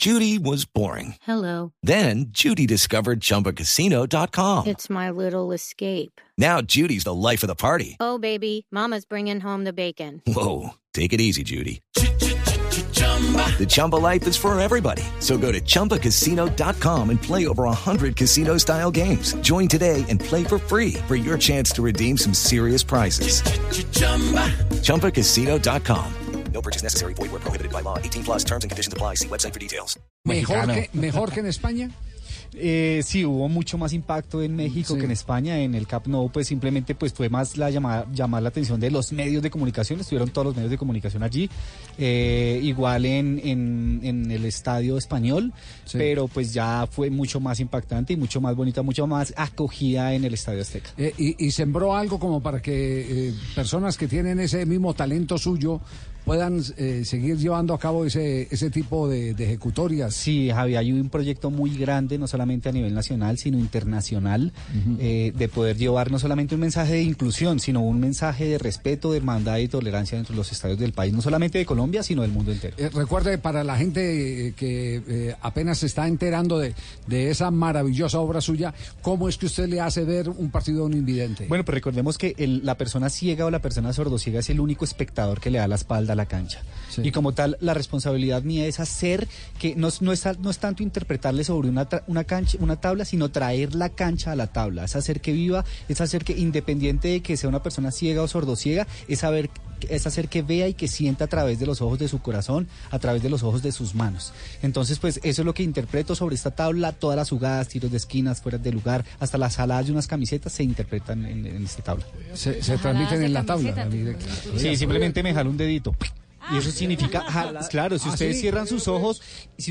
Judy was boring. Hello. Then Judy discovered ChumbaCasino.com. It's my little escape. Now Judy's the life of the party. Oh, baby, mama's bringing home the bacon. Whoa, take it easy, Judy. The Chumba life is for everybody. So go to ChumbaCasino.com and play over 100 casino-style games. Join today and play for free for your chance to redeem some serious prizes. ChumbaCasino.com. No purchase necessary. Void where prohibited by law. 18 plus terms and conditions apply. See website for details. ¿Mejor que en España? Sí, hubo mucho más impacto en México que en España. En el Camp Nou, pues simplemente pues fue más llamar la atención de los medios de comunicación. Estuvieron todos los medios de comunicación allí. Igual en el Estadio Español, pero pues ya fue mucho más impactante y mucho más bonita, mucho más acogida en el Estadio Azteca. Y sembró algo como para que personas que tienen ese mismo talento suyo puedan seguir llevando a cabo ese tipo de ejecutorias. Sí, Javi, hay un proyecto muy grande, no solamente a nivel nacional, sino internacional, de poder llevar no solamente un mensaje de inclusión, sino un mensaje de respeto, de hermandad y tolerancia dentro de los estadios del país, no solamente de Colombia, sino del mundo entero. Recuerde, para la gente que apenas se está enterando de esa maravillosa obra suya, ¿cómo es que usted le hace ver un partido a un invidente? Bueno, pues recordemos que la persona ciega o la persona sordociega es el único espectador que le da la espalda a la cancha. Sí. Y como tal, la responsabilidad mía es hacer que no es tanto interpretarle sobre una cancha, una tabla, sino traer la cancha a la tabla. Es hacer que viva, es hacer que, independiente de que sea una persona ciega o sordociega, es hacer que vea y que sienta a través de los ojos de su corazón, a través de los ojos de sus manos. Entonces, pues eso es lo que interpreto sobre esta tabla. Todas las jugadas, tiros de esquinas, fuera de lugar, hasta las jaladas de unas camisetas se interpretan en esta tabla. Se transmiten en la tabla. Sí, simplemente me jalo un dedito. Y eso significa, claro, si ustedes cierran sus ojos,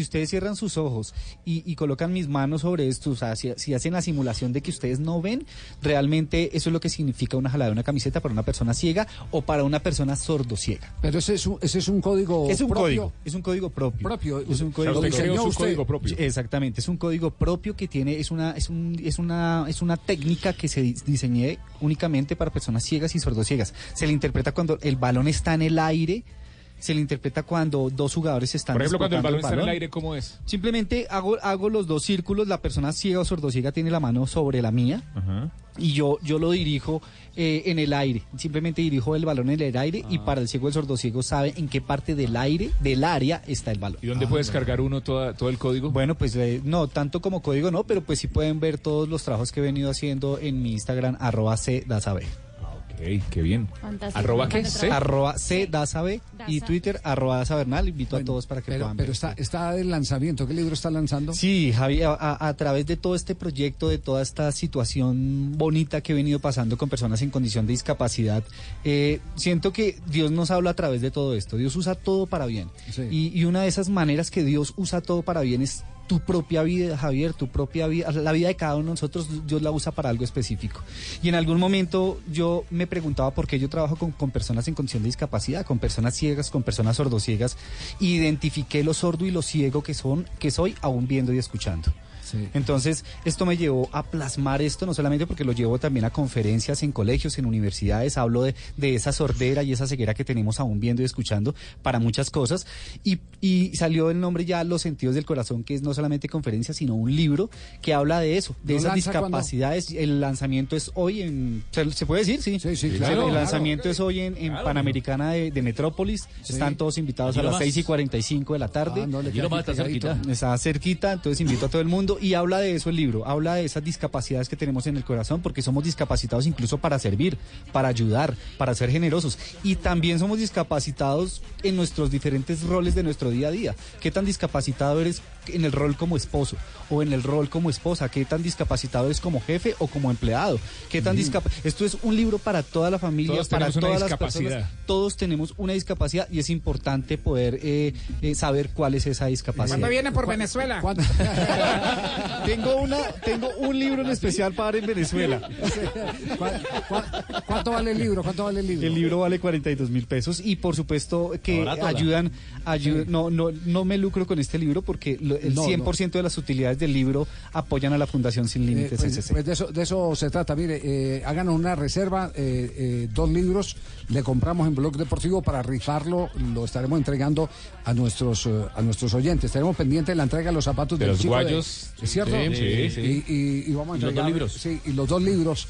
y colocan mis manos sobre esto, o sea, si hacen la simulación de que ustedes no ven, realmente eso es lo que significa una jalada de una camiseta para una persona ciega o para una persona sordociega. Pero ese es un código propio. Es un código propio. Es un código propio. Exactamente, es un código propio que tiene, es una técnica que se diseñé únicamente para personas ciegas y sordociegas. Se le interpreta cuando el balón está en el aire. Se le interpreta cuando dos jugadores están Por ejemplo, cuando el balón está en el aire, ¿cómo es? Simplemente hago los dos círculos, la persona ciega o sordociega tiene la mano sobre la mía, y yo lo dirijo en el aire. Simplemente dirijo el balón en el aire, y para el ciego el sordociego sabe en qué parte del área está el balón. ¿Y dónde puede descargar uno todo el código? Bueno, pues no, tanto como código no, pero pues sí pueden ver todos los trabajos que he venido haciendo en mi Instagram, @cdasabe. Qué bien. Fantástico. ¿Qué? @cdasabe y Twitter @dasabernal. Invito a todos para que puedan ver. Pero está el lanzamiento. ¿Qué libro está lanzando? Sí, Javi, a través de todo este proyecto, de toda esta situación bonita que he venido pasando con personas en condición de discapacidad, siento que Dios nos habla a través de todo esto. Dios usa todo para bien. Sí. Y una de esas maneras que Dios usa todo para bien es tu propia vida, Javier, tu propia vida, la vida de cada uno de nosotros. Dios la usa para algo específico. Y en algún momento yo me preguntaba por qué yo trabajo con personas en condición de discapacidad, con personas ciegas, con personas sordociegas. Identifiqué lo sordo y lo ciego que soy, aún viendo y escuchando. Sí. Entonces, esto me llevó a plasmar esto, no solamente porque lo llevo también a conferencias en colegios, en universidades, hablo de esa sordera y esa ceguera que tenemos aún viendo y escuchando para muchas cosas, y salió el nombre ya Los Sentidos del Corazón, que es no solamente conferencia, sino un libro que habla de eso, de esas discapacidades. ¿Cuándo? El lanzamiento es hoy ¿se puede decir? Sí, claro. El lanzamiento es hoy en Panamericana de Metrópolis. Sí. Están todos invitados a las 6:45 de la tarde. Está cerquita, entonces invito a todo el mundo. Y habla de eso el libro, habla de esas discapacidades que tenemos en el corazón, porque somos discapacitados incluso para servir, para ayudar, para ser generosos. Y también somos discapacitados en nuestros diferentes roles de nuestro día a día. ¿Qué tan discapacitado eres en el rol como esposo o en el rol como esposa? ¿Qué tan discapacitado eres como jefe o como empleado? ¿Qué tan Esto es un libro para toda la familia, para todas las personas. Todos tenemos una discapacidad y es importante poder saber cuál es esa discapacidad. ¿Cuándo viene por Venezuela? Tengo un libro en especial para dar en Venezuela. ¿Cuánto vale el libro? El libro vale 42.000 pesos y por supuesto que ayudan. No me lucro con este libro porque el 100% de las utilidades del libro apoyan a la Fundación Sin Límites SC. Pues de eso se trata. Mire, háganos una reserva, 2 libros, le compramos en Blog Deportivo para rifarlo, lo estaremos entregando a nuestros oyentes. Estaremos pendientes de la entrega de los zapatos de del los chico guayos. ¿Es cierto? Sí. Y vamos a entregar los 2 libros. Sí, y los 2 libros.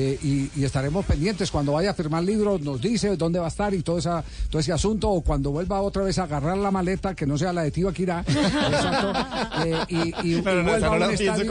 Y estaremos pendientes cuando vaya a firmar el libro, nos dice dónde va a estar y todo ese asunto, o cuando vuelva otra vez a agarrar la maleta, que no sea la de Tibaquirá. Exacto. Y vuelva a un estadio.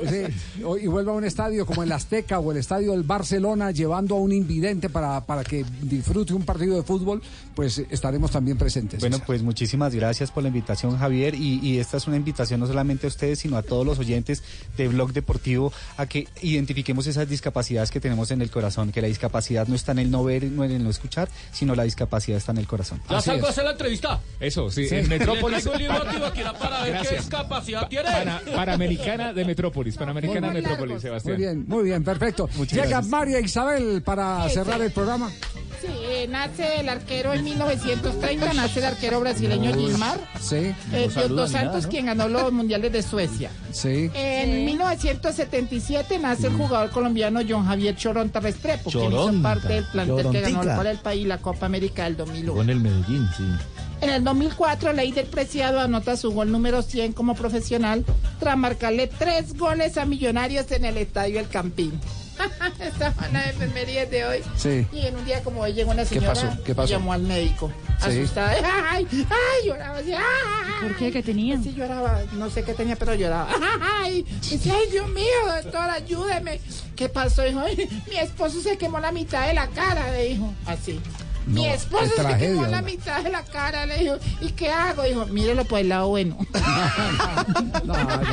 Y vuelva a un estadio como el Azteca o el estadio del Barcelona, llevando a un invidente para que disfrute un partido de fútbol, pues estaremos también presentes. Bueno, pues muchísimas gracias por la invitación, Javier, y esta es una invitación no solamente a ustedes, sino a todos los oyentes de Blog Deportivo a que identifiquemos esas discapacidades que tenemos en el corazón, que la discapacidad no está en el no ver, no en el no escuchar, sino la discapacidad está en el corazón. ¿Ya salgo a hacer la entrevista? Eso, sí. En Metrópolis. Le traigo el libro a Tibaquirá para ver qué discapacidad tiene. Panamericana de Metrópolis, Sebastián. Muy bien, perfecto. Llega María Isabel para cerrar el programa. Sí, nace el arquero en 1930, nace el arquero brasileño Gilmar. Sí. Dos Santos, quien ganó los mundiales de Suecia. Sí. En 1977 nace el jugador colombiano John Javier Choronta Restrepo, quien hizo parte del plantel que ganó para el país la Copa América del 2001. Con el Medellín, sí. En el 2004, Leider Preciado anota su gol número 100 como profesional tras marcarle 3 goles a Millonarios en el Estadio El Campín. Esta fue la efeméride de hoy. Sí. Y en un día como hoy llegó una señora ¿Qué pasó? y llamó al médico, Sí. asustada. ¡Ay! Lloraba así. ¡Ay! ¿Por qué? ¿Qué tenía? Sí, lloraba. No sé qué tenía, pero lloraba. ¡Ay! Dice, ¡ay, Dios mío, doctor, ayúdeme! ¿Qué pasó? Dijo, mi esposo se quemó la mitad de la cara, le dijo. Así. Mi esposo se quemó la mitad de la cara, le dijo. ¿Y qué hago? Dijo, mírelo por el lado bueno. No,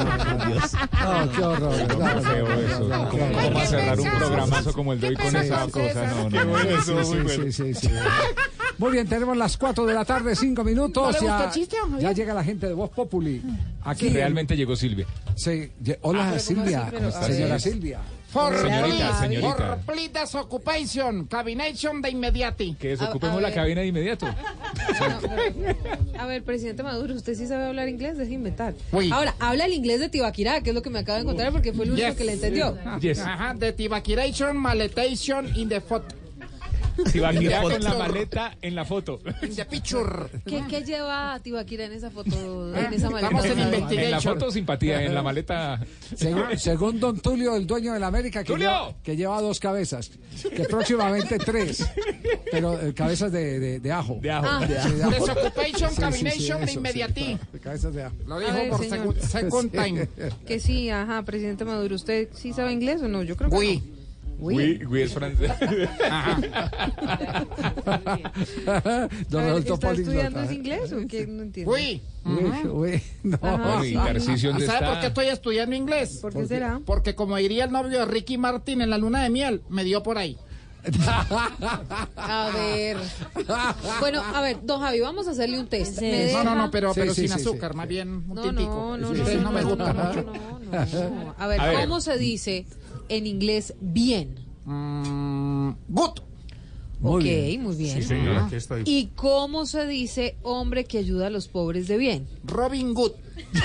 qué horror. ¿Cómo va a cerrar un programazo como el de hoy con esa cosa? Sí. Muy bien, tenemos las 4 de la tarde, 5 minutos. ¿No le gustó el chiste, don Javier? Ya llega la gente de Voz Populi. Aquí Realmente llegó Silvia. Sí. Hola, Silvia. Señora Silvia. Señorita. Complete occupation, cabination de inmediati. Que desocupemos la cabina de inmediato. A ver, presidente Maduro, ¿usted sí sabe hablar inglés? Deje de inventar. Uy. Ahora, habla el inglés de Tibaquirá, que es lo que me acabo de encontrar porque fue el único que le entendió. Yes. Ajá, de Tibaquiration, maletation in the photo. Tibaquirá con la maleta en la foto. In the picture. ¿Qué lleva Tibaquirá en esa foto, en esa maleta? Estamos en investigation. En la foto simpatía, en la maleta. Según don Tulio, el dueño de la América, que lleva 2 cabezas, que próximamente 3, pero cabezas de ajo. De ajo. Desoccupation, cabination de inmediati. Cabezas de ajo. Lo dijo A ver, por señor. second time. Que sí, ajá, presidente Maduro, ¿usted sí sabe inglés o no? Yo creo que Uy. no. Oui es francés. Don A ver, Rodolfo ¿está Políglota. estudiando ese inglés o qué? No entiendo. Uy. No. Ajá. Y Tarcisio, ¿Y ¿dónde sabe por qué está? estoy estudiando inglés? ¿Por qué será? Porque como diría el novio de Ricky Martin en la luna de miel, me dio por ahí. A ver. Bueno, a ver, don Javi, vamos a hacerle un test. ¿Me No, deja? pero Sí, sin sí, azúcar, sí. más bien un No, típico. no me gusta mucho. No. A ver, A ver. ¿cómo se dice en inglés bien? Good. Muy bien. Sí, señora, aquí estoy. ¿Y cómo se dice hombre que ayuda a los pobres de bien? Robin Good.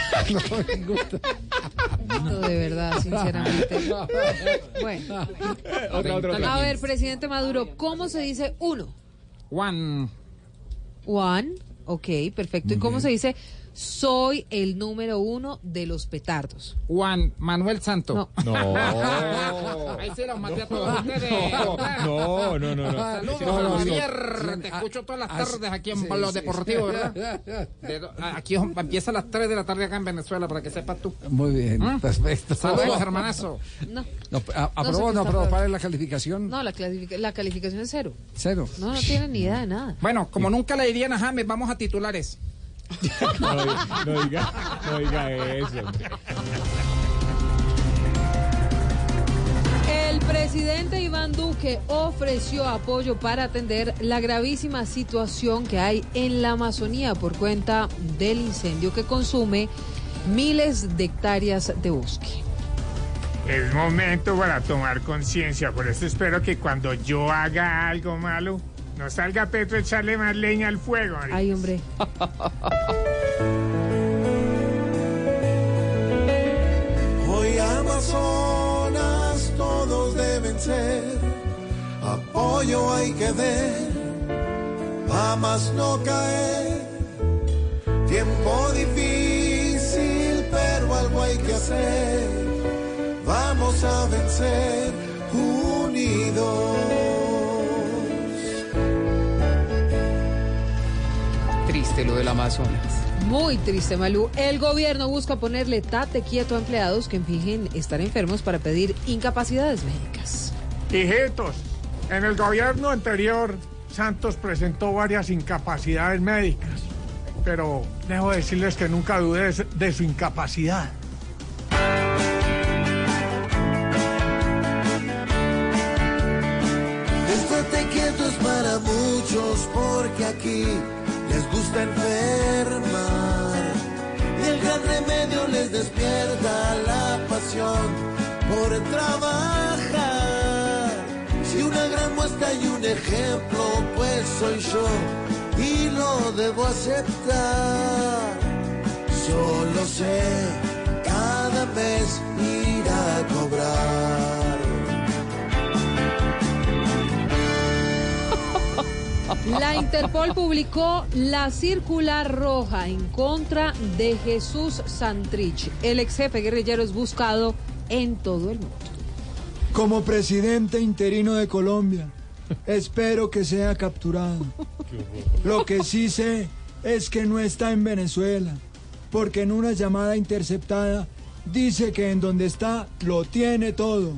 No, de verdad, sinceramente. Bueno, Otra. a ver, presidente Maduro, ¿cómo se dice uno? One. One, ok, perfecto. ¿Y cómo se dice soy el número 1 de los petardos? Juan Manuel Santo. No. No. Ahí se los maté a todos ustedes. No. Saludos, Javier. Te escucho todas las tardes aquí en Los Deportivos, ¿verdad? Aquí empieza a las 3 de la tarde acá en Venezuela, para que sepas tú. Muy bien, perfecto. Saludos, hermanazo. No, ¿Aprobó o no aprobó? ¿Cuál es la calificación? no, la calificación es 0. 0. No tiene ni idea de nada. Bueno, como nunca le dirían a James, vamos a titulares. No diga eso. El presidente Iván Duque ofreció apoyo para atender la gravísima situación que hay en la Amazonía por cuenta del incendio que consume miles de hectáreas de bosque. Es momento para tomar conciencia, por eso espero que cuando yo haga algo malo, no salga Petro a echarle más leña al fuego. María. Ay, hombre. Hoy Amazonas todos deben ser, apoyo hay que ver, a más no caer. Tiempo difícil, pero algo hay que hacer. Vamos a vencer unidos. Triste lo del Amazonas. Muy triste, Malú. El gobierno busca ponerle tate quieto a empleados que fingen estar enfermos para pedir incapacidades médicas. Hijitos, en el gobierno anterior, Santos presentó varias incapacidades médicas, pero dejo decirles que nunca dudé de su incapacidad. Estate quietos para muchos, porque aquí les gusta enfermar y el gran remedio les despierta la pasión por trabajar. Si una gran muestra y un ejemplo, pues soy yo y lo debo aceptar. Solo sé cada mes ir a cobrar. La Interpol publicó la circular roja en contra de Jesús Santrich. El ex jefe guerrillero es buscado en todo el mundo. Como presidente interino de Colombia, espero que sea capturado. Lo que sí sé es que no está en Venezuela, porque en una llamada interceptada dice que en donde está lo tiene todo.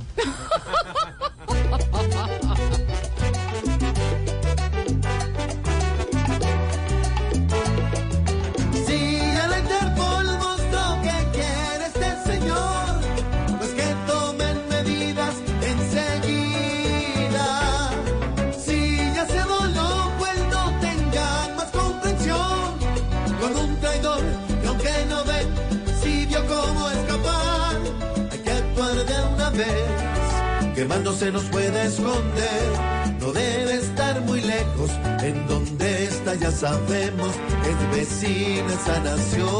Quemando se nos puede esconder, no debe estar muy lejos, en donde está ya sabemos, es vecina esa nación.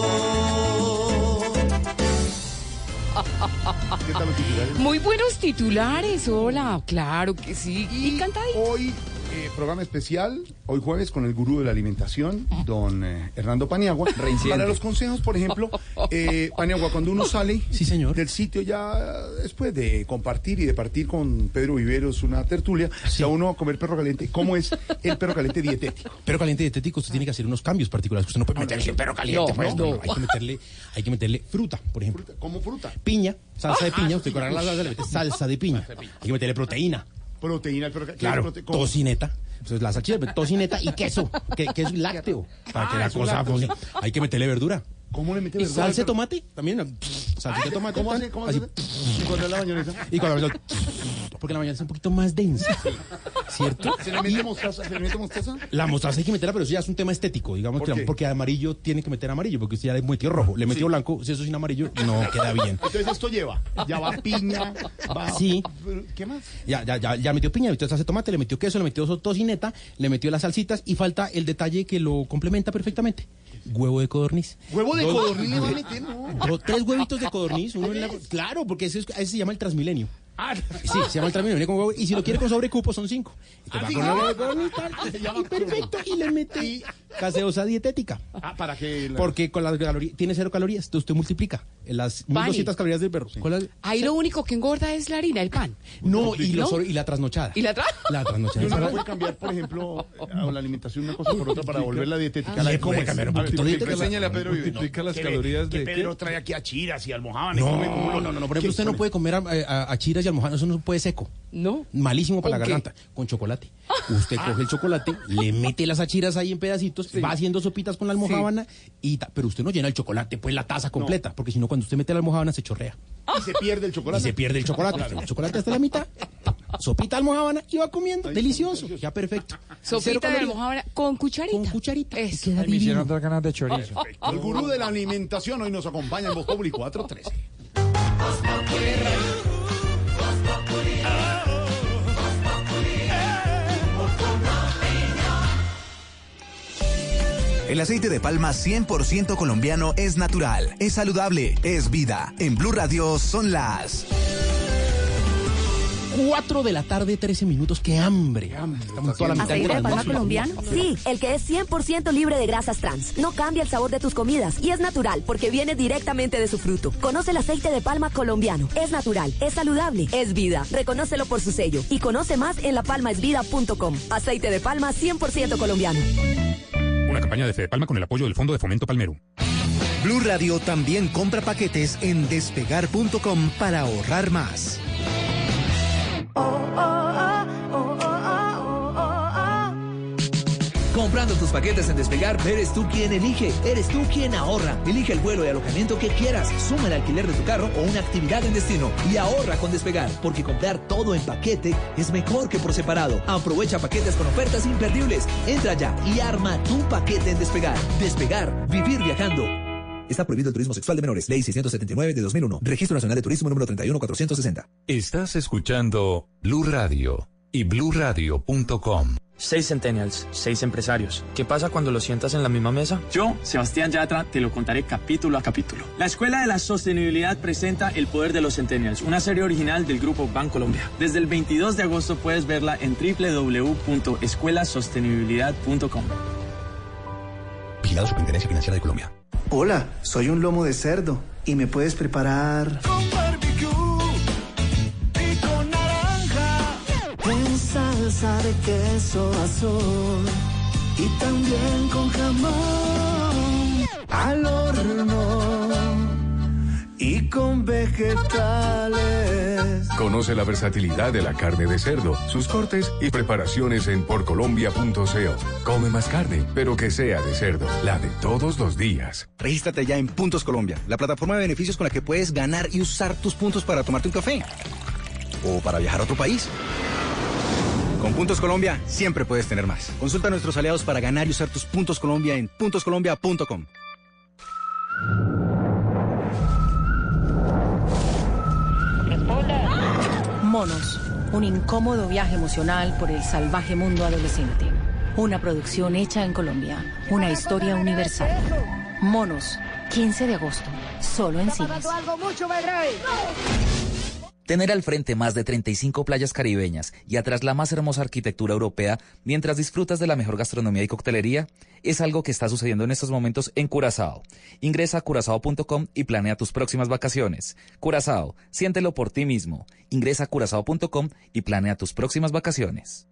¿Qué tal los titulares? Muy buenos titulares, hola, claro que sí. Y cantadito. Hoy, programa especial, hoy jueves, con el gurú de la alimentación, don Hernando Paniagua. Para los consejos, por ejemplo, Paniagua, cuando uno sale del sitio ya después de compartir y de partir con Pedro Viveros una tertulia, a uno a comer perro caliente. ¿Cómo es el perro caliente dietético? Perro caliente dietético, usted tiene que hacer unos cambios particulares. Usted no puede meterle perro caliente. No. Hay que meterle fruta, por ejemplo. ¿Cómo fruta? Piña, salsa de piña. Usted con la salsa le mete salsa de piña. Hay que meterle proteína. Proteína, pero claro, tocineta. Entonces la salchicha, tocineta y queso, que es lácteo, para que la cosa funcione. Hay que meterle verdura. ¿Cómo le mete verdura? Salsa de tomate, también. Salsa de tomate. ¿Cómo hace? ¿Y cuando es la mayonesa? Y cuando porque la mayonesa es un poquito más densa, ¿cierto? ¿Se le mete mostaza? La mostaza hay que meterla, pero eso ya es un tema estético, digamos, porque amarillo tiene que meter amarillo, porque usted ya le metió rojo, le metió blanco, si eso sin amarillo no queda bien. Entonces esto ya va piña, va... Sí. ¿Qué más? Ya metió piña, metió salsa de tomate, le metió queso, le metió tocineta, le metió las salsitas y falta el detalle que lo complementa perfectamente. Huevo de codorniz. ¿Huevo de codorniz le va a meter? No. 3 huevitos de codorniz. Claro, porque ese se llama el Transmilenio. Sí, se llama el Transmilenio con huevo. Y si lo quiere con sobrecupo son 5. Y perfecto. Y le mete gaseosa dietética. ¿Para qué? Porque con las calorías, tiene 0 calorías. Entonces usted multiplica las 1200 calorías del perro. Sí. Ahí lo único que engorda es la harina, el pan. No, y la trasnochada. ¿Y la trasnochada? ¿No puede cambiar, por ejemplo, a la alimentación una cosa por otra para volverla dietética? ¿Cómo cambiar un poquito dietética? Enséñale a Pedro Viveros. Multiplica las calorías de... Que Pedro trae aquí achiras y almojábanas. No. Por ejemplo, usted no puede comer achiras y almojábanas. Eso no se puede seco. No. Malísimo para la garganta. Con chocolate. Usted coge el chocolate, le mete las achiras ahí en pedacitos, va haciendo sopitas con la almojábana, pero usted no llena el chocolate, pues la taza completa, porque si no, cuando usted mete la almojábana se chorrea. Y se pierde el chocolate. El chocolate hasta la mitad. sopita de almojábana y va comiendo. Delicioso, ya perfecto. Sopita de almojábana con cucharita. Con cucharita. Eso. Me hicieron dar ganas de chorizo. El gurú de la alimentación hoy nos acompaña en Voz Populi 413. El aceite de palma 100% colombiano es natural, es saludable, es vida. En Blue Radio son las 4 de la tarde, 13 minutos. ¡Qué hambre! Estamos toda la mitad ¿Aceite del de palma almuerzo. colombiano? Sí, el que es 100% libre de grasas trans. No cambia el sabor de tus comidas y es natural porque viene directamente de su fruto. Conoce el aceite de palma colombiano. Es natural, es saludable, es vida. Reconócelo por su sello y conoce más en lapalmaesvida.com. Aceite de palma 100% colombiano. Una campaña de Fede Palma con el apoyo del Fondo de Fomento Palmero. Blue Radio también compra paquetes en despegar.com para ahorrar más. Comprando tus paquetes en Despegar, eres tú quien elige, eres tú quien ahorra. Elige el vuelo y alojamiento que quieras, suma el alquiler de tu carro o una actividad en destino y ahorra con Despegar, porque comprar todo en paquete es mejor que por separado. Aprovecha paquetes con ofertas imperdibles. Entra ya y arma tu paquete en Despegar. Despegar, vivir viajando. Está prohibido el turismo sexual de menores. Ley 679 de 2001. Registro Nacional de Turismo número 31460. Estás escuchando Blue Radio y bluradio.com. 6 Centennials, 6 empresarios. ¿Qué pasa cuando los sientas en la misma mesa? Yo, Sebastián Yatra, te lo contaré capítulo a capítulo. La Escuela de la Sostenibilidad presenta El Poder de los Centennials, una serie original del Grupo Bancolombia. Desde el 22 de agosto puedes verla en www.escuelasostenibilidad.com. Vigilado Superintendencia Financiera de Colombia. Hola, soy un lomo de cerdo y me puedes preparar Con barbecue y con naranja. en salsa de queso azul y también con jamón al horno y con vegetales. Conoce la versatilidad de la carne de cerdo, sus cortes y preparaciones en porcolombia.co. Come más carne, pero que sea de cerdo, la de todos los días. Regístrate ya en Puntos Colombia, la plataforma de beneficios con la que puedes ganar y usar tus puntos para tomarte un café o para viajar a otro país. Con Puntos Colombia siempre puedes tener más. Consulta a nuestros aliados para ganar y usar tus Puntos Colombia en puntoscolombia.com. Monos, un incómodo viaje emocional por el salvaje mundo adolescente. Una producción hecha en Colombia, una historia universal. Monos, 15 de agosto, solo en cines. Tener al frente más de 35 playas caribeñas y atrás la más hermosa arquitectura europea mientras disfrutas de la mejor gastronomía y coctelería es algo que está sucediendo en estos momentos en Curazao. Ingresa a curazao.com y planea tus próximas vacaciones. Curazao, siéntelo por ti mismo. Ingresa a curazao.com y planea tus próximas vacaciones.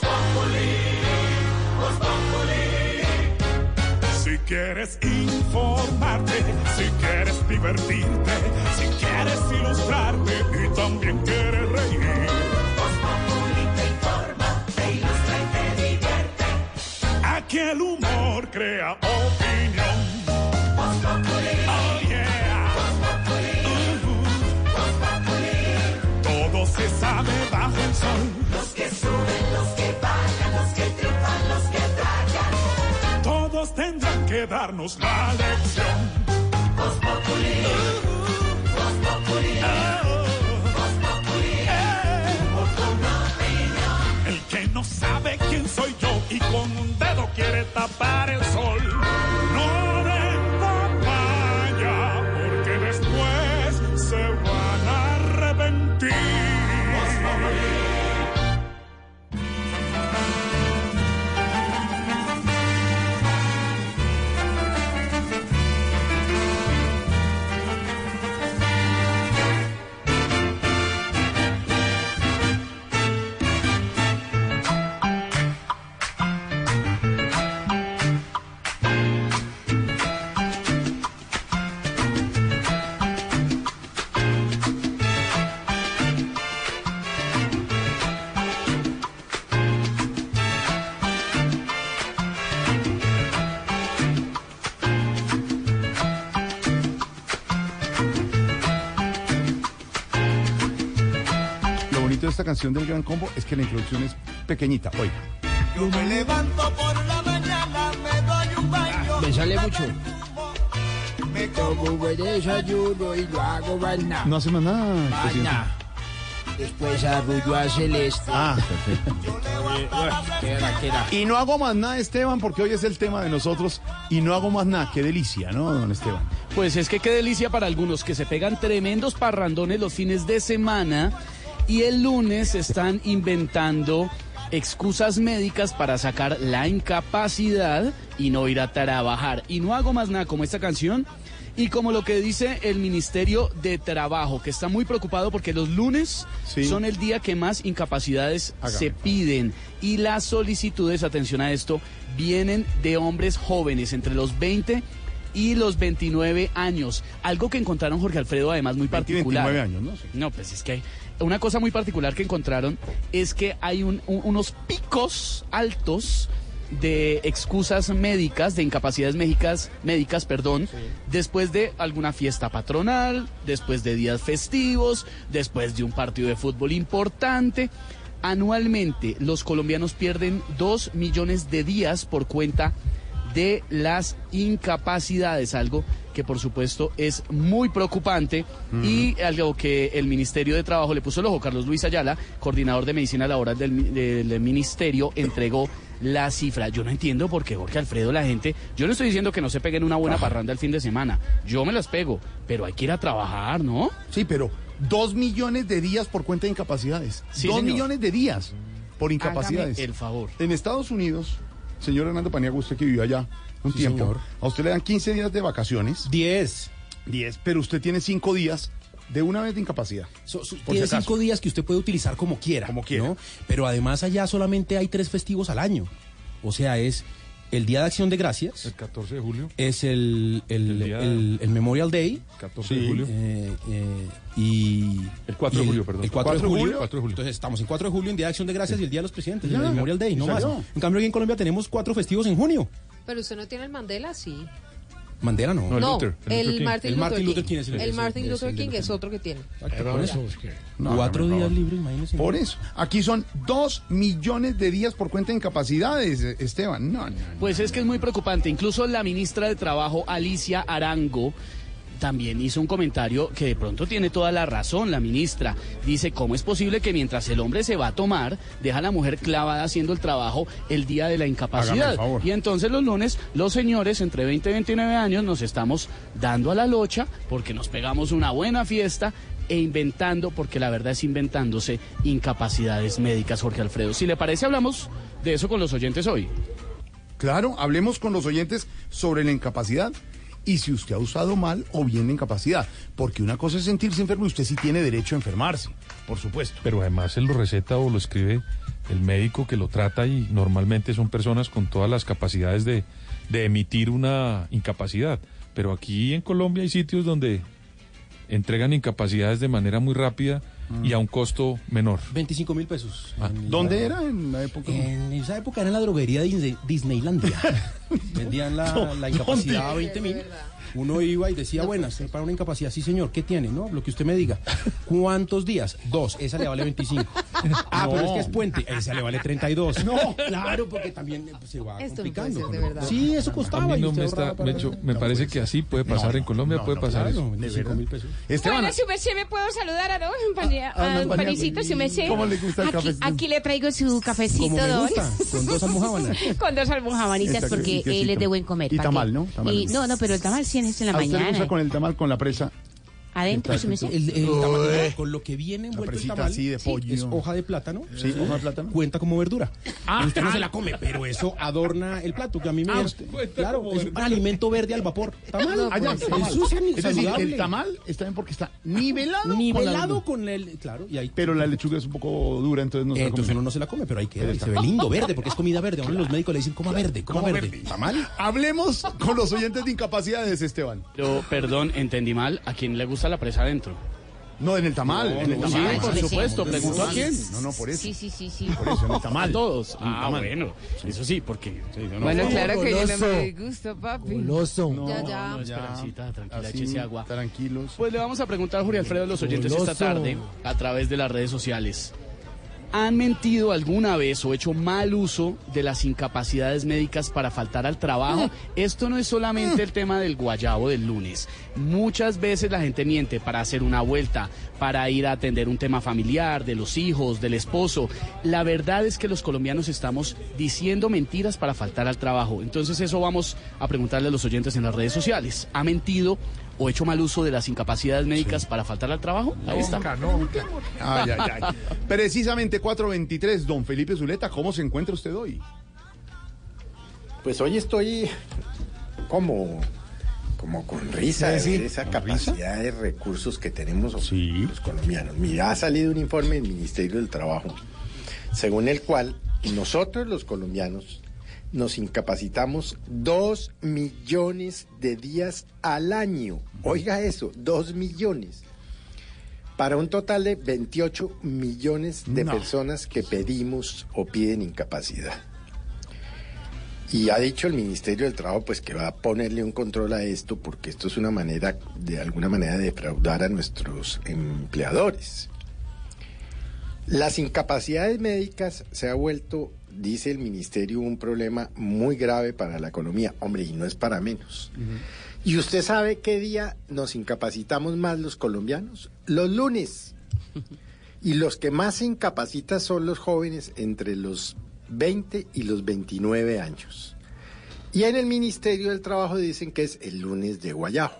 Si quieres informarte, si quieres divertirte, si quieres ilustrarte y también quieres reír. Voz Populi te informa, te ilustra y te divierte. Aquí el humor crea opinión. Voz Populi. Oh yeah. Voz Populi. Voz Populi. Todo se sabe bajo el sol. Los que suben, los que bajan, los que triunfan, los que tragan. Todos tendrán que darnos la lección. Voz Populi. Voz Populi. Voz Populi. Humor con opinión. El que no sabe quién soy yo y con un dedo quiere tapar el sol. No den papaya porque después se van a arrepentir. Voz Populi. bonito de esta canción del Gran Combo es que la introducción es pequeñita. Oiga. Yo me levanto por la mañana, me doy un baño. Me sale mucho. Me tomo un buen desayuno y no hago más nada. No hace más nada. Más nada. Después arrullo a Celeste. Ah, perfecto. Queda. Y no hago más nada, Esteban, porque hoy es el tema de nosotros. Y no hago más nada. Qué delicia, ¿no, don Esteban? Pues es que qué delicia para algunos que se pegan tremendos parrandones los fines de semana y el lunes están inventando excusas médicas para sacar la incapacidad y no ir a trabajar. Y no hago más nada, como esta canción y como lo que dice el Ministerio de Trabajo, que está muy preocupado porque los lunes son el día que más incapacidades se piden. Y las solicitudes, atención a esto, vienen de hombres jóvenes entre los 20 y los 29 años. Algo que encontraron, Jorge Alfredo, además muy particular. 29 años, ¿no? Sí. No, pues es que hay una cosa muy particular que encontraron es que hay unos picos altos de excusas médicas, de incapacidades médicas, después de alguna fiesta patronal, después de días festivos, después de un partido de fútbol importante. Anualmente los colombianos pierden 2 millones de días por cuenta de las incapacidades, algo que por supuesto es muy preocupante y algo que el Ministerio de Trabajo le puso el ojo. Carlos Luis Ayala, coordinador de medicina laboral del ministerio, entregó la cifra. Yo no entiendo por qué, Jorge Alfredo, la gente, yo no estoy diciendo que no se peguen una buena parranda el fin de semana, yo me las pego, pero hay que ir a trabajar, ¿no? Sí, pero 2 millones de días por cuenta de incapacidades. Sí, 2 señor. millones de días por incapacidades. Hágame el favor. En Estados Unidos, señor Hernando Paniagua, usted que vivió allá un tiempo, señor. A usted le dan 15 días de vacaciones. 10, pero usted tiene 5 días de una vez de incapacidad. Tiene 5 días que usted puede utilizar como quiera. ¿No? Pero además allá solamente hay 3 festivos al año. O sea, es el Día de Acción de Gracias. El 14 de julio. Es el Memorial Day. 14 de julio. Y el 4 de julio, perdón. El 4 de julio. 4 de julio. Entonces estamos en 4 de julio en Día de Acción de Gracias y el Día de los Presidentes. Ya, el Memorial Day, no más. En cambio aquí en Colombia tenemos 4 festivos en junio. Pero usted no tiene el Mandela, sí. Mandela no. No, el Martin Luther King es el Martin Luther King es otro que tiene. Por eso. 4 días libres, imagínese. Por eso. Aquí son 2 millones de días por cuenta de incapacidades, Esteban. No. Pues es que es muy preocupante. Incluso la ministra de Trabajo, Alicia Arango, también hizo un comentario que de pronto tiene toda la razón. La ministra dice, ¿cómo es posible que mientras el hombre se va a tomar, deja a la mujer clavada haciendo el trabajo el día de la incapacidad? Y entonces los lunes, los señores entre 20 y 29 años nos estamos dando a la locha porque nos pegamos una buena fiesta e inventando, porque la verdad es inventándose incapacidades médicas, Jorge Alfredo. Si le parece, hablamos de eso con los oyentes hoy. Claro, hablemos con los oyentes sobre la incapacidad. Y si usted ha usado mal o bien la incapacidad, porque una cosa es sentirse enfermo y usted sí tiene derecho a enfermarse, por supuesto. Pero además él lo receta o lo escribe el médico que lo trata y normalmente son personas con todas las capacidades de emitir una incapacidad. Pero aquí en Colombia hay sitios donde entregan incapacidades de manera muy rápida y a un costo menor. 25.000 pesos. ¿Dónde era en la época? En esa época era en la droguería de Disneylandia. Vendían la incapacidad a 20.000. Uno iba y decía, buenas, para una incapacidad, sí señor, ¿qué tiene? No, lo que usted me diga. ¿Cuántos días? 2, esa le vale 25. Pero es que es puente, esa le vale 32. No, claro, porque también se va complicando. No, de verdad. Sí, eso costaba. A mí no me parece que así puede pasar en Colombia, puede pasar eso. 25.000 pesos. Bueno, si usted me puedo saludar a don Panicito, si me sé. ¿Cómo le gusta el café? Aquí le traigo su cafecito, Como me gusta, con 2 almojábanas. Con 2 almojábanitas, porque él es de buen comer. Y tamal, ¿no? No, pero el tamal sí es en la mañana. ¿Usted le gusta con el tamal, con la presa? Adentro, si me sé. El tamal, con lo que viene envuelto el tamal, así de pollo. es hoja de plátano. Sí, hoja de plátano. Cuenta como verdura. Usted no se la come, pero eso adorna el plato, que a mí me claro, es un alimento verde al vapor. Tamal. Es decir, el tamal está bien porque está nivelado con el... Claro, y ahí... Pero la lechuga es un poco dura, entonces no se la come. Entonces uno no se la come, pero ahí queda. Se ve lindo verde, porque es comida verde. Ahora los médicos le dicen, coma verde. ¿Tamal? Hablemos con los oyentes de incapacidades, Esteban. Yo, perdón, entendí mal. ¿A quién le gusta la presa adentro? No, en el tamal. En el tamal, por supuesto. ¿Preguntó a quién? No, por eso. Sí. Por eso, en el tamal. A todos. Bueno, eso sí, porque... Bueno, claro que yo no me gusta, papi. Goloso. No, Esperancita, tranquila, échese agua. Tranquilos. Pues le vamos a preguntar a Jorge Alfredo a los oyentes esta tarde a través de las redes sociales. ¿Han mentido alguna vez o hecho mal uso de las incapacidades médicas para faltar al trabajo? Esto no es solamente el tema del guayabo del lunes. Muchas veces la gente miente para hacer una vuelta, para ir a atender un tema familiar, de los hijos, del esposo. La verdad es que los colombianos estamos diciendo mentiras para faltar al trabajo. Entonces eso vamos a preguntarle a los oyentes en las redes sociales. ¿Ha mentido o hecho mal uso de las incapacidades médicas para faltar al trabajo? Ahí está. Nunca. Ay. Precisamente 4:23, don Felipe Zuleta, ¿cómo se encuentra usted hoy? Pues hoy estoy como con risa de ver esa capacidad de recursos que tenemos los colombianos. Mira, ha salido un informe del Ministerio del Trabajo, según el cual nosotros los colombianos nos incapacitamos 2 millones de días al año. Oiga eso, 2 millones. Para un total de 28 millones de personas que pedimos o piden incapacidad. Y ha dicho el Ministerio del Trabajo pues que va a ponerle un control a esto, porque esto es una manera, de alguna manera, de defraudar a nuestros empleadores. Las incapacidades médicas se ha vuelto, dice el Ministerio, un problema muy grave para la economía. Hombre, y no es para menos. ¿Y usted sabe qué día nos incapacitamos más los colombianos? Los lunes. Y los que más se incapacitan son los jóvenes entre los 20 y los 29 años. Y en el Ministerio del Trabajo dicen que es el lunes de guayabo.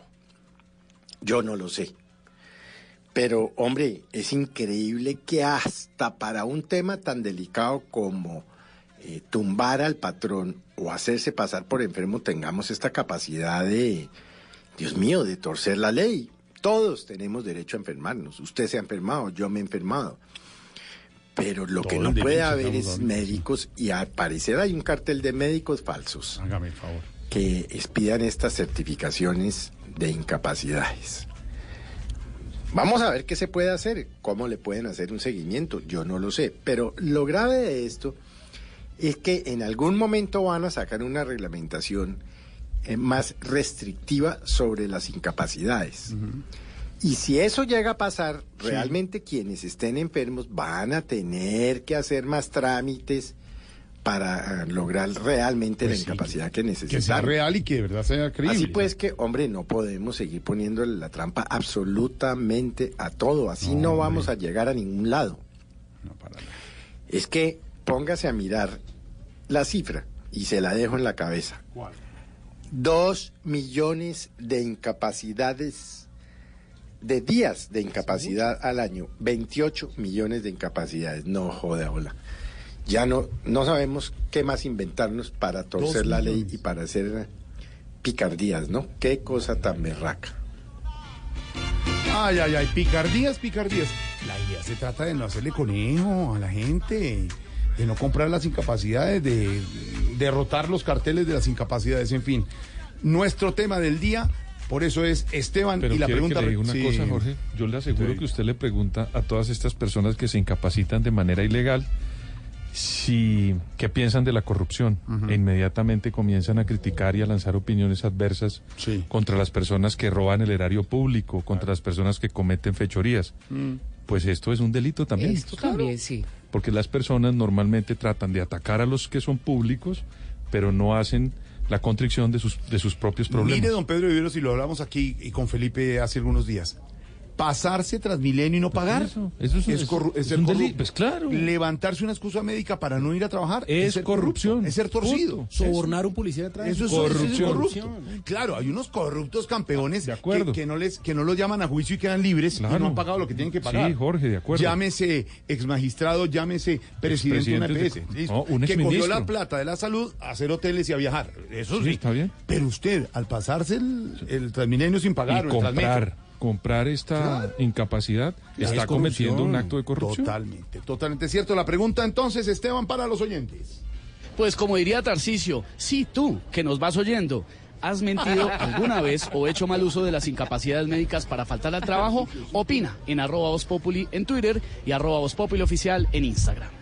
Yo no lo sé. Pero, hombre, es increíble que hasta para un tema tan delicado como tumbar al patrón o hacerse pasar por enfermo tengamos esta capacidad de, Dios mío, de torcer la ley. Todos tenemos derecho a enfermarnos. Usted se ha enfermado, yo me he enfermado. Pero lo que no puede haber es médicos, y al parecer hay un cartel de médicos falsos. Hágame el favor. Que expidan estas certificaciones de incapacidades. Vamos a ver qué se puede hacer, cómo le pueden hacer un seguimiento, yo no lo sé. Pero lo grave de esto es que en algún momento van a sacar una reglamentación más restrictiva sobre las incapacidades. Y si eso llega a pasar, realmente quienes estén enfermos van a tener que hacer más trámites para lograr realmente la incapacidad que necesitan. Que sea real y que de verdad sea creíble. Así pues que, hombre, no podemos seguir poniéndole la trampa absolutamente a todo. Así no vamos a llegar a ningún lado. No, para nada. Es que póngase a mirar la cifra y se la dejo en la cabeza. ¿Cuál? 2 millones de incapacidades, de días de incapacidad al año. 28 millones de incapacidades. No joda, hola. Ya no sabemos qué más inventarnos para torcer la ley y para hacer picardías, ¿no? Qué cosa tan berraca. Ay, picardías. La idea se trata de no hacerle conejo a la gente, de no comprar las incapacidades, de derrotar los carteles de las incapacidades, en fin. Nuestro tema del día, por eso es Esteban. Pero y la pregunta... Que le diga una cosa, Jorge, yo le aseguro que usted le pregunta a todas estas personas que se incapacitan de manera ilegal qué piensan de la corrupción, e inmediatamente comienzan a criticar y a lanzar opiniones adversas contra las personas que roban el erario público, contra las personas que cometen fechorías. Pues esto es un delito también. Esto también, sí. Porque las personas normalmente tratan de atacar a los que son públicos, pero no hacen la contrición de sus propios problemas. Mire, don Pedro Viveros, si lo hablamos aquí y con Felipe hace algunos días. Pasarse Transmilenio y no pagar. Eso es un delito. Pues claro. Levantarse una excusa médica para no ir a trabajar es corrupción. Es ser torcido. Sobornar a un policía de tránsito. Eso es corrupto. Claro, hay unos corruptos campeones que no los llaman a juicio y quedan libres y no han pagado lo que tienen que pagar. Sí, Jorge, de acuerdo. Llámese exmagistrado, llámese presidente de una EPS. Que cogió la plata de la salud a hacer hoteles y a viajar. Eso sí. Está bien. Pero usted, al pasarse el Transmilenio sin pagar, comprar esta incapacidad, está cometiendo un acto de corrupción. Totalmente cierto. La pregunta entonces, Esteban, para los oyentes. Pues como diría Tarcisio, si tú, que nos vas oyendo, ¿has mentido alguna vez o hecho mal uso de las incapacidades médicas para faltar al trabajo? Opina en @VozPopuli en Twitter y @VozPopuli oficial en Instagram.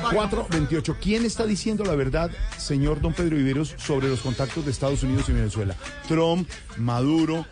4:28. ¿Quién está diciendo la verdad, señor don Pedro Viveros, sobre los contactos de Estados Unidos y Venezuela? Trump, Maduro,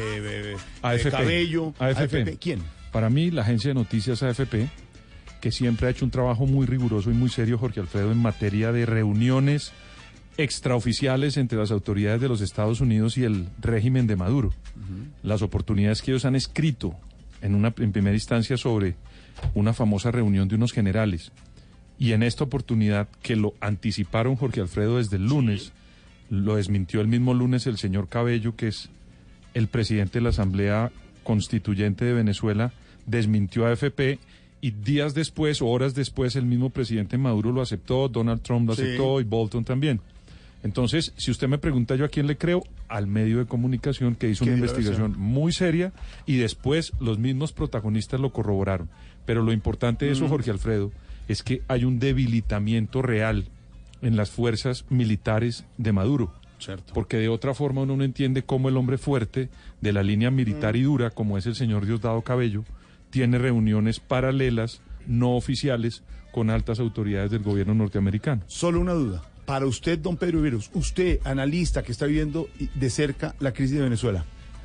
AFP. Cabello, AFP. ¿Quién? Para mí, la agencia de noticias AFP, que siempre ha hecho un trabajo muy riguroso y muy serio, Jorge Alfredo, en materia de reuniones extraoficiales entre las autoridades de los Estados Unidos y el régimen de Maduro. Las oportunidades que ellos han escrito en primera instancia sobre una famosa reunión de unos generales, y en esta oportunidad que lo anticiparon, Jorge Alfredo, desde el lunes, lo desmintió el mismo lunes el señor Cabello, que es el presidente de la Asamblea Constituyente de Venezuela, desmintió a AFP, y días después, o horas después, el mismo presidente Maduro lo aceptó, Donald Trump lo aceptó y Bolton también. Entonces, si usted me pregunta yo a quién le creo, al medio de comunicación que hizo una investigación muy seria y después los mismos protagonistas lo corroboraron. Pero lo importante de eso, Jorge Alfredo, es que hay un debilitamiento real en las fuerzas militares de Maduro. Cierto. Porque de otra forma uno no entiende cómo el hombre fuerte de la línea militar y dura, como es el señor Diosdado Cabello, tiene reuniones paralelas, no oficiales, con altas autoridades del gobierno norteamericano. Solo una duda. Para usted, don Pedro Viveros, usted, analista que está viviendo de cerca la crisis de Venezuela,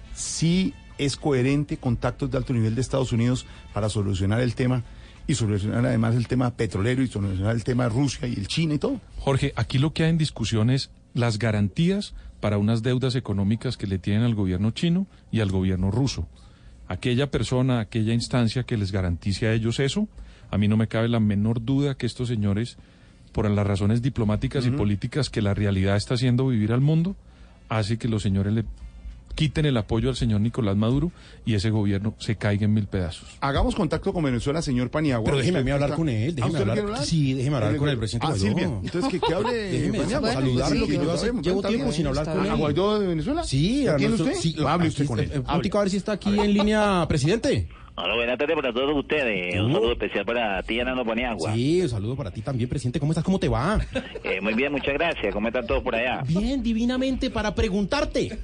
¿sí es coherente contactos de alto nivel de Estados Unidos para solucionar el tema y solucionar además el tema petrolero y solucionar el tema de Rusia y el China y todo? Jorge, aquí lo que hay en discusión es las garantías para unas deudas económicas que le tienen al gobierno chino y al gobierno ruso. Aquella persona, aquella instancia que les garantice a ellos eso, a mí no me cabe la menor duda que estos señores, por las razones diplomáticas y políticas que la realidad está haciendo vivir al mundo, hace que los señores le quiten el apoyo al señor Nicolás Maduro y ese gobierno se caiga en 1000 pedazos. Hagamos contacto con Venezuela, señor Paniagua. Pero déjeme hablar con él, déjeme hablar. Sí, déjeme hablar con el presidente Guaidó. Silvia, entonces que hable Paniagua. Saludarlo, que yo llevo tiempo sin hablar con él. ¿A Guaidó de Venezuela? Sí, ¿Quién usted? Sí, hable usted con él. Un tico a ver si está aquí en línea, presidente. Hola, buenas tardes para todos ustedes. Un saludo especial para ti, Hernando Paniagua. Sí, un saludo para ti también, presidente. ¿Cómo estás? ¿Cómo te va? Muy bien, muchas gracias. ¿Cómo están todos por allá? Bien, divinamente. Para preguntarte,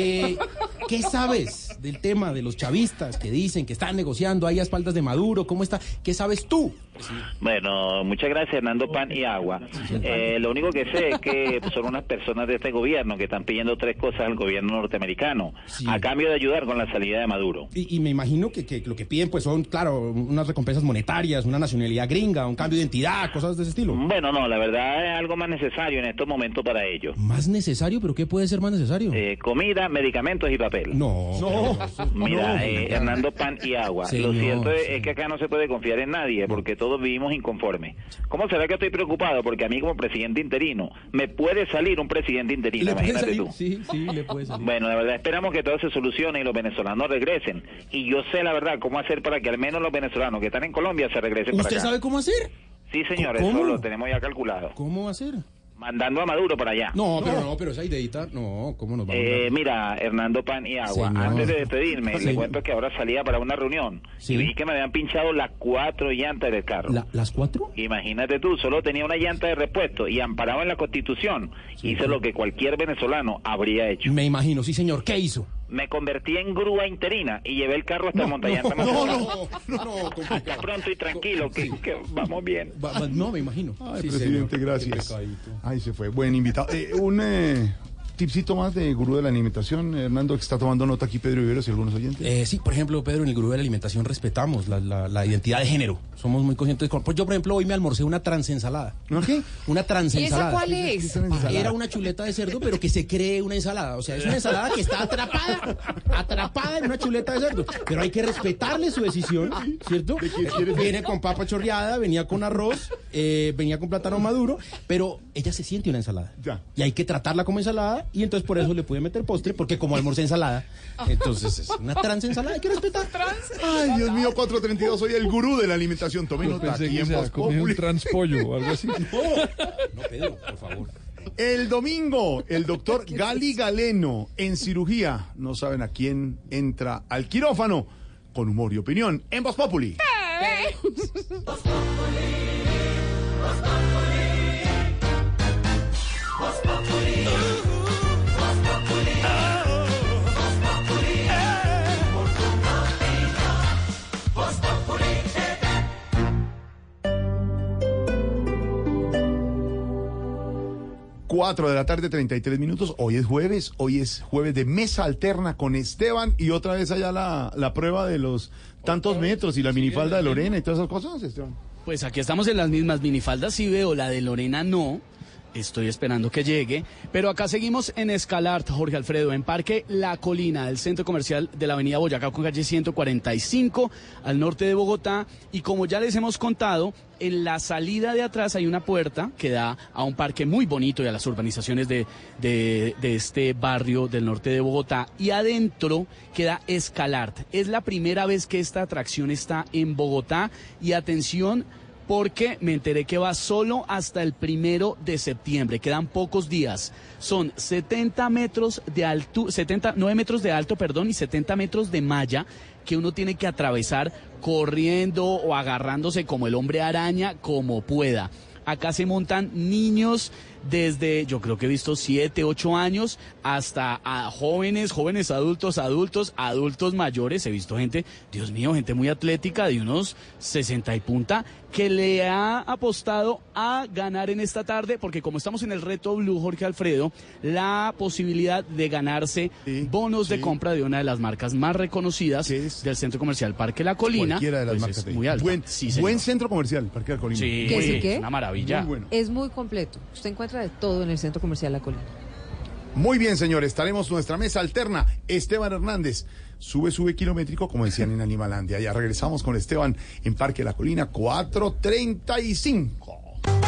¿qué sabes del tema de los chavistas que dicen que están negociando ahí a espaldas de Maduro? ¿Cómo está? ¿Qué sabes tú? Bueno, muchas gracias, Hernando Paniagua. Lo único que sé es que son unas personas de este gobierno que están pidiendo 3 cosas al gobierno norteamericano a cambio de ayudar con la salida de Maduro. Y me imagino que lo que piden pues son, claro, unas recompensas monetarias, una nacionalidad gringa, un cambio de identidad, cosas de ese estilo. Bueno, no, la verdad es algo más necesario en estos momentos para ellos. ¿Más necesario? ¿Pero qué puede ser más necesario? Comida, medicamentos y papel. No. Mira, Hernando Paniagua, lo cierto es que acá no se puede confiar en nadie porque todos vivimos inconformes. ¿Cómo será que estoy preocupado? Porque a mí como presidente interino me puede salir un presidente interino, imagínate tú. Sí, le puede salir. Bueno, la verdad esperamos que todo se solucione y los venezolanos regresen. Y yo sé la verdad cómo hacer para que al menos los venezolanos que están en Colombia se regresen para acá. ¿Usted sabe cómo hacer? Sí, señor, eso lo tenemos ya calculado. ¿Cómo hacer? Mandando a Maduro para allá. Pero esa ideita, ¿cómo nos vamos mira, Hernando Paniagua, antes de despedirme, le cuento que ahora salía para una reunión y vi que me habían pinchado las 4 llantas del carro. ¿Las 4? Imagínate tú, solo tenía una llanta de repuesto y amparado en la Constitución, hice lo que cualquier venezolano habría hecho. Me imagino, sí señor, ¿qué hizo? Me convertí en grúa interina y llevé el carro hasta el Montallanta. No, complicado. Pronto y tranquilo, que vamos bien. No, me imagino. Ay, sí, presidente, señor. Gracias. Ay, se fue. Buen invitado. Un tipcito más de gurú de la alimentación, Hernando, que está tomando nota aquí Pedro Viveros y algunos oyentes. Sí, por ejemplo, Pedro, en el gurú de la alimentación respetamos la identidad de género. Somos muy conscientes. Pues yo, por ejemplo, hoy me almorcé una transensalada. ¿No qué? Una transensalada. ¿Y esa cuál es? Era una chuleta de cerdo, pero que se cree una ensalada. O sea, es una ensalada que está atrapada en una chuleta de cerdo. Pero hay que respetarle su decisión, ¿cierto? Viene con papa chorreada, venía con arroz, venía con plátano maduro, pero ella se siente una ensalada. Ya. Y hay que tratarla como ensalada, y entonces por eso le pude meter postre, porque como almorcé ensalada, entonces es una transensalada, hay que respetar. Ay, Dios mío, 4:32, soy el gurú de la alimentación. Tome nota aquí en Voz Populi. Un transpollo o algo así. No, Pedro, por favor. El domingo, el doctor Gali Galeno en cirugía. No saben a quién entra al quirófano. Con humor y opinión en Voz Populi. Voz Populi, Voz Populi, Voz Populi, Voz Populi, Voz Populi, por tu opinión, Voz Populi. 4 de la tarde, 33 minutos. Hoy es jueves de mesa alterna con Esteban y otra vez allá la prueba de los tantos metros y la minifalda de Lorena y todas esas cosas, Esteban. Pues aquí estamos en las mismas minifaldas, sí veo, la de Lorena no. Estoy esperando que llegue, pero acá seguimos en Escalart, Jorge Alfredo, en Parque La Colina, el centro comercial de la avenida Boyacá con calle 145, al norte de Bogotá, y como ya les hemos contado, en la salida de atrás hay una puerta que da a un parque muy bonito y a las urbanizaciones de este barrio del norte de Bogotá, y adentro queda Escalart. Es la primera vez que esta atracción está en Bogotá, y atención, porque me enteré que va solo hasta el 1 de septiembre, quedan pocos días. Son 9 metros de alto, y 70 metros de malla que uno tiene que atravesar corriendo o agarrándose como el hombre araña, como pueda. Acá se montan niños desde, yo creo que he visto 7, 8 años, hasta a jóvenes, adultos mayores. He visto gente, Dios mío, gente muy atlética de unos 60 y punta, que le ha apostado a ganar en esta tarde, porque como estamos en el reto Blue, Jorge Alfredo, la posibilidad de ganarse bonos de compra de una de las marcas más reconocidas del centro comercial Parque La Colina. Cualquiera de las pues marcas. Es muy alta. Buen centro comercial, Parque La Colina. Sí, ¿Qué? Es una maravilla. Muy bueno. Es muy completo. Usted encuentra de todo en el centro comercial La Colina. Muy bien, señores, estaremos nuestra mesa alterna. Esteban Hernández, sube kilométrico, como decían en Animalandia. Ya regresamos con Esteban en Parque La Colina, 4:35.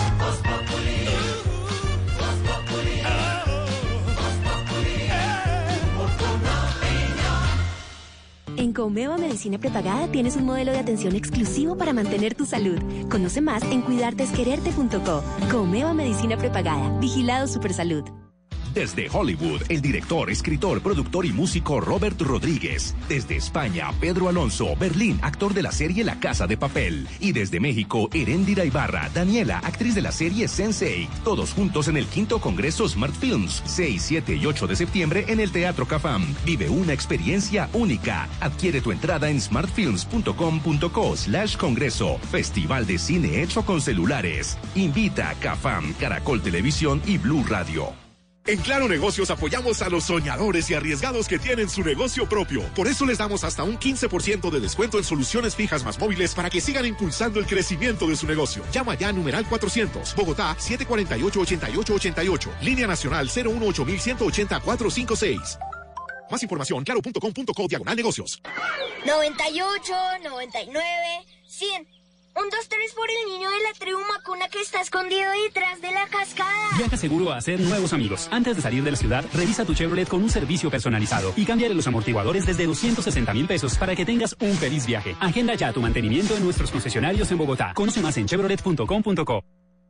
En Comeva Medicina Prepagada tienes un modelo de atención exclusivo para mantener tu salud. Conoce más en cuidartesquererte.co. Comeva Medicina Prepagada. Vigilado Supersalud. Desde Hollywood, el director, escritor, productor y músico Robert Rodríguez. Desde España, Pedro Alonso, Berlín, actor de la serie La Casa de Papel. Y desde México, Heréndira Ibarra, Daniela, actriz de la serie Sensei. Todos juntos en el 5º Congreso Smart Films, 6, 7 y 8 de septiembre en el Teatro Cafam. Vive una experiencia única. Adquiere tu entrada en smartfilms.com.co/congreso. Festival de cine hecho con celulares. Invita a Cafam, Caracol Televisión y Blue Radio. En Claro Negocios apoyamos a los soñadores y arriesgados que tienen su negocio propio. Por eso les damos hasta un 15% de descuento en soluciones fijas más móviles para que sigan impulsando el crecimiento de su negocio. Llama ya a numeral 400, Bogotá 748-8888. Línea nacional 018-180-456. Más información, claro.com.co/negocios. 98, 99, 100. 1, 2, 3 por el niño de la tribu Macuna que está escondido detrás de la cascada. Viaja seguro a hacer nuevos amigos. Antes de salir de la ciudad, revisa tu Chevrolet con un servicio personalizado y cámbiale los amortiguadores desde 260,000 pesos para que tengas un feliz viaje. Agenda ya tu mantenimiento en nuestros concesionarios en Bogotá. Conoce más en chevrolet.com.co.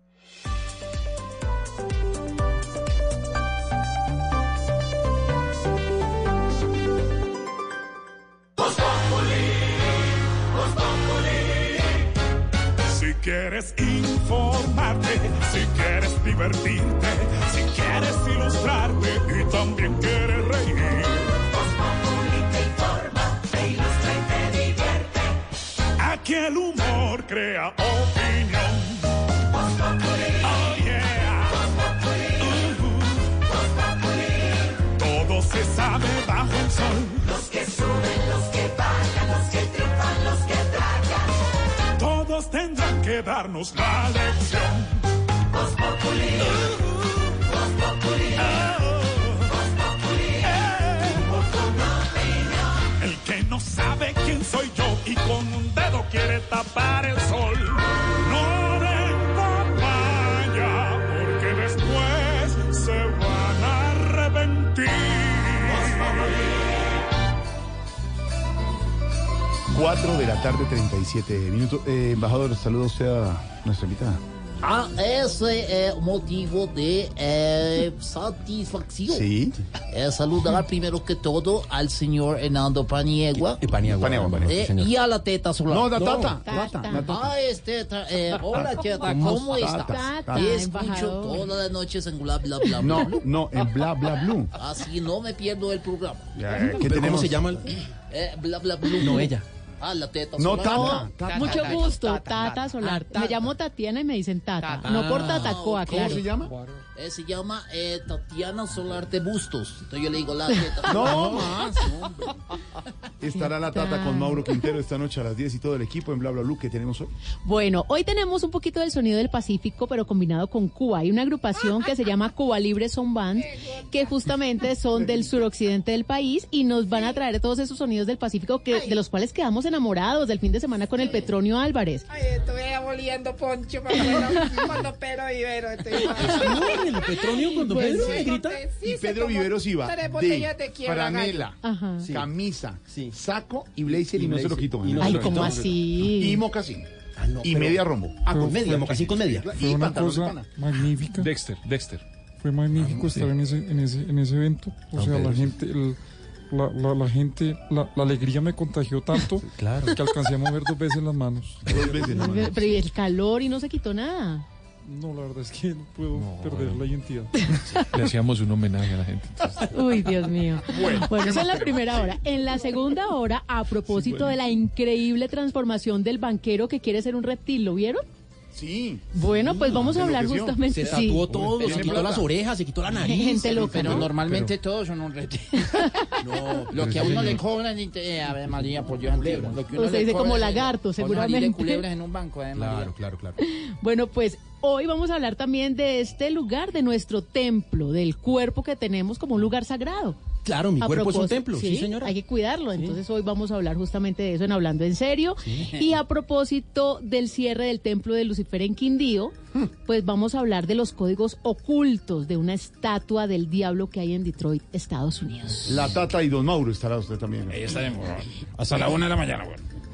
Si quieres informarte, si quieres divertirte, si quieres ilustrarte y también quieres reír. Voz Populi te informa, te ilustra y te divierte. Aquí el humor crea opinión. Voz Populi. Oh yeah. Voz Populi. Todo se sabe bajo el sol. Los que suben, los que bajan, los que triunfan, los que tragan. Todos tendrán que darnos la lección. Voz Populi. Voz Populi. Voz Populi. Humor con opinión. El que no sabe quién soy yo y con un dedo quiere tapar el sol. No den papaya porque después se van a arrepentir. Voz Populi. 4 de la tarde, 37 minutos. Embajador, saluda usted a nuestra invitada. Ese motivo de satisfacción. Sí. Saludar primero que todo al señor Hernando Paniagua. Paniagua, señor. Y a la Teta Solar. No, Tata. Hola, Teta, ¿cómo estás? Te escucho todas las noches en Bla Bla Bla. No, en Bla Bla Blue. Así no me pierdo el programa. ¿Cómo se llama? Bla Bla Blue. No, ella. la teta No, solar. Tata. Mucho gusto, Tata Solar. Me llamo Tatiana y me dicen Tata. No por Tatacoa, claro. ¿Cómo se llama? Se llama Tatiana Solarte Bustos. Entonces yo le digo la teta. No más, hombre. Estará la Tata con Mauro Quintero esta noche a las 10 y todo el equipo en Bla Bla Blue que tenemos hoy. Bueno, hoy tenemos un poquito del sonido del Pacífico, pero combinado con Cuba. Hay una agrupación que se llama Cuba Libre Son Band, que justamente son del suroccidente del país y nos van a traer todos esos sonidos del Pacífico de los cuales quedamos enamorados del fin de semana con el Petronio Álvarez. Ay, estoy aboliendo poncho cuando Pedro Vivero. El Petronio cuando Pedro me grita. Y Pedro Viveros iba de franela, camisa, saco y blazer y no se lo quitó. Ay, ¿cómo así? Y mocasín. Y media rombo. Con media, mocasín con media. Fue una cosa magnífica. Dexter. Fue magnífico estar en ese evento. O sea, la gente, la gente, la alegría me contagió tanto que alcancé a mover 2 veces las manos. Pero y el calor y no se quitó nada. No, la verdad es que no puedo perder la identidad. Le hacíamos un homenaje a la gente. Uy, Dios mío. Bueno, esa es la primera hora. En la segunda hora, a propósito de la increíble transformación del banquero que quiere ser un reptil, ¿lo vieron? Sí. Bueno, pues vamos a hablar justamente. Se tatuó todo, se quitó las orejas, se quitó la nariz. Gente loca, pero normalmente todos son un reptil. Lo que a uno le cobran, Ave María, por Dios antiguo. Usted dice como lagarto, seguramente. Culebras en un banco, Claro. Bueno, pues hoy vamos a hablar también de este lugar, de nuestro templo, del cuerpo que tenemos como un lugar sagrado. Claro, mi cuerpo es un templo, sí, señora. Hay que cuidarlo, entonces hoy vamos a hablar justamente de eso en Hablando en Serio. Y a propósito del cierre del templo de Lucifer en Quindío, pues vamos a hablar de los códigos ocultos de una estatua del diablo que hay en Detroit, Estados Unidos. La Tata y don Mauro estará usted también. Ahí estaremos, hasta la 1 de la mañana,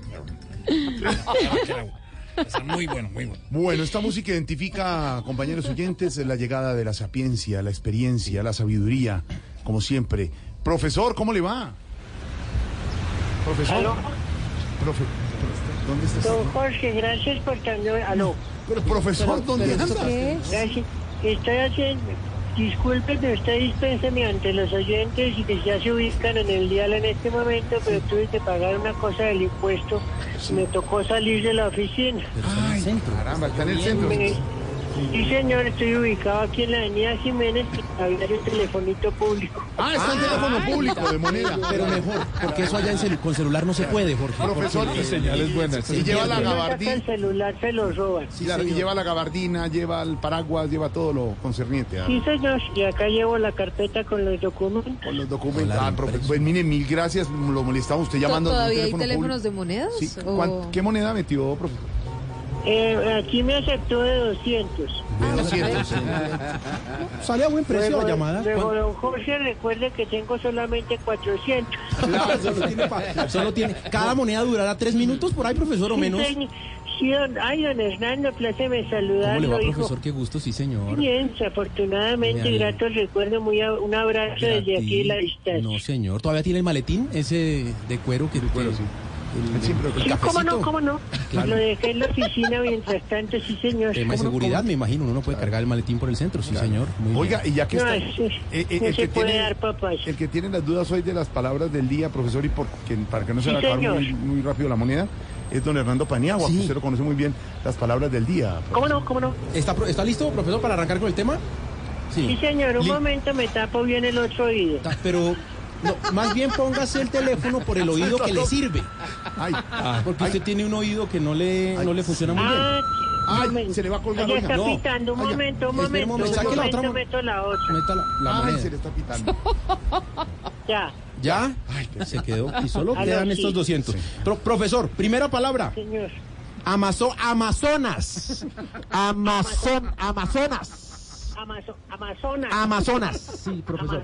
Está muy bueno. Bueno, esta música identifica, compañeros oyentes, la llegada de la sapiencia, la experiencia, la sabiduría, como siempre. Profesor, ¿cómo le va? Profesor. ¿Aló? ¿Dónde está? Don Jorge, gracias por tanto. ¿Aló? Pero, profesor, ¿dónde anda? Gracias. Estoy haciendo... Discúlpeme, usted dispénseme ante los oyentes y que ya se ubican en el dial en este momento, pero tuve que pagar una cosa del impuesto y me tocó salir de la oficina. Ay, caramba, está en el centro. Sí, señor, estoy ubicado aquí en la avenida Jiménez, que había un telefonito público. Está el teléfono público de moneda. Pero mejor, porque eso allá con celular no se puede, Jorge. Profesor, la señal es buena. Y lleva la gabardina. El celular se lo roban. Sí, claro, y lleva la gabardina, lleva el paraguas, lleva todo lo concerniente. Sí, señor, y acá llevo la carpeta con los documentos. Con los documentos. Pues mire, mil gracias, lo molestaba usted llamando. ¿Todavía hay teléfonos de monedas? Sí. ¿Qué moneda metió, profesor? Aquí me aceptó de 200. De 200. Sale a buen precio la llamada. Luego, don Jorge, recuerde que tengo solamente 400. Claro, solo tiene. Cada moneda durará 3 minutos por ahí, profesor, o menos. Sí, don Hernando, pláceme saludarlo. ¿Cómo le va, profesor? Hijo. Qué gusto, sí, señor. Bien, afortunadamente, grato el recuerdo, un abrazo desde aquí la distancia. No, señor. ¿Todavía tiene el maletín ese de cuero que... sí. Sí, cómo no. Claro. Lo dejé en la oficina mientras tanto, sí, señor. Tema de seguridad, me imagino, uno no puede cargar el maletín por el centro, sí, señor. Muy Oiga, bien. y ya que no, está... no se puede dar papás. El que tiene las dudas hoy de las palabras del día, profesor, y para que no se le acabe muy rápido la moneda, es don Hernando Paniagua, que usted lo conoce muy bien, las palabras del día. Profesor. ¿Cómo no? ¿Está listo, profesor, para arrancar con el tema? Sí, señor, un momento, me tapo bien el otro oído. Pero... No, más bien póngase el teléfono por el oído que le sirve. Porque usted tiene un oído que no le funciona muy bien. Se le va a colgar. Ya está pitando, un momento. Saque la otra. Meto la otra. Meta la moneda. Se le está pitando. ¿Ya? Se quedó. Y solo quedan estos 200. Sí. Profesor, primera palabra. Señor. Amazonas. Amazonas. Sí, profesor.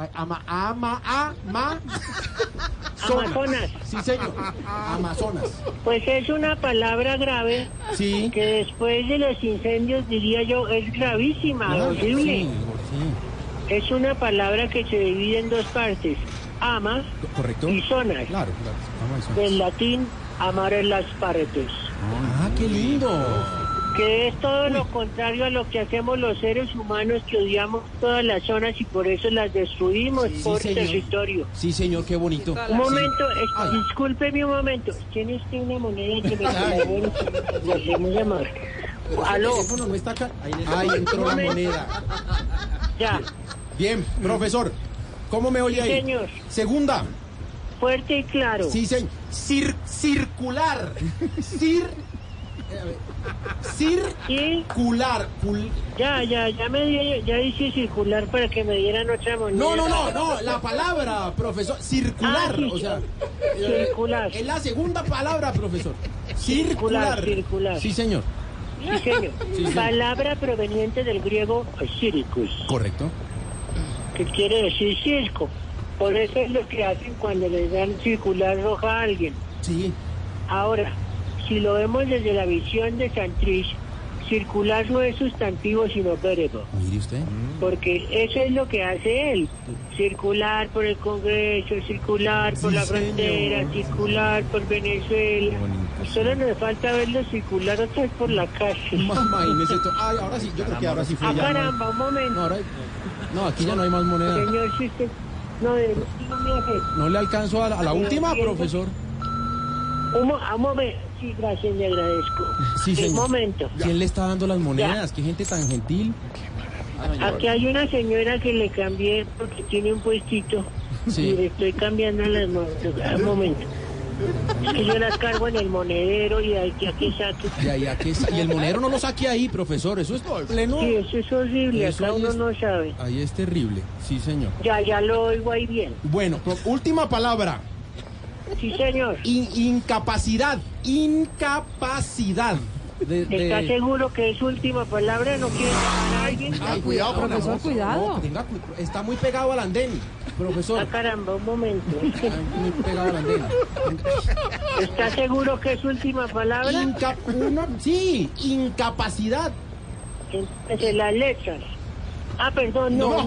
Amazonas. Sí, señor. Amazonas. Pues es una palabra grave. Sí. Que después de los incendios, diría yo, es gravísima, horrible. Sí. Es una palabra que se divide en 2 partes. Ama. Correcto. Y zonas. Claro. Del latín, amar en las partes. Qué lindo. Que es todo lo contrario a lo que hacemos los seres humanos, que odiamos todas las zonas y por eso las destruimos por territorio. Sí, señor, qué bonito. Un momento, discúlpeme un momento. ¿Tiene usted una moneda que me colabore? Muy amable. Aló. ¿No está acá? Ahí entró la moneda. Ya. Bien, profesor. ¿Cómo me oye ahí? Señor. Segunda. Fuerte y claro. Sí, señor. Circular. Circular. Ya hice circular para que me dieran otra moneda. No, la palabra, profesor. Circular, sí, o sea. Circular. Es la segunda palabra, profesor. Circular. Sí, señor. Sí, señor. Sí, señor. Palabra proveniente del griego circus. Correcto. Que quiere decir circo. Por eso es lo que hacen cuando le dan circular roja a alguien. Sí. Ahora, si lo vemos desde la visión de Santrich, circular no es sustantivo sino verbo. Mire usted. Porque eso es lo que hace él. Circular por el Congreso, circular por la frontera, circular por Venezuela. Solo nos falta verlo circular otra vez por la calle. Mamá, Inés, esto. Ay, ahora sí, yo creo que ahora sí fue. Caramba, un momento. No, aquí ya no hay más moneda. Señor, si usted... No le alcanzo a la última, profesor. Un momento. Sí, gracias, le agradezco. Sí, señor. Un momento. ¿Quién le está dando las monedas? Qué gente tan gentil. Aquí hay una señora que le cambié porque tiene un puestito. Sí. Y le estoy cambiando las monedas. Un momento. Es que yo las cargo en el monedero y hay que aquí saque. Y el monedero no lo saque ahí, profesor. Eso es pleno. Sí, eso es horrible. Acá uno no sabe. Ahí es terrible. Sí, señor. Ya lo oigo ahí bien. Bueno, última palabra. Sí, señor. Incapacidad. ¿Está seguro que es última palabra? ¿No quiere llamar a alguien? Cuidado, profesor, cuidado. Está muy pegado al andén, profesor. Caramba, un momento. Muy pegado al andén. ¿Está seguro que es última palabra? Sí, incapacidad. Entonces, las letras. Perdón, no.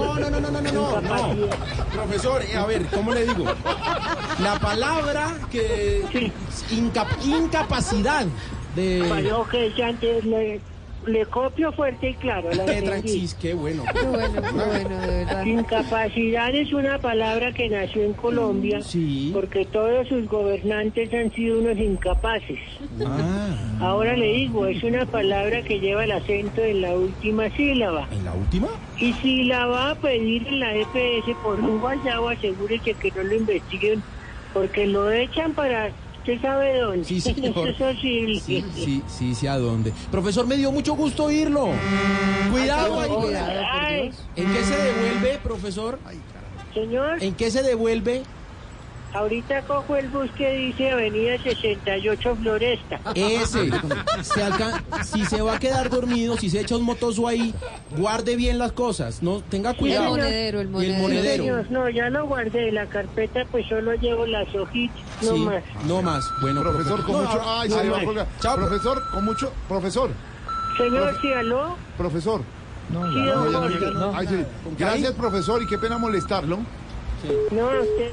Profesor, a ver, ¿cómo le digo? La palabra que... Sí. Incapacidad de... Ok, ya antes le copio fuerte y claro. Qué bueno. Qué bueno, de verdad. Incapacidad es una palabra que nació en Colombia porque todos sus gobernantes han sido unos incapaces. Ahora le digo, es una palabra que lleva el acento en la última sílaba. ¿En la última? Y si la va a pedir en la EPS por un guayabo, asegúrese que no lo investiguen porque lo echan para... ¿Usted sabe dónde? Sí, señor. Eso es horrible. Sí, ¿a dónde? Profesor, me dio mucho gusto oírlo. Cuidado ahí. ¿En qué se devuelve, profesor? Señor. ¿En qué se devuelve? Ahorita cojo el bus que dice Avenida 68 Floresta. Ese. Si se va a quedar dormido, si se echa un motoso ahí, guarde bien las cosas. No, tenga cuidado. El monedero. Y el monedero. Señor, no, ya lo guardé. La carpeta, pues solo llevo las hojitas, no más. No más. Bueno, profesor, con mucho... Ay, se le va a colgar. Chao. Profesor, con mucho... Profesor. Señor, ¿sí, aló? Profesor. No, sí. Gracias, profesor, y qué pena molestarlo. No, usted...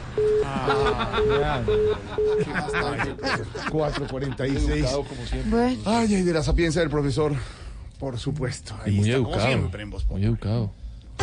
4:46. Bueno. Ay, de la sapiencia del profesor, por supuesto. Ahí Muy está, educado. como siempre, en Voz Populi. Muy educado.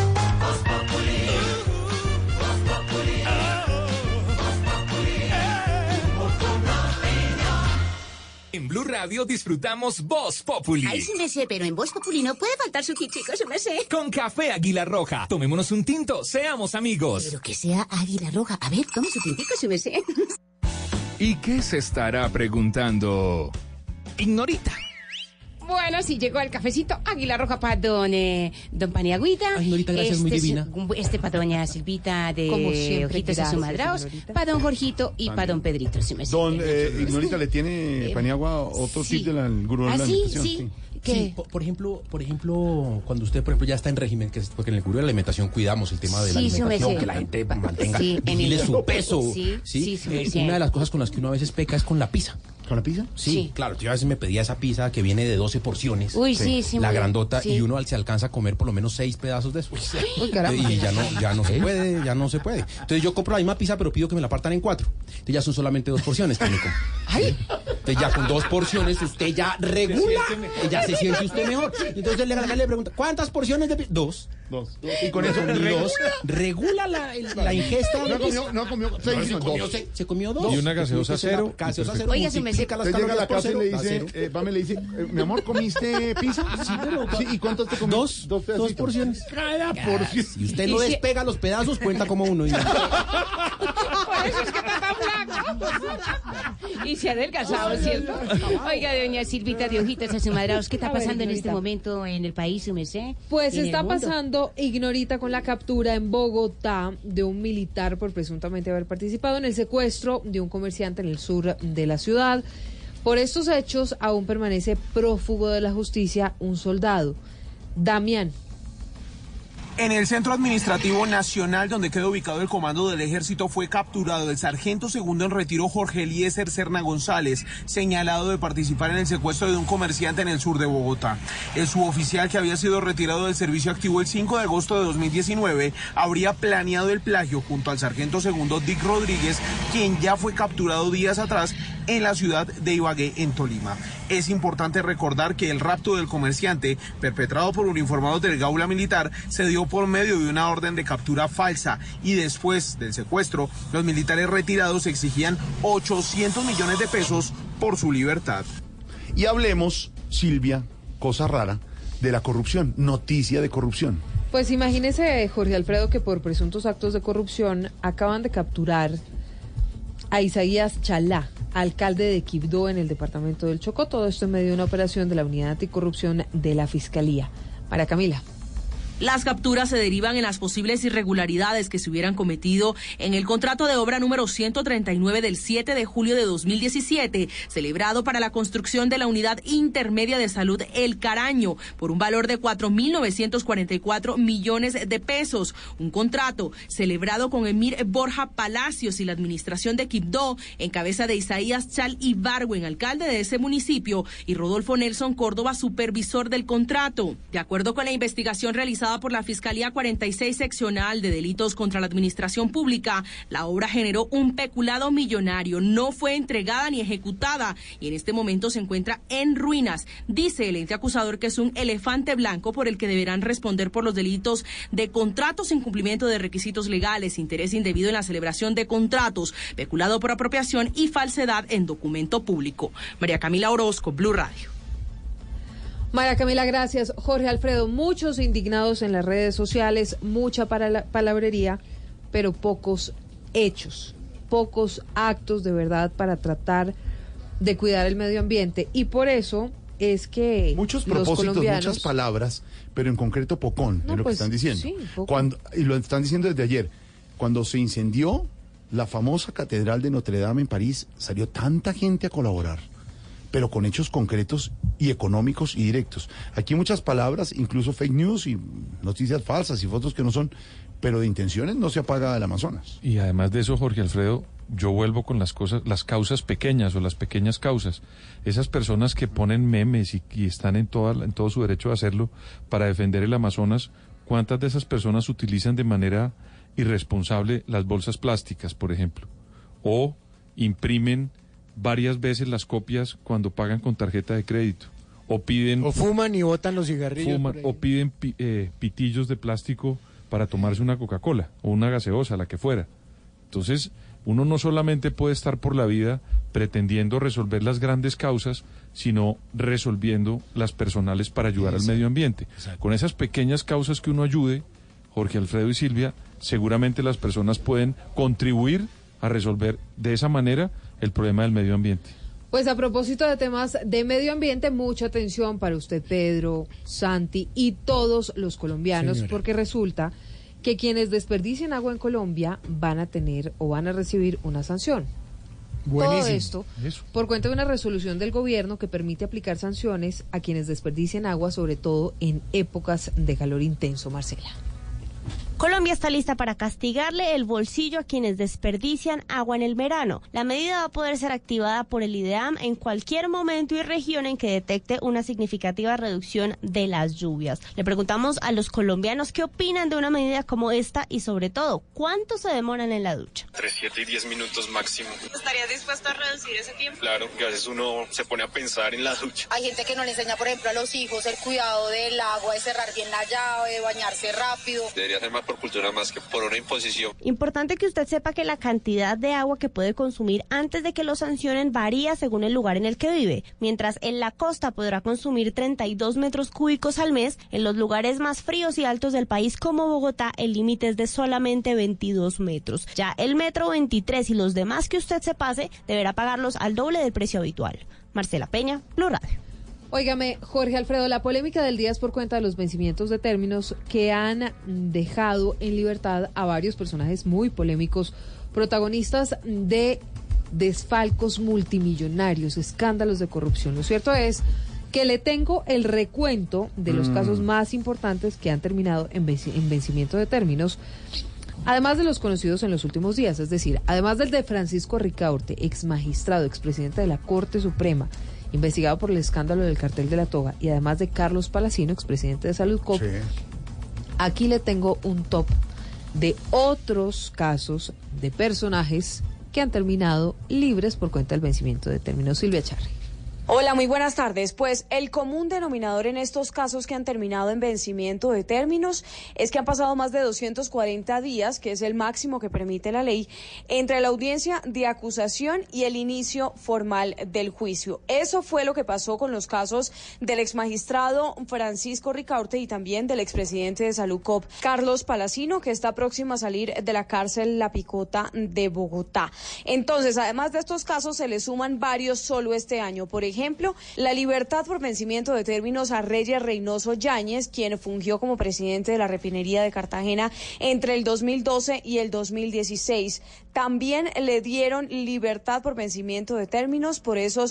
En Blue Radio disfrutamos Voz Populi. Ay, sí me sé, pero en Voz Populi no puede faltar su tintico, sí me sé. Con café Águila Roja. Tomémonos un tinto, seamos amigos. Pero que sea Águila Roja. A ver, tome su tintico, sí me sé. ¿Y qué se estará preguntando Ignorita? Bueno, sí, llegó el cafecito Águila Roja para don Paniagüita. Ay, Ignorita, gracias, muy divina. Para doña Silvita Como de siempre, Ojitos gracias, Sumadraos. Para don Jorgito y para don Pedrito, sí me sé. Don Ignorita, ¿le tiene Paniagua otro tip del gurú de la alimentación? Sí. Sí, por ejemplo, cuando usted, por ejemplo, ya está en régimen, porque en el gurú de la alimentación cuidamos el tema de la alimentación, que la gente mantenga vigile su peso. Sí. Una de las cosas con las que uno a veces peca es con la pizza. ¿Con la pizza? Sí, claro. Yo a veces me pedía esa pizza que viene de 12 porciones. Uy, sí. La grandota, y uno se alcanza a comer por lo menos 6 pedazos de eso. Uy, caramba. Y ya no se puede. Entonces yo compro la misma pizza, pero pido que me la partan en 4. Entonces ya son solamente 2 porciones, técnico. ¡Ay! Entonces ya con 2 porciones usted ya regula, ya se siente usted mejor. Entonces el legal le pregunta, ¿cuántas porciones de 2? Y con eso regula la ingesta. No comió 6, se comió 2. Y una gaseosa 0. Oiga, se me usted llega a la casa y le dice, Pame le dice, mi amor, ¿comiste pizza? Sí, ¿y cuántas te comiste? 2 porciones. Cada porción. Si usted no despega los pedazos, cuenta como uno. Por eso es que está tan flaco. Y se ha adelgazado, ¿cierto? Oiga, doña Silvita de Ojitos Azumadrados, ¿qué está pasando en este momento en el país, su merced? Pues ¿En está el mundo? pasando, ignorita, con la captura en Bogotá de un militar por presuntamente haber participado en el secuestro de un comerciante en el sur de la ciudad. Por estos hechos aún permanece prófugo de la justicia un soldado, Damián. En el Centro Administrativo Nacional, donde queda ubicado el comando del ejército, fue capturado el sargento segundo en retiro Jorge Eliezer Serna González, señalado de participar en el secuestro de un comerciante en el sur de Bogotá. El suboficial, que había sido retirado del servicio activo el 5 de agosto de 2019, habría planeado el plagio junto al sargento segundo Dick Rodríguez, quien ya fue capturado días atrás en la ciudad de Ibagué, en Tolima. Es importante recordar que el rapto del comerciante, perpetrado por uniformados del Gaula Militar, se dio por medio de una orden de captura falsa, y después del secuestro, los militares retirados exigían 800 millones de pesos por su libertad. Y hablemos, Silvia, cosa rara, de la corrupción, noticia de corrupción. Pues imagínese, Jorge Alfredo, que por presuntos actos de corrupción acaban de capturar a Isaías Chalá, alcalde de Quibdó, en el departamento del Chocó. Todo esto en medio de una operación de la Unidad Anticorrupción de la Fiscalía. María Camila. Las capturas se derivan en las posibles irregularidades que se hubieran cometido en el contrato de obra número 139 del 7 de julio de 2017, celebrado para la construcción de la Unidad Intermedia de Salud El Caraño, por un valor de 4.944 millones de pesos. Un contrato celebrado con Emir Borja Palacios y la administración de Quibdó, en cabeza de Isaías Chal Ibargüen, alcalde de ese municipio, y Rodolfo Nelson Córdoba, supervisor del contrato. De acuerdo con la investigación realizada por la Fiscalía 46 Seccional de Delitos contra la Administración Pública, la obra generó un peculado millonario, no fue entregada ni ejecutada y en este momento se encuentra en ruinas. Dice el ente acusador que es un elefante blanco por el que deberán responder por los delitos de contratos sin cumplimiento de requisitos legales, interés indebido en la celebración de contratos, peculado por apropiación y falsedad en documento público. María Camila Orozco, Blue Radio. María Camila, gracias. Jorge Alfredo, muchos indignados en las redes sociales, mucha palabrería, pero pocos hechos, pocos actos de verdad para tratar de cuidar el medio ambiente. Y por eso es que muchos los propósitos, colombianos... muchas palabras, pero en concreto pocón, es lo que están diciendo. Sí, y lo están diciendo desde ayer. Cuando se incendió la famosa Catedral de Notre Dame en París, salió tanta gente a colaborar, pero con hechos concretos y económicos y directos. Aquí muchas palabras, incluso fake news y noticias falsas y fotos que no son, pero de intenciones no se apaga el Amazonas. Y además de eso, Jorge Alfredo, yo vuelvo con las causas pequeñas o las pequeñas causas. Esas personas que ponen memes y están en todo su derecho de hacerlo para defender el Amazonas, ¿cuántas de esas personas utilizan de manera irresponsable las bolsas plásticas, por ejemplo? O imprimen varias veces las copias cuando pagan con tarjeta de crédito, o fuman y botan los cigarrillos, o piden pitillos de plástico para tomarse una Coca-Cola o una gaseosa, la que fuera. Entonces, uno no solamente puede estar por la vida pretendiendo resolver las grandes causas, sino resolviendo las personales para ayudar al medio ambiente. Exacto. Con esas pequeñas causas que uno ayude, Jorge Alfredo y Silvia, seguramente las personas pueden contribuir a resolver de esa manera el problema del medio ambiente. Pues a propósito de temas de medio ambiente, mucha atención para usted, Pedro, Santi y todos los colombianos, señora, porque resulta que quienes desperdicien agua en Colombia van a tener o van a recibir una sanción. Buenísimo. Todo esto por cuenta de una resolución del gobierno que permite aplicar sanciones a quienes desperdicien agua, sobre todo en épocas de calor intenso, Marcela. Colombia está lista para castigarle el bolsillo a quienes desperdician agua en el verano. La medida va a poder ser activada por el IDEAM en cualquier momento y región en que detecte una significativa reducción de las lluvias. Le preguntamos a los colombianos qué opinan de una medida como esta y sobre todo, ¿cuánto se demoran en la ducha? 3, 7 y 10 minutos máximo. ¿Estarías dispuesto a reducir ese tiempo? Claro, que a veces uno se pone a pensar en la ducha. Hay gente que no le enseña, por ejemplo, a los hijos el cuidado del agua, de cerrar bien la llave, de bañarse rápido. Debería ser más por cultura más que por una imposición. Importante que usted sepa que la cantidad de agua que puede consumir antes de que lo sancionen varía según el lugar en el que vive. Mientras en la costa podrá consumir 32 metros cúbicos al mes, en los lugares más fríos y altos del país como Bogotá el límite es de solamente 22 metros. Ya el metro 23 y los demás que usted se pase deberá pagarlos al doble del precio habitual. Marcela Peña, Blue Radio. Óigame, Jorge Alfredo, la polémica del día es por cuenta de los vencimientos de términos que han dejado en libertad a varios personajes muy polémicos, protagonistas de desfalcos multimillonarios, escándalos de corrupción. Lo cierto es que le tengo el recuento de los casos más importantes que han terminado en vencimiento de términos, además de los conocidos en los últimos días, es decir, además del de Francisco Ricaurte, ex magistrado, expresidente de la Corte Suprema, investigado por el escándalo del cartel de la toga, y además de Carlos Palacino, expresidente de Saludcop. Sí. Aquí le tengo un top de otros casos de personajes que han terminado libres por cuenta del vencimiento de términos. Silvia Charri. Hola, muy buenas tardes. Pues el común denominador en estos casos que han terminado en vencimiento de términos es que han pasado más de 240 días, que es el máximo que permite la ley, entre la audiencia de acusación y el inicio formal del juicio. Eso fue lo que pasó con los casos del exmagistrado Francisco Ricaurte y también del expresidente de Saludcop, Carlos Palacino, que está próximo a salir de la cárcel La Picota de Bogotá. Entonces, además de estos casos, se le suman varios solo este año. Por ejemplo, la libertad por vencimiento de términos a Reyes Reynoso Yáñez, quien fungió como presidente de la refinería de Cartagena entre el 2012 y el 2016. También le dieron libertad por vencimiento de términos por esos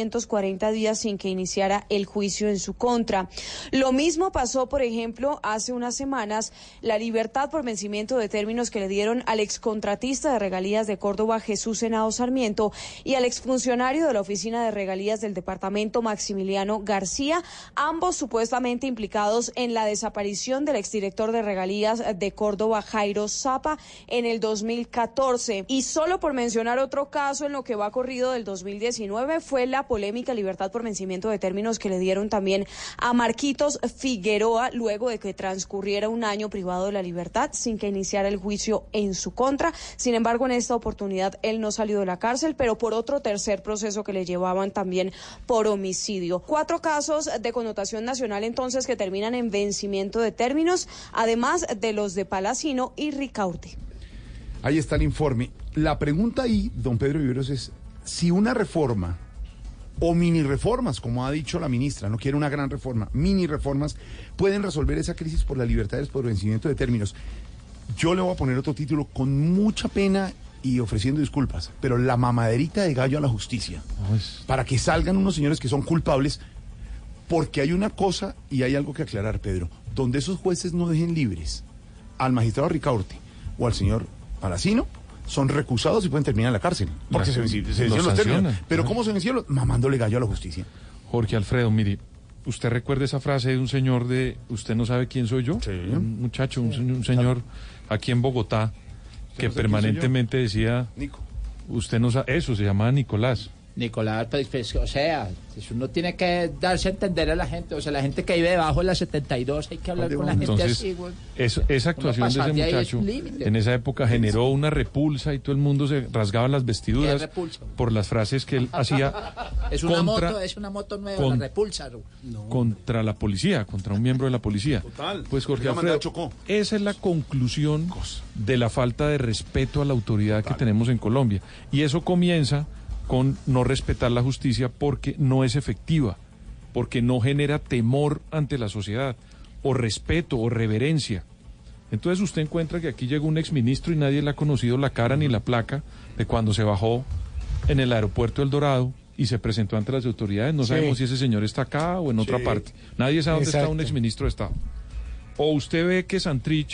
240 días sin que iniciara el juicio en su contra. Lo mismo pasó, por ejemplo, hace unas semanas, la libertad por vencimiento de términos que le dieron al excontratista de regalías de Córdoba, Jesús Henao Sarmiento, y al exfuncionario de la Oficina de Regalías del departamento, Maximiliano García, ambos supuestamente implicados en la desaparición del exdirector de regalías de Córdoba, Jairo Zapa, en el 2014. Y solo por mencionar otro caso en lo que va corrido del 2019 fue la polémica libertad por vencimiento de términos que le dieron también a Marquitos Figueroa luego de que transcurriera un año privado de la libertad sin que iniciara el juicio en su contra. Sin embargo, en esta oportunidad él no salió de la cárcel, pero por otro tercer proceso que le llevaban también por homicidio. 4 casos de connotación nacional entonces que terminan en vencimiento de términos, además de los de Palacino y Ricaurte. Ahí está el informe. La pregunta ahí, don Pedro Viveros, es si una reforma o mini reformas, como ha dicho la ministra, no quiere una gran reforma, mini reformas, pueden resolver esa crisis por la libertad por vencimiento de términos. Yo le voy a poner otro título con mucha pena y ofreciendo disculpas, pero la mamaderita de gallo a la justicia, para que salgan unos señores que son culpables, porque hay una cosa y hay algo que aclarar, Pedro, donde esos jueces no dejen libres al magistrado Ricaurte o al señor Palacino, son recusados y pueden terminar en la cárcel, porque se vencieron los términos. Pero ¿cómo se vencieron? Mamándole gallo a la justicia. Jorge Alfredo, mire, ¿usted recuerda esa frase de un señor de ¿usted no sabe quién soy yo? Sí. Un muchacho, un señor aquí en Bogotá, que permanentemente decía, Nico. Usted no sabe, eso se llamaba Nicolás. Nicolás, pues, o sea, uno tiene que darse a entender a la gente, o sea, la gente que vive debajo de la 72, hay que hablar con la gente así, güey. Esa actuación de ese muchacho en esa época generó una repulsa y todo el mundo se rasgaba las vestiduras por las frases que él hacía. Es una moto nueva, la repulsa. No. Contra la policía, contra un miembro de la policía. Total. Pues Jorge Alfredo, esa es la conclusión de la falta de respeto a la autoridad que tenemos en Colombia. Y eso comienza con no respetar la justicia porque no es efectiva, porque no genera temor ante la sociedad, o respeto, o reverencia. Entonces usted encuentra que aquí llegó un exministro y nadie le ha conocido la cara ni la placa de cuando se bajó en el aeropuerto El Dorado y se presentó ante las autoridades. No sabemos si ese señor está acá o en otra parte. Nadie sabe dónde está un exministro de Estado. O usted ve que Santrich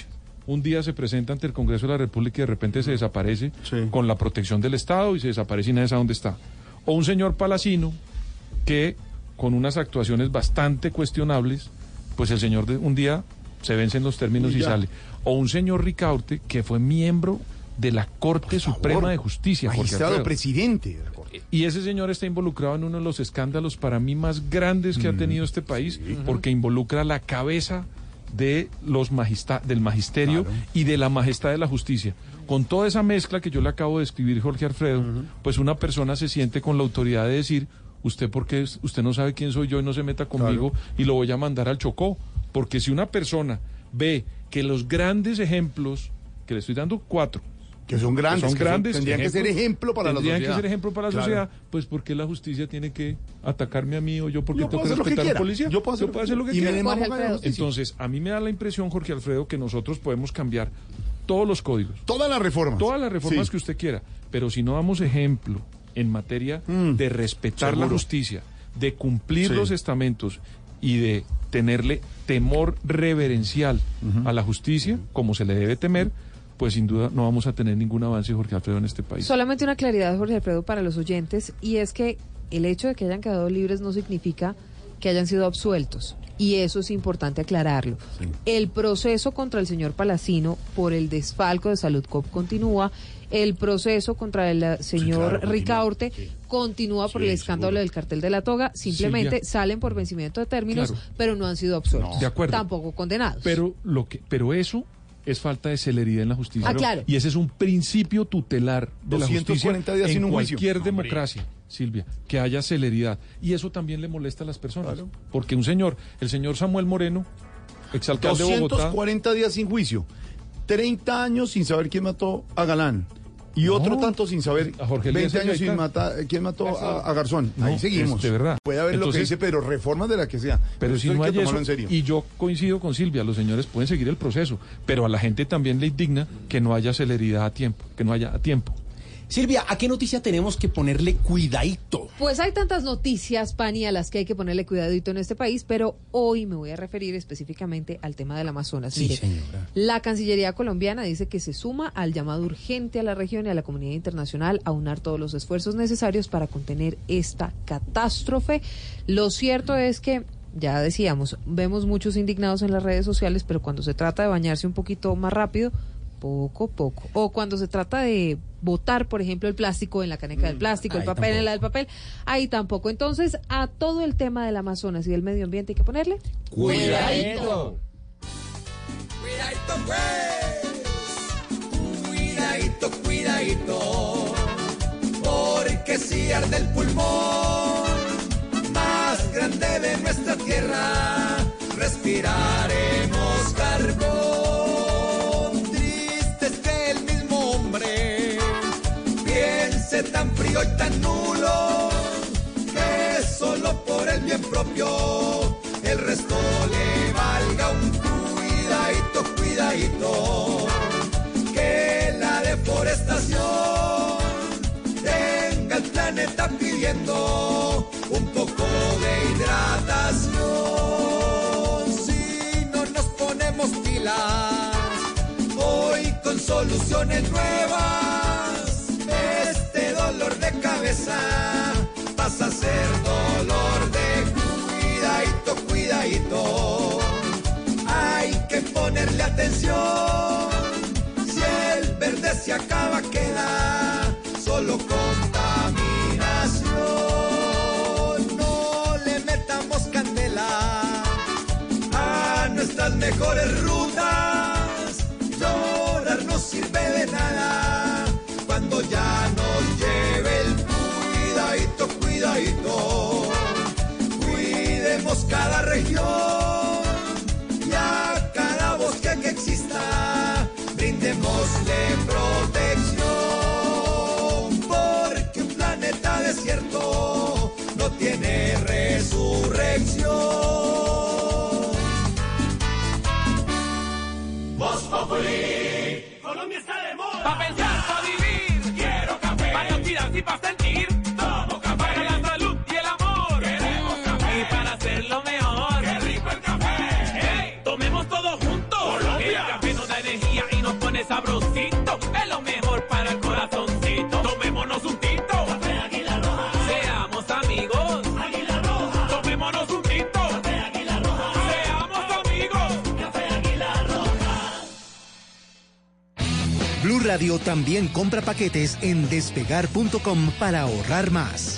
un día se presenta ante el Congreso de la República y de repente se desaparece con la protección del Estado y se desaparece y nadie sabe dónde está. O un señor Palacino que con unas actuaciones bastante cuestionables, pues el señor un día se vence en los términos y sale. O un señor Ricaurte que fue miembro de la Corte Suprema de Justicia. Magistrado presidente de la Corte. Y ese señor está involucrado en uno de los escándalos para mí más grandes que ha tenido este país, porque involucra la cabeza de del magisterio y de la majestad de la justicia. Con toda esa mezcla que yo le acabo de escribir, Jorge Alfredo, pues una persona se siente con la autoridad de decir, usted porque usted no sabe quién soy yo y no se meta conmigo y lo voy a mandar al Chocó. Porque si una persona ve que los grandes ejemplos, que le estoy dando 4, que son grandes, tendrían que ser ejemplo para la sociedad. Tendrían que ser ejemplo para la sociedad. Pues ¿por qué la justicia tiene que atacarme a mí o yo porque tengo que respetar a la policía? Yo puedo hacer lo que quiera. Entonces, a mí me da la impresión, Jorge Alfredo, que nosotros podemos cambiar todos los códigos. Todas las reformas que usted quiera. Pero si no damos ejemplo en materia de respetar la justicia, de cumplir los estamentos y de tenerle temor reverencial a la justicia, como se le debe temer, pues sin duda no vamos a tener ningún avance, Jorge Alfredo, en este país. Solamente una claridad, Jorge Alfredo, para los oyentes, y es que el hecho de que hayan quedado libres no significa que hayan sido absueltos, y eso es importante aclararlo. Sí. El proceso contra el señor Palacino por el desfalco de Saludcop continúa, el proceso contra el señor Ricaurte continúa por el escándalo del cartel de la toga, simplemente salen por vencimiento de términos, pero no han sido absueltos, de acuerdo, tampoco condenados. Pero eso es falta de celeridad en la justicia. Claro. Y ese es un principio tutelar de la justicia días en sin cualquier democracia, Silvia, que haya celeridad. Y eso también le molesta a las personas. Claro. Porque el señor Samuel Moreno, exalcalde de Bogotá... 240 días sin juicio, 30 años sin saber quién mató a Galán. Y otro tanto sin saber, a Jorge 20 años sin matar, ¿quién mató a Garzón? Ahí seguimos. De verdad. Puede haber lo que dice, pero reformas de la que sea. Pero si no hay eso, en serio. Y yo coincido con Silvia, los señores pueden seguir el proceso, pero a la gente también le indigna que no haya celeridad a tiempo, que no haya a tiempo. Silvia, ¿a qué noticia tenemos que ponerle cuidadito? Pues hay tantas noticias, Pani, a las que hay que ponerle cuidadito en este país, pero hoy me voy a referir específicamente al tema del Amazonas. Sí, señora. La Cancillería colombiana dice que se suma al llamado urgente a la región y a la comunidad internacional a unar todos los esfuerzos necesarios para contener esta catástrofe. Lo cierto es que, ya decíamos, vemos muchos indignados en las redes sociales, pero cuando se trata de bañarse un poquito más rápido, poco. O cuando se trata de botar, por ejemplo, el plástico en la caneca del plástico, el papel en la del papel, ahí tampoco. Entonces, a todo el tema del Amazonas y del medio ambiente hay que ponerle cuidadito. Cuidadito, porque si arde el pulmón más grande de nuestra tierra, respiraremos carbón. Tan frío y tan nulo que solo por el bien propio el resto le valga un cuidadito, que la deforestación tenga el planeta pidiendo un poco de hidratación. Si no nos ponemos pilas hoy con soluciones nuevas, dolor de cabeza pasa a ser dolor de cuidadito. Hay que ponerle atención. Si el verde se acaba, queda solo contaminación. No le metamos candela a nuestras mejores rutas. Llorar no sirve de nada cuando ya nos lleve el cuidadito. Cuidemos cada región y a cada bosque que exista brindémosle protección, porque un planeta desierto no tiene resurrección. Voz Populi. Colombia está de moda. Pa' pensar, pa' vivir. Quiero café. Para olvidar y pa' sentir. Tomo café. Para la salud y el amor. Queremos café. Y para hacerlo mejor. Qué rico el café. Hey, tomemos todos juntos. Colombia. El café nos da energía Radio también compra paquetes en despegar.com para ahorrar más.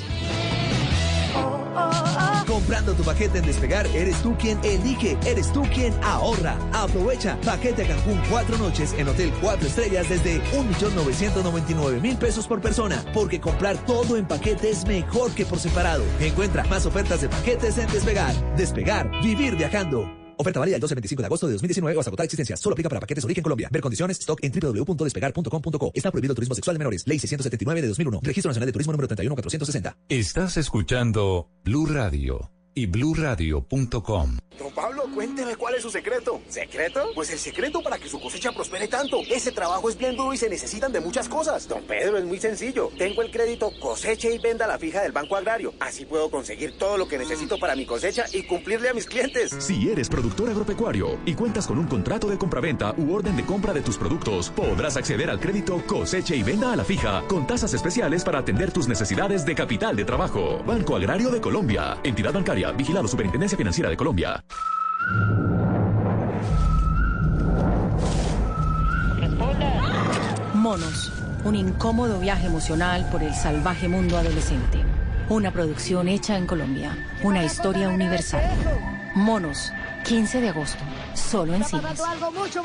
Comprando tu paquete en Despegar, eres tú quien elige, eres tú quien ahorra. Aprovecha, paquete a Cancún 4 noches en Hotel 4 Estrellas desde 1.999.000 pesos por persona, porque comprar todo en paquete es mejor que por separado. Encuentra más ofertas de paquetes en Despegar. Despegar, vivir viajando. Oferta válida el 12 al 25 de agosto de 2019 o hasta agotar existencia. Solo aplica para paquetes origen Colombia. Ver condiciones, stock en www.despegar.com.co. Está prohibido el turismo sexual de menores. Ley 679 de 2001. Registro Nacional de Turismo número 31460. Estás escuchando Blue Radio y bluradio.com. Don Pablo, cuénteme cuál es su secreto. ¿Secreto? Pues el secreto para que su cosecha prospere tanto. Ese trabajo es bien duro y se necesitan de muchas cosas. Don Pedro, es muy sencillo. Tengo el crédito Coseche y Venda a la Fija del Banco Agrario. Así puedo conseguir todo lo que necesito para mi cosecha y cumplirle a mis clientes. Si eres productor agropecuario y cuentas con un contrato de compraventa u orden de compra de tus productos, podrás acceder al crédito Coseche y Venda a la Fija con tasas especiales para atender tus necesidades de capital de trabajo. Banco Agrario de Colombia. Entidad bancaria. Vigilado Superintendencia Financiera de Colombia. Monos, un incómodo viaje emocional por el salvaje mundo adolescente. Una producción hecha en Colombia. Una historia universal. Monos, 15 de agosto. Solo en cines. Algo mucho,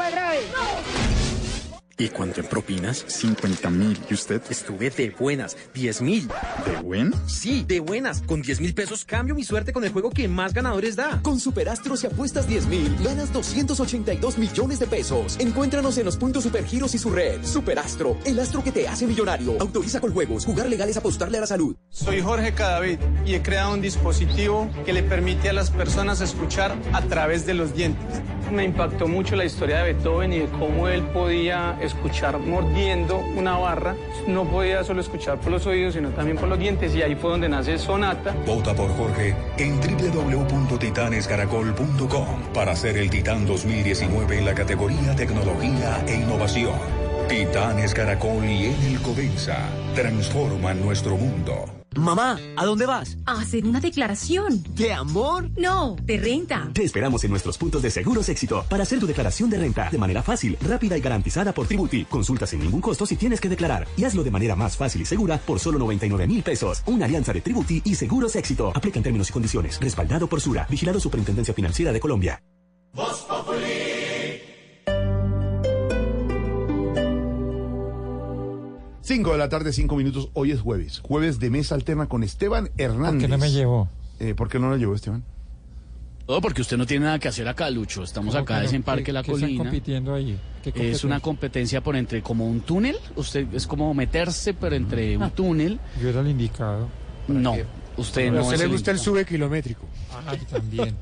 ¿Y cuánto en propinas? 50.000. ¿Y usted? Estuve de buenas, 10.000. ¿De buen? Sí, de buenas. Con 10.000 pesos cambio mi suerte con el juego que más ganadores da. Con Superastro, si apuestas 10.000, ganas 282 millones de pesos. Encuéntranos en los puntos Supergiros y su red. Superastro, el astro que te hace millonario. Autoriza con juegos. Jugar legal es apostarle a la salud. Soy Jorge Cadavid y he creado un dispositivo que le permite a las personas escuchar a través de los dientes. Me impactó mucho la historia de Beethoven y de cómo él podía escuchar mordiendo una barra. No podía solo escuchar por los oídos, sino también por los dientes, y ahí fue donde nace Sonata. Vota por Jorge en www.titanescaracol.com para ser el Titán 2019 en la categoría Tecnología e Innovación. Titanes Caracol y Enel Covenza transforman nuestro mundo. Mamá, ¿a dónde vas? A hacer una declaración. ¿De amor? No, de renta. Te esperamos en nuestros puntos de Seguros Éxito para hacer tu declaración de renta de manera fácil, rápida y garantizada por Tributi. Consulta sin ningún costo si tienes que declarar y hazlo de manera más fácil y segura por solo 99.000 pesos. Una alianza de Tributi y Seguros Éxito. Aplican términos y condiciones. Respaldado por Sura. Vigilado Superintendencia Financiera de Colombia. Voz Populi. 5 de la tarde, 5 minutos. Hoy es jueves. Jueves de Mesa Alterna con Esteban Hernández. ¿Por qué no me llevó? ¿Por qué no lo llevó, Esteban? No, porque usted no tiene nada que hacer acá, Lucho. Estamos acá en Parque La Colina. ¿Qué están compitiendo ahí? Es una competencia por entre como un túnel. Usted es como meterse, pero entre un túnel. Yo era el indicado. No, usted no. A usted le gusta el sube kilométrico. Ay, también.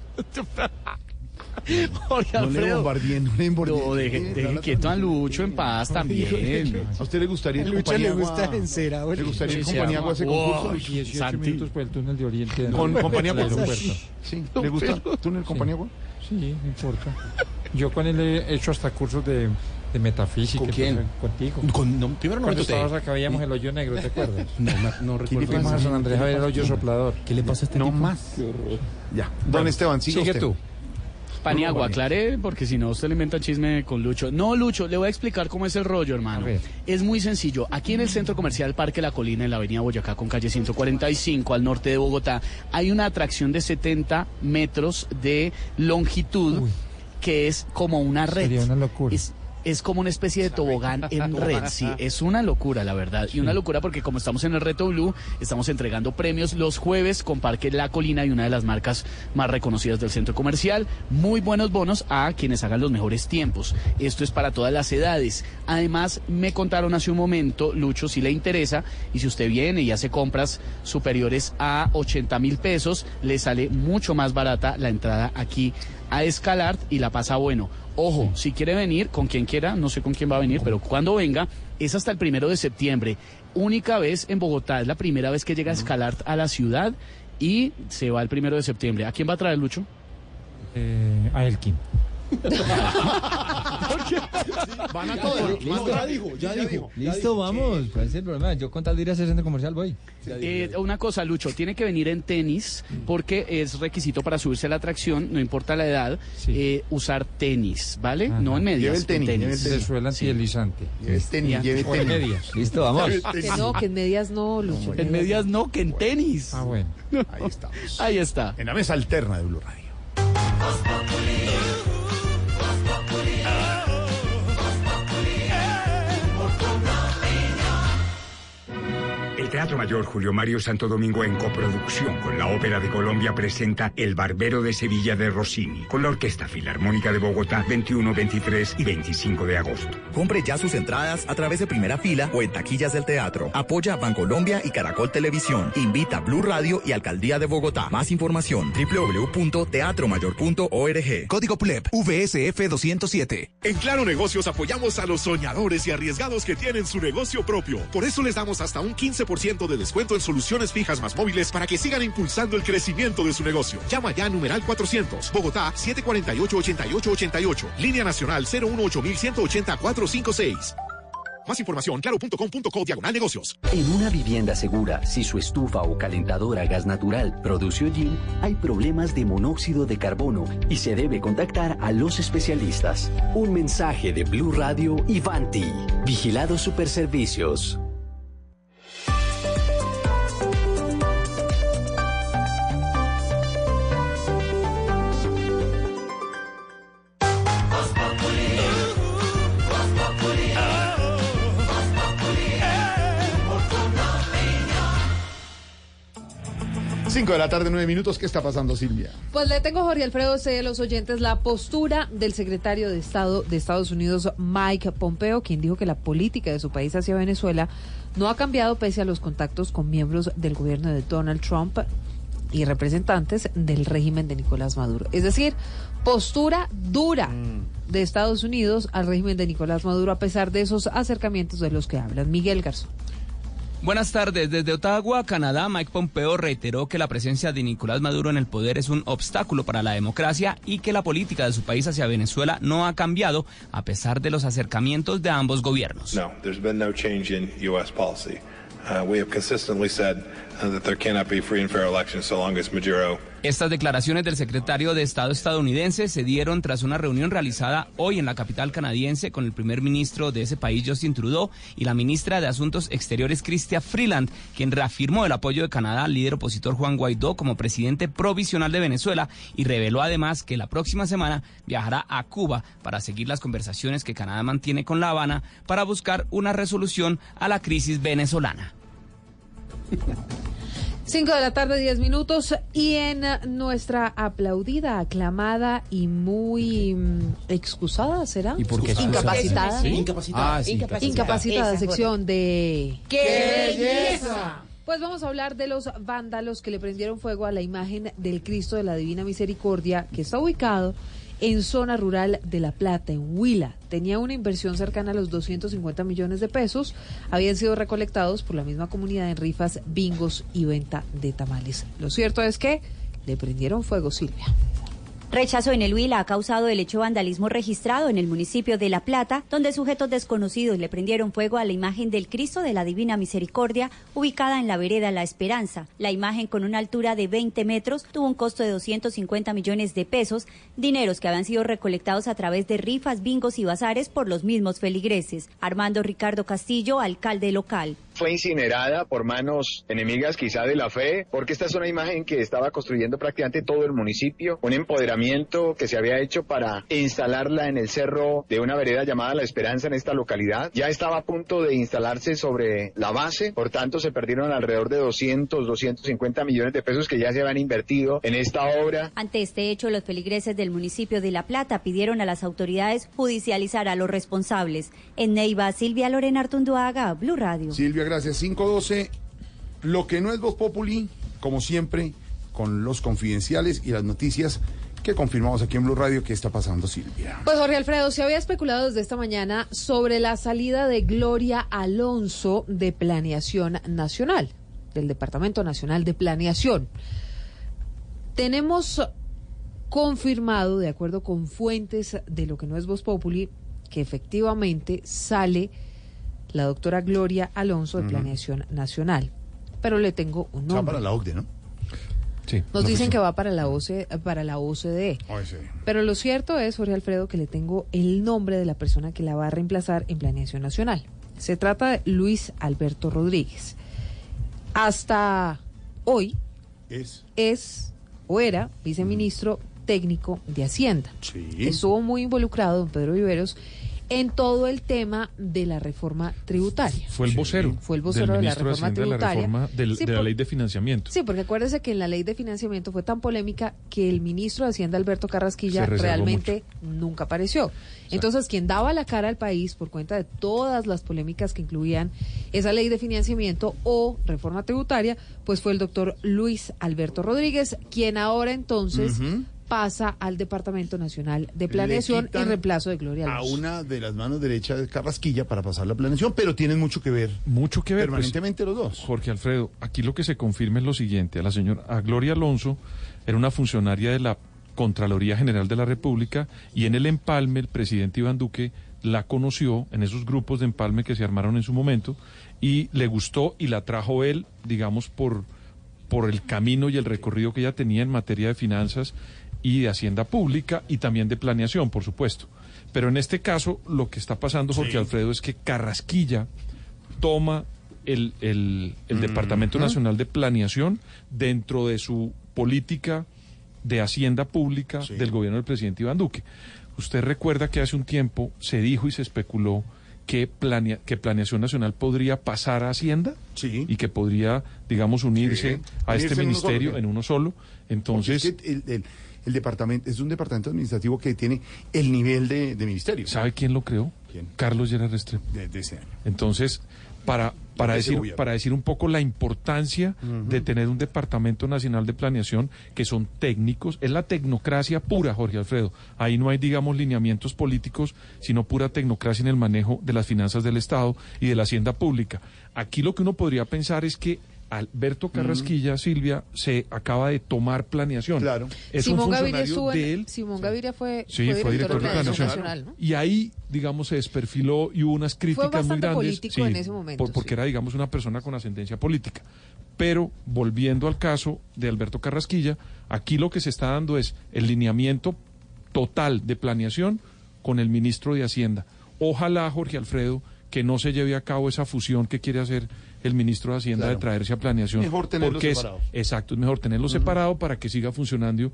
Jorge Alfredo. No le bombardeen. No, deje quieto a Lucho en paz también. ¿A usted le gustaría ir Lucho le gusta en cera, ¿Le gustaría ir Compañía Agua a ese concurso? 18 minutos por el túnel de Oriente. ¿Con Compañía Agua? Sí. ¿Le gusta el túnel Compañía Agua? Sí, no importa. Yo con él he hecho hasta cursos de metafísica. ¿Con quién? Contigo. Primero no Cuando estabas acá veíamos el hoyo negro, ¿te acuerdas? No recuerdo. Fuimos a San Andrés a ver el hoyo soplador. ¿Qué le pasa a este tipo? No más. Ya. Don Esteban, sigue tú. Paniagua, aclaré, porque si no usted le inventa chisme con Lucho. No, Lucho, le voy a explicar cómo es el rollo, hermano. Es muy sencillo. Aquí en el Centro Comercial Parque La Colina, en la avenida Boyacá con calle 145, al norte de Bogotá, hay una atracción de 70 metros de longitud que es como una red. Sería una locura. Es como una especie de tobogán en red, sí, es una locura, la verdad. Y una locura porque como estamos en el Reto Blue, estamos entregando premios los jueves con Parque La Colina y una de las marcas más reconocidas del centro comercial. Muy buenos bonos a quienes hagan los mejores tiempos. Esto es para todas las edades. Además, me contaron hace un momento, Lucho, si le interesa, y si usted viene y hace compras superiores a 80.000 pesos, le sale mucho más barata la entrada aquí a Escalart y la pasa bueno. Ojo, si quiere venir, con quien quiera, no sé con quién va a venir, pero cuando venga, es hasta el 1 de septiembre. Única vez en Bogotá, es la primera vez que llega Escalart a la ciudad y se va el 1 de septiembre. ¿A quién va a traer, Lucho? A Elkin. ¿Por Van a todas. Ya dijo. Listo, vamos. ¿Cuál es el problema? Yo con tal de ir a ese centro comercial voy. Una cosa, Lucho, tiene que venir en tenis porque es requisito para subirse a la atracción, no importa la edad, usar tenis, ¿vale? Ajá. No en medias. Lleve el tenis. Se suela antideslizante. Lleve tenis. Listo, vamos. Que no, que en medias no, Lucho. En medias no, que en tenis. Ah, bueno. Ahí estamos. Ahí está. En la mesa alterna de Blue Radio. El Teatro Mayor Julio Mario Santo Domingo, en coproducción con la Ópera de Colombia, presenta El Barbero de Sevilla de Rossini, con la Orquesta Filarmónica de Bogotá, 21, 23 y 25 de agosto. Compre ya sus entradas a través de Primera Fila o en taquillas del teatro. Apoya Bancolombia y Caracol Televisión. Invita Blue Radio y Alcaldía de Bogotá. Más información: www.teatromayor.org. Código PULEP VSF 207. En Claro Negocios apoyamos a los soñadores y arriesgados que tienen su negocio propio. Por eso les damos hasta un 15% de descuento en soluciones fijas más móviles para que sigan impulsando el crecimiento de su negocio. Llama ya a numeral 400, Bogotá 748-8888, línea nacional 018-180-456. Más información, claro.com.co/negocios. En una vivienda segura, si su estufa o calentadora a gas natural produce hollín, hay problemas de monóxido de carbono y se debe contactar a los especialistas. Un mensaje de Blue Radio y Vanti. Vigilados Superservicios. Cinco de la tarde, 9 minutos. ¿Qué está pasando, Silvia? Pues le tengo, Jorge Alfredo, a los oyentes la postura del secretario de Estado de Estados Unidos, Mike Pompeo, quien dijo que la política de su país hacia Venezuela no ha cambiado pese a los contactos con miembros del gobierno de Donald Trump y representantes del régimen de Nicolás Maduro. Es decir, postura dura de Estados Unidos al régimen de Nicolás Maduro a pesar de esos acercamientos de los que hablan. Miguel Garzón. Buenas tardes. Desde Ottawa, Canadá, Mike Pompeo reiteró que la presencia de Nicolás Maduro en el poder es un obstáculo para la democracia y que la política de su país hacia Venezuela no ha cambiado a pesar de los acercamientos de ambos gobiernos. No, there's been no change in U.S. policy. We have consistently said that there cannot be free and fair elections so long as Maduro. Estas declaraciones del secretario de Estado estadounidense se dieron tras una reunión realizada hoy en la capital canadiense con el primer ministro de ese país, Justin Trudeau, y la ministra de Asuntos Exteriores, Chrystia Freeland, quien reafirmó el apoyo de Canadá al líder opositor Juan Guaidó como presidente provisional de Venezuela y reveló además que la próxima semana viajará a Cuba para seguir las conversaciones que Canadá mantiene con La Habana para buscar una resolución a la crisis venezolana. 5 de la tarde, 10 minutos, y en nuestra aplaudida, aclamada y muy excusada, ¿será? ¿Y por qué incapacitada? ¿Sí? Incapacitada sección de... ¡Qué belleza! Pues vamos a hablar de los vándalos que le prendieron fuego a la imagen del Cristo de la Divina Misericordia, que está ubicado en zona rural de La Plata, en Huila. Tenía una inversión cercana a los 250 millones de pesos. Habían sido recolectados por la misma comunidad en rifas, bingos y venta de tamales. Lo cierto es que le prendieron fuego, Silvia. Rechazo en el Huila ha causado el hecho de vandalismo registrado en el municipio de La Plata, donde sujetos desconocidos le prendieron fuego a la imagen del Cristo de la Divina Misericordia, ubicada en la vereda La Esperanza. La imagen, con una altura de 20 metros, tuvo un costo de 250 millones de pesos, dineros que habían sido recolectados a través de rifas, bingos y bazares por los mismos feligreses. Armando Ricardo Castillo, alcalde local. Fue incinerada por manos enemigas quizá de la fe, porque esta es una imagen que estaba construyendo prácticamente todo el municipio, un empoderamiento que se había hecho para instalarla en el cerro de una vereda llamada La Esperanza en esta localidad. Ya estaba a punto de instalarse sobre la base, por tanto se perdieron alrededor de 250 millones de pesos que ya se habían invertido en esta obra. Ante este hecho, los feligreses del municipio de La Plata pidieron a las autoridades judicializar a los responsables. En Neiva, Silvia Lorena Artunduaga, Blue Radio. Silvia, gracias. 5:12. Lo que no es Voz Populi, como siempre, con los confidenciales y las noticias que confirmamos aquí en Blue Radio. ¿Qué está pasando, Silvia? Pues, Jorge Alfredo, se había especulado desde esta mañana sobre la salida de Gloria Alonso de Planeación Nacional, del Departamento Nacional de Planeación. Tenemos confirmado, de acuerdo con fuentes de lo que no es Voz Populi, que efectivamente sale la doctora Gloria Alonso de Planeación Nacional. Pero le tengo un nombre. Va para la OCDE, ¿no? Sí. Nos dicen que va para la OCDE. Pero lo cierto es, Jorge Alfredo, que le tengo el nombre de la persona que la va a reemplazar en Planeación Nacional. Se trata de Luis Alberto Rodríguez. Hasta hoy es o era viceministro técnico de Hacienda. Sí. Estuvo muy involucrado, don Pedro Viveros, en todo el tema de la reforma tributaria. Fue el vocero. Fue el vocero de la reforma tributaria. De la ley de financiamiento. Sí, porque acuérdese que en la ley de financiamiento fue tan polémica que el ministro de Hacienda, Alberto Carrasquilla, realmente nunca apareció. Entonces, quien daba la cara al país por cuenta de todas las polémicas que incluían esa ley de financiamiento o reforma tributaria, pues fue el doctor Luis Alberto Rodríguez, quien ahora entonces pasa al Departamento Nacional de Planeación en reemplazo de Gloria Alonso. A una de las manos derechas de Carrasquilla para pasar la planeación, pero tienen mucho que ver. Permanentemente pues, los dos. Jorge Alfredo, aquí lo que se confirma es lo siguiente. A Gloria Alonso era una funcionaria de la Contraloría General de la República y en el empalme el presidente Iván Duque la conoció en esos grupos de empalme que se armaron en su momento y le gustó y la trajo él, digamos, por el camino y el recorrido que ella tenía en materia de finanzas y de Hacienda Pública y también de planeación, por supuesto. Pero en este caso lo que está pasando, Jorge Alfredo, es que Carrasquilla toma el Departamento Nacional de Planeación dentro de su política de Hacienda Pública del gobierno del presidente Iván Duque. Usted recuerda que hace un tiempo se dijo y se especuló que Planeación Nacional podría pasar a Hacienda y que podría, digamos, unirse a este ministerio en uno solo. Entonces, es que el departamento es un departamento administrativo que tiene el nivel de ministerio. ¿Sabe quién lo creó? ¿Quién? Carlos Lleras Restrepo. De ese año. Entonces, para decir un poco la importancia de tener un Departamento Nacional de Planeación que son técnicos, es la tecnocracia pura, Jorge Alfredo. Ahí no hay, digamos, lineamientos políticos, sino pura tecnocracia en el manejo de las finanzas del Estado y de la Hacienda Pública. Aquí lo que uno podría pensar es que Alberto Carrasquilla, Silvia, se acaba de tomar planeación. Claro. Es Simón un Gaviria funcionario de él. Simón Gaviria fue director de Planeación Nacional, ¿no? Y ahí, digamos, se desperfiló y hubo unas críticas muy grandes. Político en ese momento, porque era, digamos, una persona con ascendencia política. Pero, volviendo al caso de Alberto Carrasquilla, aquí lo que se está dando es el lineamiento total de planeación con el ministro de Hacienda. Ojalá, Jorge Alfredo, que no se lleve a cabo esa fusión que quiere hacer el ministro de Hacienda de traerse a planeación. Mejor tenerlos separados. Exacto, es mejor tenerlos separados para que siga funcionando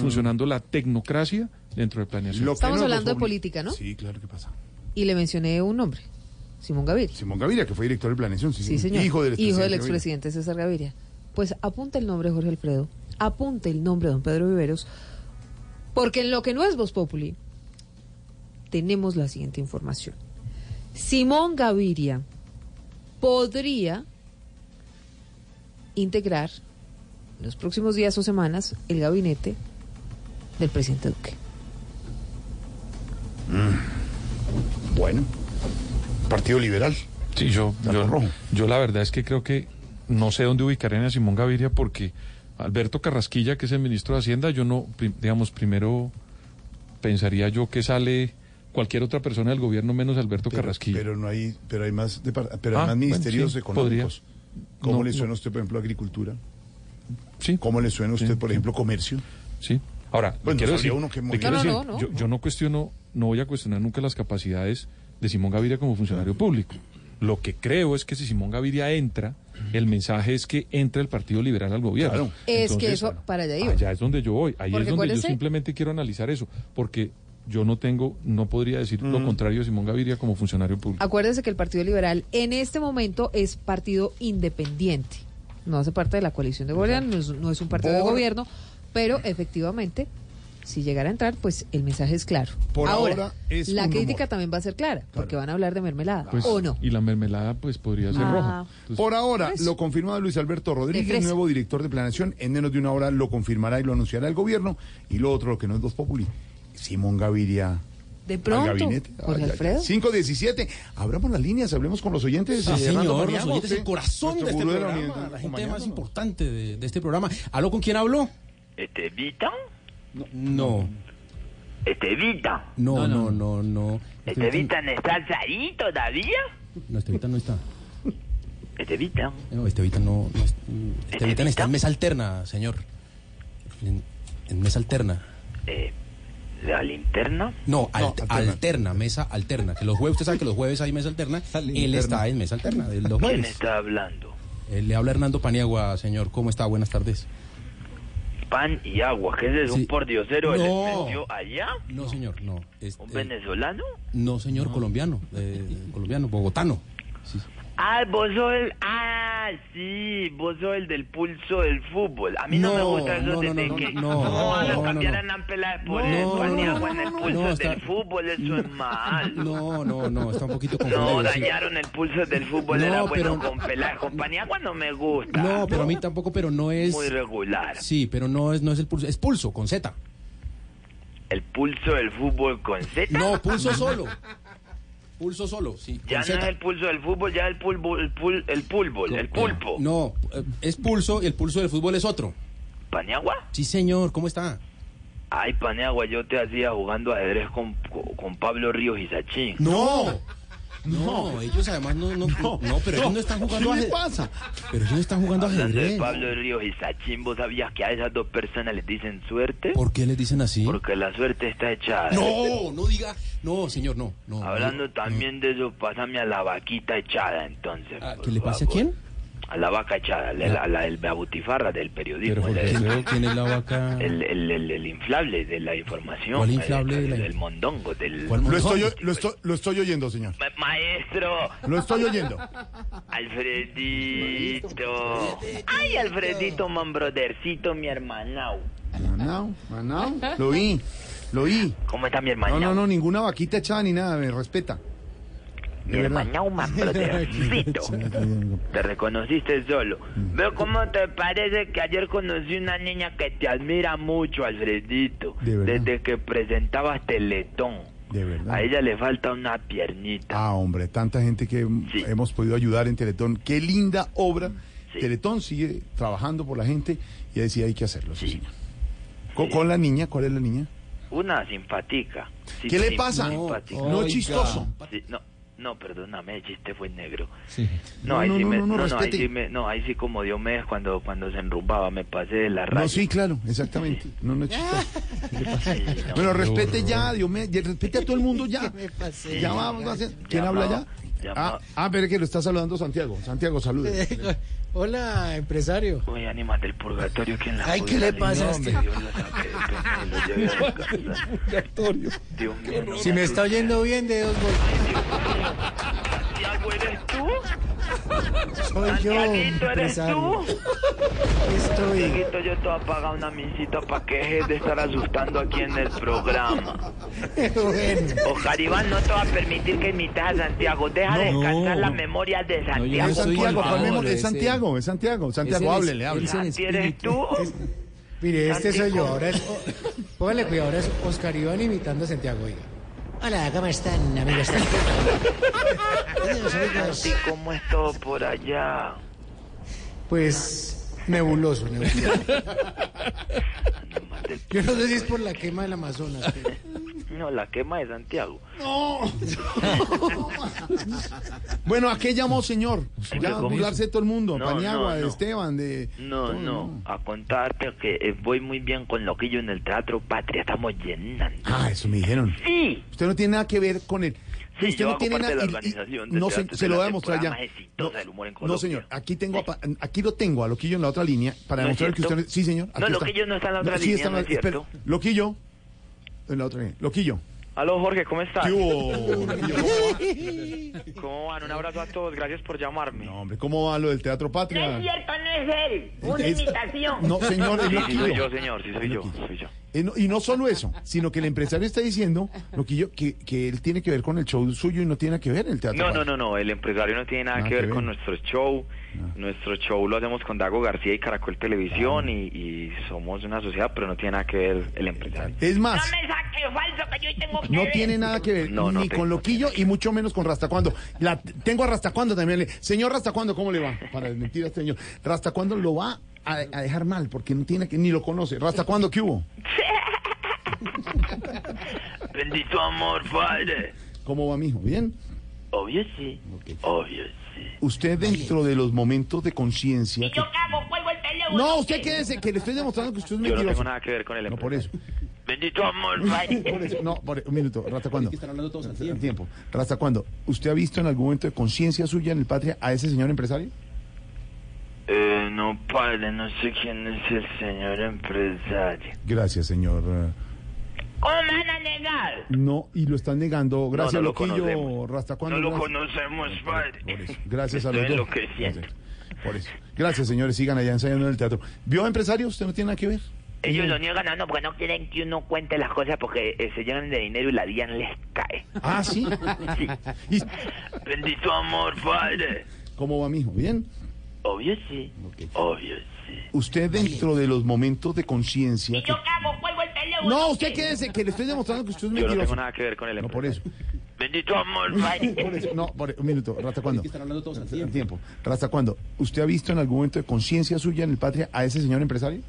la tecnocracia dentro de planeación. Estamos hablando de política, ¿no? Sí, claro, ¿qué pasa? Y le mencioné un nombre, Simón Gaviria. Simón Gaviria, que fue director de planeación. Sí, señor. Hijo del expresidente César Gaviria. Pues apunte el nombre, Jorge Alfredo, apunte el nombre de don Pedro Viveros, porque en lo que no es Voz Populi, tenemos la siguiente información. Simón Gaviria podría integrar en los próximos días o semanas el gabinete del presidente Duque. Bueno, Partido Liberal. Sí, yo la verdad es que creo que no sé dónde ubicarían a Simón Gaviria porque Alberto Carrasquilla, que es el ministro de Hacienda, yo no, digamos, primero pensaría yo que sale cualquier otra persona del gobierno menos Alberto Carrasquilla. Pero hay más ministerios económicos. ¿Cómo le suena a usted, por ejemplo, agricultura? Sí. ¿Cómo le suena a usted, por ejemplo, comercio? Sí. Ahora, quiero decir, yo no cuestiono, no voy a cuestionar nunca las capacidades de Simón Gaviria como funcionario público. Lo que creo es que si Simón Gaviria entra, el mensaje es que entra el Partido Liberal al gobierno. Claro. Entonces, que eso, para allá iba. Allá es donde yo voy, ahí es donde yo simplemente quiero analizar eso, porque yo no podría decir lo contrario de Simón Gaviria como funcionario público. Acuérdese que el Partido Liberal en este momento es partido independiente. No hace parte de la coalición de gobierno, no es un partido de gobierno, pero efectivamente, si llegara a entrar, pues el mensaje es claro. Ahora es la crítica también va a ser clara, porque van a hablar de mermelada, pues, ¿o no? Y la mermelada pues podría ser roja. Entonces, por ahora lo confirma Luis Alberto Rodríguez, nuevo director de planeación. En menos de una hora lo confirmará y lo anunciará el gobierno. Y lo otro, lo que no es Voz Populi, Simón Gaviria. De pronto, Jorge Alfredo. 5:17. Abramos las líneas, hablemos con los oyentes. Sí, señor, los oyentes, el corazón de este programa, la gente más importante de este programa. ¿Aló, con quién habló? ¿Vita? No. Estevita. No. ¿Estevita no está ahí todavía? No, Estevita no está. ¿Estevita? No, Estevita no Estevita está en mesa alterna, señor. En mesa alterna. ¿La linterna? No, alterna, mesa alterna. Que los jueves, usted sabe que los jueves hay mesa alterna. Él está en mesa alterna de los jueves. ¿Quién está hablando? Le habla Hernando Paniagua, señor. ¿Cómo está? Buenas tardes. Pan y agua, ¿qué es eso? Sí. ¿Un pordiosero No. les metió allá? No, señor, no. ¿Un venezolano? No, señor, colombiano, bogotano. Sí. Ah, vos sos el... Ah, sí, vos sos el del pulso del fútbol. A mí no me gusta eso de que... No van a cambiar a Nampela por pan y agua en el pulso del fútbol, eso es mal. No, está un poquito confundido. No, dañaron el pulso del fútbol, era bueno con Peláez. Con pan y agua no me gusta. No, pero a mí tampoco, pero no es... Muy regular. Sí, pero no es el pulso, es pulso, con Z. ¿El pulso del fútbol con Z? No, pulso solo. Pulso solo, sí. Ya no es el pulso del fútbol, ya es el pulpo. No, es pulso y el pulso del fútbol es otro. ¿Paniagua? Sí, señor, ¿cómo está? Ay, Paniagua, yo te hacía jugando ajedrez con Pablo Ríos y Sachín. No, ellos además pero ellos no están jugando ajedrez. ¿Qué pasa? Pero ellos no están jugando ajedrez. De Pablo Ríos y Sachín, ¿vos sabías que a esas dos personas les dicen suerte? ¿Por qué les dicen así? Porque la suerte está echada. No diga. No, señor, no. Hablando también de eso, pásame a la vaquita echada, entonces. ¿Qué le pase a quién? A la vaca echada, la butifarra del periodismo. ¿Quién es la vaca? El inflable de la información. ¿Cuál inflable? El mondongo. Lo estoy oyendo, señor. Maestro. Lo estoy oyendo. Alfredito. Ay, Alfredito, mambrodercito, mi hermanao. ¿Manao? Lo oí. ¿Cómo está mi hermanao? No, ninguna vaquita echada ni nada, me respeta. Mi hermanao, mambrodercito. Te reconociste solo. Veo cómo te parece que ayer conocí una niña que te admira mucho, Alfredito. Desde que presentabas Teletón. De verdad. A ella le falta una piernita. Ah, hombre, tanta gente que hemos podido ayudar en Teletón. Qué linda obra. Sí. Teletón sigue trabajando por la gente y decía hay que hacerlo. Sí. ¿Con la niña? ¿Cuál es la niña? Una simpatica. Sí, ¿qué le pasa? No es chistoso. Sí, no, perdóname, el chiste fue negro. Sí. Ahí sí como Diomedes cuando se enrumbaba, me pasé de la raya. No, sí, claro, exactamente. No es chistoso. ¿Qué le pasa? Bueno, respete ya, Diomedes, respete a todo el mundo ya. Ya vamos a hacer. ¿Quién habla ya? Pero que lo está saludando Santiago. Santiago, salude. Hola, empresario. Uy, ánimas del purgatorio, ¿quién la Ay, ¿qué le pasa a este? Dios mío. Si me está oyendo bien, de 2 golpes. ¿Santiago eres tú? Soy yo, ¿Santiaguito eres tú? Estoy. Yo te voy a pagar una misita para que dejes de estar asustando aquí en el programa. Bueno. Oscar Iván, no te va a permitir que imites a Santiago. Deja descansar la memoria de Santiago. Es Santiago. Santiago, háblele. ¿Santi eres tú? Mire, este soy yo. Ahora es... Póngale cuidado, ahora es Oscar Iván imitando a Santiago, oiga. Hola, ¿cómo están, amigos? Santi, ¿cómo es todo por allá? Pues nebuloso. Yo no sé si es por la quema del Amazonas. Pero... No, la quema de Santiago. No. Bueno, ¿a qué llamó, señor? Ya a burlarse de todo el mundo. Paniagua, de Esteban, de... No. A contarte que voy muy bien con Loquillo en el Teatro Patria. Estamos llenando. Ah, eso me dijeron. Sí. Usted no tiene nada que ver con él. Sí, usted yo no tiene nada. nada. De la organización no, se lo voy a demostrar ya. No, señor. Aquí lo tengo a Loquillo en la otra línea para demostrar que usted. Sí, señor. No, Loquillo no está en la otra línea. Sí, está en la... Loquillo. En la otra línea. Loquillo. Aló, Jorge, ¿cómo estás? ¿Qué hubo? ¿Cómo van? Un abrazo a todos, gracias por llamarme. No, hombre, ¿cómo va lo del Teatro Patria? No es cierto, no es él. Una imitación. No, señor, es Loquillo. Sí, soy yo, señor, sí, soy yo. Y no solo eso, sino que el empresario está diciendo, Loquillo, que él tiene que ver con el show suyo y no tiene que ver en el Teatro Patria. No, el empresario no tiene nada que ver con nuestro show. Nuestro show lo hacemos con Dago García y Caracol Televisión y somos una sociedad, pero no tiene nada que ver el empresario. Es más... No me saque falso que yo tengo que No ver. tiene nada que ver ni con Loquillo y mucho menos con Rastacuando. Tengo a Rastacuando también. Señor Rastacuando, ¿cómo le va? Para desmentir a este señor. Rastacuando lo va a dejar mal porque no tiene que ni lo conoce. Rastacuando, ¿qué hubo? Bendito amor, padre. ¿Cómo va, mijo? ¿Bien? Obvio sí. Okay. Obvio sí. Usted dentro de los momentos de conciencia... Y yo cago, cuelgo el teléfono. No, usted quédese, que le estoy demostrando que usted es mentiroso. Yo no tengo nada que ver con el No, por eso. Bendito amor, padre. Por eso. No, un minuto. ¿Hasta cuándo? Es que están hablando todos al tiempo. ¿Hasta cuándo? ¿Usted ha visto en algún momento de conciencia suya en el Patria a ese señor empresario? No, padre, no sé quién es el señor empresario. Gracias, señor. ¿Cómo me van a negar? No, y lo están negando. Gracias, no, Loquillo. ¿Hasta cuándo? No lo conocemos, padre. Por eso. Gracias a los dos. Estoy enloqueciendo. Por eso. Gracias, señores. Sigan allá ensayando en el teatro. ¿Vio empresario? ¿Usted no tiene nada que ver? Ellos lo niegan, no, porque no quieren que uno cuente las cosas porque se llenan de dinero y la DIAN les cae. Ah, ¿sí? Sí. Bendito amor, padre. ¿Cómo va, mijo? ¿Bien? Obvio sí. Okay. Obvio sí. Usted dentro de los momentos de conciencia... Y yo cago, cuelgo el teléfono. No, usted quédese, que le estoy demostrando que usted es mentiroso. Yo no tengo nada que ver con el empresario. No, por eso. Bendito amor, padre. Por eso. No, un minuto. ¿Hasta cuándo? Es que están hablando todos al tiempo. ¿Hasta cuándo? ¿Usted ha visto en algún momento de conciencia suya en el Patria a ese señor empresario?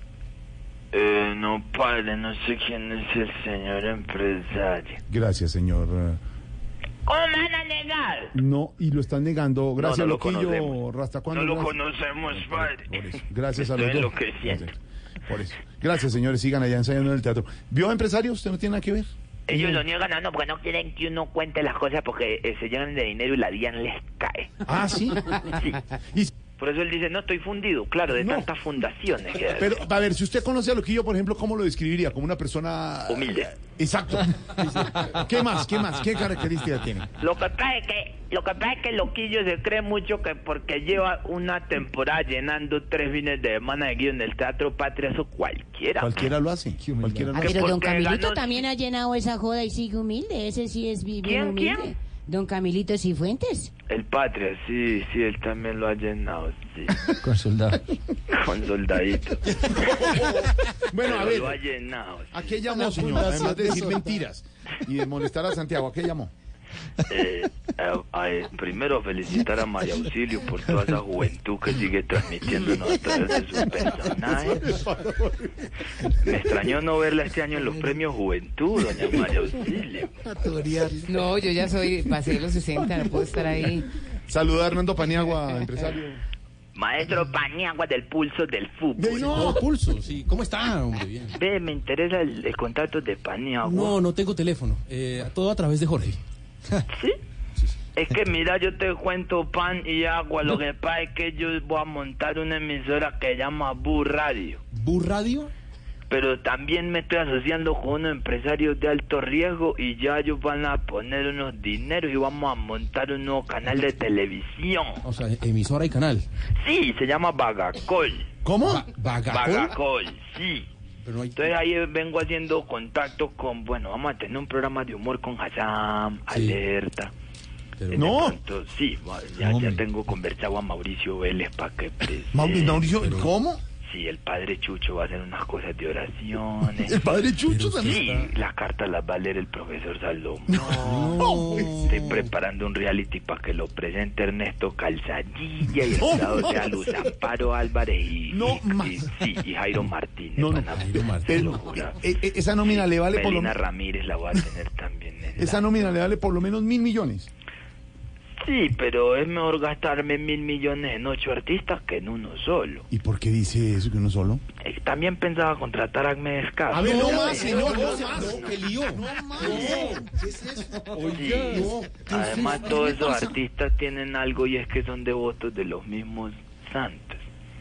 No, padre, no sé quién es el señor empresario. Gracias, señor. ¿Cómo me van a negar? No, y lo están negando. Gracias, no Loquillo. ¿Hasta cuándo? No lo conocemos, padre. Por eso. Gracias a los dos. Estoy enloqueciendo. Por eso. Gracias, señores. Sigan allá ensayando en el teatro. ¿Vio empresario? ¿Usted no tiene nada que ver? Ellos lo niegan, no, porque no quieren que uno cuente las cosas porque se llenan de dinero y la DIAN les cae. Ah, ¿sí? Sí. Por eso él dice, no, estoy fundido, claro, de tantas fundaciones. Pero, a ver, si usted conoce a Loquillo, por ejemplo, ¿cómo lo describiría? Como una persona... humilde. Exacto. ¿Qué más? ¿Qué características tiene? Lo que pasa es que Loquillo se cree mucho que porque lleva una temporada llenando 3 fines de semana de guión en el Teatro Patria, eso cualquiera. Cualquiera lo hace. Pero don Camilito también ha llenado esa joda y sigue humilde. Ese sí es bien humilde. ¿Quién? Don Camilito Cifuentes. El Patria, sí, él también lo ha llenado, sí. Con soldado. Con soldadito. Bueno, pero a ver. Lo ha llenado. Sí. ¿A qué llamó, señor? Además de decir mentiras y de molestar a Santiago, ¿a qué llamó? Primero felicitar a María Auxilio por toda esa juventud que sigue transmitiéndonos a través de sus personajes. Me extrañó no verla este año en los premios Juventud, doña María Auxilio. No, yo ya pasé los 60, no puedo estar ahí. Saludar a Hernando Paniagua, empresario. Maestro Paniagua del Pulso del Fútbol. No, Pulso, sí. ¿Cómo está, hombre? Bien. Ve, me interesa el contacto de Paniagua. No tengo teléfono. Todo a través de Jorge. ¿Sí? Es que mira, yo te cuento pan y agua. Lo que pasa es que yo voy a montar una emisora que se llama Bu Radio. ¿Bu Radio? Pero también me estoy asociando con unos empresarios de alto riesgo y ya ellos van a poner unos dineros y vamos a montar un nuevo canal de televisión. O sea, emisora y canal. Sí, se llama Bagacol. ¿Cómo? Bagacol, sí. Pero no hay... Entonces ahí vengo haciendo contacto con, vamos a tener un programa de humor con Hassan, sí. Alerta. Pero no. Pronto, sí, ya tengo conversado a Mauricio Vélez para que... Mauricio, ¿cómo? Sí, el padre Chucho va a hacer unas cosas de oraciones. ¿El padre Chucho también? Sí, las cartas las va a leer el profesor Salomón. No. Estoy preparando un reality para que lo presente Ernesto Calzadilla y el jurado sea Luz Amparo Álvarez y Jairo Martínez. Jairo Martínez. Esa nómina le vale por lo menos... Melina Ramírez la va a tener también. Esa nómina le vale por lo menos 1.000 millones. Sí, pero es mejor gastarme 1.000 millones en 8 artistas que en uno solo. ¿Y por qué dice eso, que uno solo? También pensaba contratar a Agnes Escaso. A ver, no más, señor, no, que lío. No más. ¿Qué es eso? Además, todos esos artistas tienen algo y es que son devotos de los mismos santos.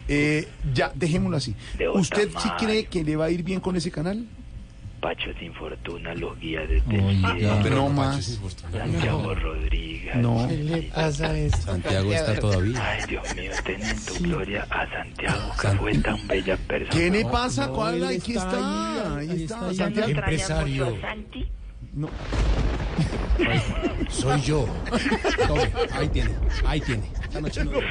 Ya, dejémoslo así. ¿Usted sí cree que le va a ir bien con ese canal? Pacho Sin Fortuna, los guías de Teciel. Pero no más. Santiago Rodríguez. No. ¿Qué le pasa a eso? Santiago está todavía. Ay, Dios mío, ten en tu gloria a Santiago, que fue tan bella persona. ¿Qué le pasa? ¿Cuál? Aquí está. Ahí está. Santiago. Empresario. No. Soy yo. Tome, ahí tiene. Esta noche no.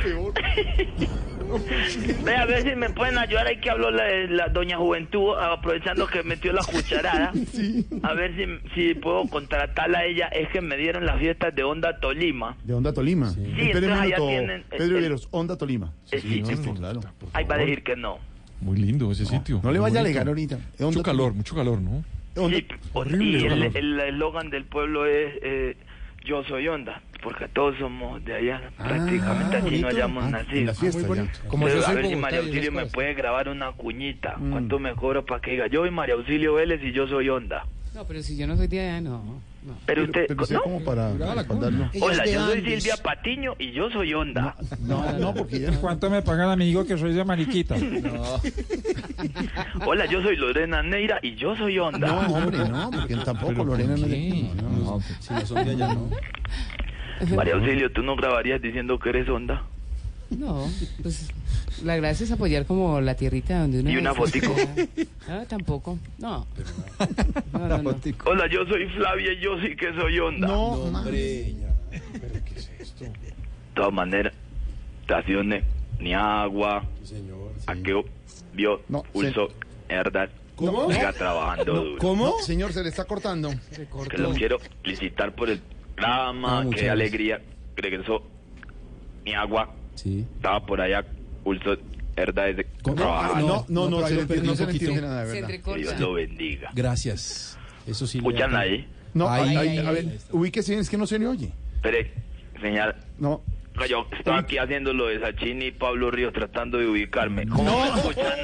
Ve a ver si me pueden ayudar. Ahí que habló la doña Juventud, aprovechando que metió la cucharada. Sí. A ver si puedo contratarla a ella. Es que me dieron las fiestas de Onda Tolima. ¿De Onda Tolima? Sí, entonces allá tienen... Pedro Viveros, Onda Tolima. Sí, claro. Ahí va a decir que no. Muy lindo ese sitio. No le vaya a alegar ahorita. Mucho calor, ¿no? Sí, y el eslogan del pueblo es yo soy Onda, porque todos somos de allá, prácticamente allí no hayamos nacido. Pero a ver si María Auxilio me puede grabar una cuñita. ¿Cuánto me cobra para que diga yo soy María Auxilio Vélez y yo soy Onda? No, pero si yo no soy de allá, no. Pero usted, ¿no? Como para respaldarlo. Hola, yo soy Silvia Patiño y yo soy Onda. No, porque ya... ¿Cuánto me paga el amigo que soy de Mariquita? No. Hola, yo soy Lorena Neira y yo soy Onda. No, hombre, no, porque tampoco Lorena Neira. No, si no son de allá, no. María Auxilio, ¿tú no grabarías diciendo que eres Onda? No, pues la gracia es apoyar como la tierrita donde uno... ¿Y una fotico? No, tampoco, no. Hola, yo soy Flavia y yo sí que soy Onda. No, hombre. ¿Pero qué es esto? De todas maneras, estaciones, ni agua, aqueo, vio, pulso, verdad. ¿Cómo? Siga trabajando duro. ¿Cómo? Señor, se le está cortando. Que lo quiero felicitar por el programa, qué alegría. Regresó mi agua. Sí. Estaba por allá, pulso, verdad. No se le entiende nada, de verdad. Que Dios lo bendiga. Gracias. Eso sí. ¿Escuchan ahí? No, a ver, ubíquese bien, es que no se le oye. Espere, señal. No. Yo estaba aquí haciendo lo de Sachini y Pablo Ríos tratando de ubicarme. ¿Cómo me escuchan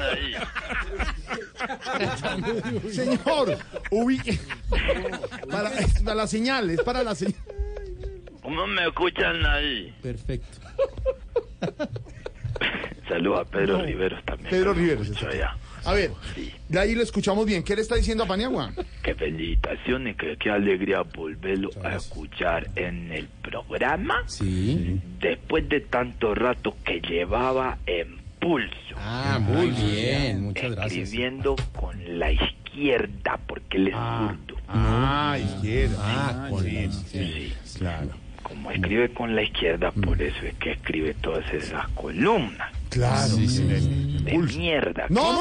ahí? Señor, ubique. Para la señal, es para la señal. ¿Cómo me escuchan ahí? Perfecto. Saludos a Pedro Riveros también. Pedro Riveros. A ver, sí. De ahí lo escuchamos bien. ¿Qué le está diciendo a Paniagua? Qué felicitaciones, qué alegría volverlo a escuchar en el programa. Sí. Después de tanto rato que llevaba en pulso. Ah, muy bien, muchas gracias. Escribiendo con la izquierda, porque él es zurdo. Izquierda. Con sí. Claro. Como escribe con la izquierda, por eso es que escribe todas esas columnas. Claro. De mierda. No,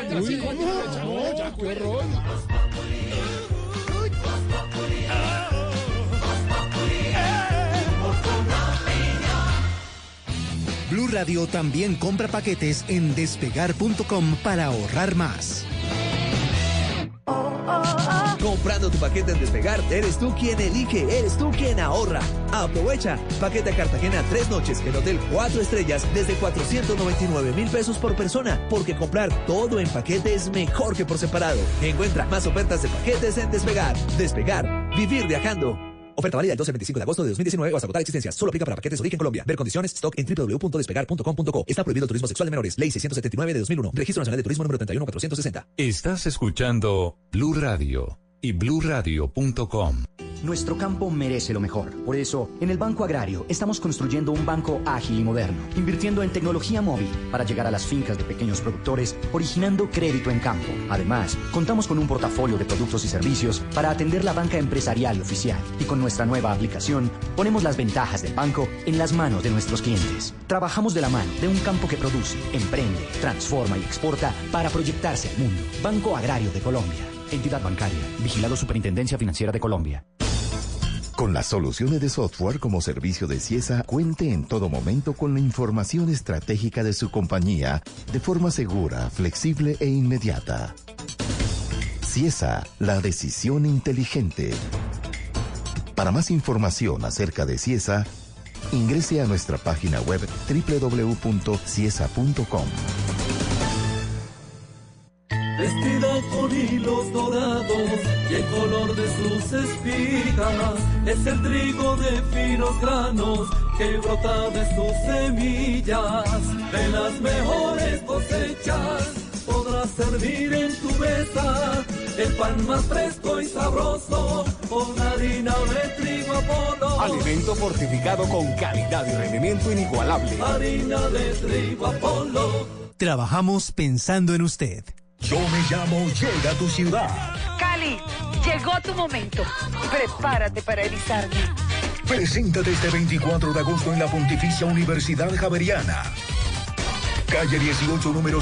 qué horror. Blue Radio también compra paquetes en despegar.com para ahorrar más. Comprando tu paquete en Despegar, eres tú quien elige, eres tú quien ahorra. Aprovecha. Paquete a Cartagena 3 noches en Hotel 4 estrellas desde 499,000 pesos por persona. Porque comprar todo en paquete es mejor que por separado. Encuentra más ofertas de paquetes en Despegar. Despegar. Vivir viajando. Oferta válida del 12 al 25 de agosto de 2019 o hasta agotar existencia. Solo aplica para paquetes origen Colombia. Ver condiciones, stock en www.despegar.com.co. Está prohibido el turismo sexual de menores. Ley 679 de 2001. Registro Nacional de Turismo número 31460. Estás escuchando Blue Radio y bluradio.com. Nuestro campo merece lo mejor. Por eso, en el Banco Agrario estamos construyendo un banco ágil y moderno, invirtiendo en tecnología móvil para llegar a las fincas de pequeños productores, originando crédito en campo. Además, contamos con un portafolio de productos y servicios para atender la banca empresarial y oficial. Y con nuestra nueva aplicación, ponemos las ventajas del banco en las manos de nuestros clientes. Trabajamos de la mano de un campo que produce, emprende, transforma y exporta para proyectarse al mundo. Banco Agrario de Colombia. Entidad bancaria. Vigilado Superintendencia Financiera de Colombia. Con las soluciones de software como servicio de Ciesa, cuente en todo momento con la información estratégica de su compañía de forma segura, flexible e inmediata. Ciesa, la decisión inteligente. Para más información acerca de Ciesa, ingrese a nuestra página web www.ciesa.com. Vestida con hilos dorados y el color de sus espigas es el trigo de finos granos que brota de sus semillas. De las mejores cosechas podrás servir en tu mesa el pan más fresco y sabroso con harina de trigo Apolo. Alimento fortificado con calidad y rendimiento inigualable. Harina de trigo Apolo. Trabajamos pensando en usted. Yo me llamo Llega a tu ciudad. Cali, llegó tu momento. Prepárate para erizarme. Preséntate este 24 de agosto en la Pontificia Universidad Javeriana. Calle 18, número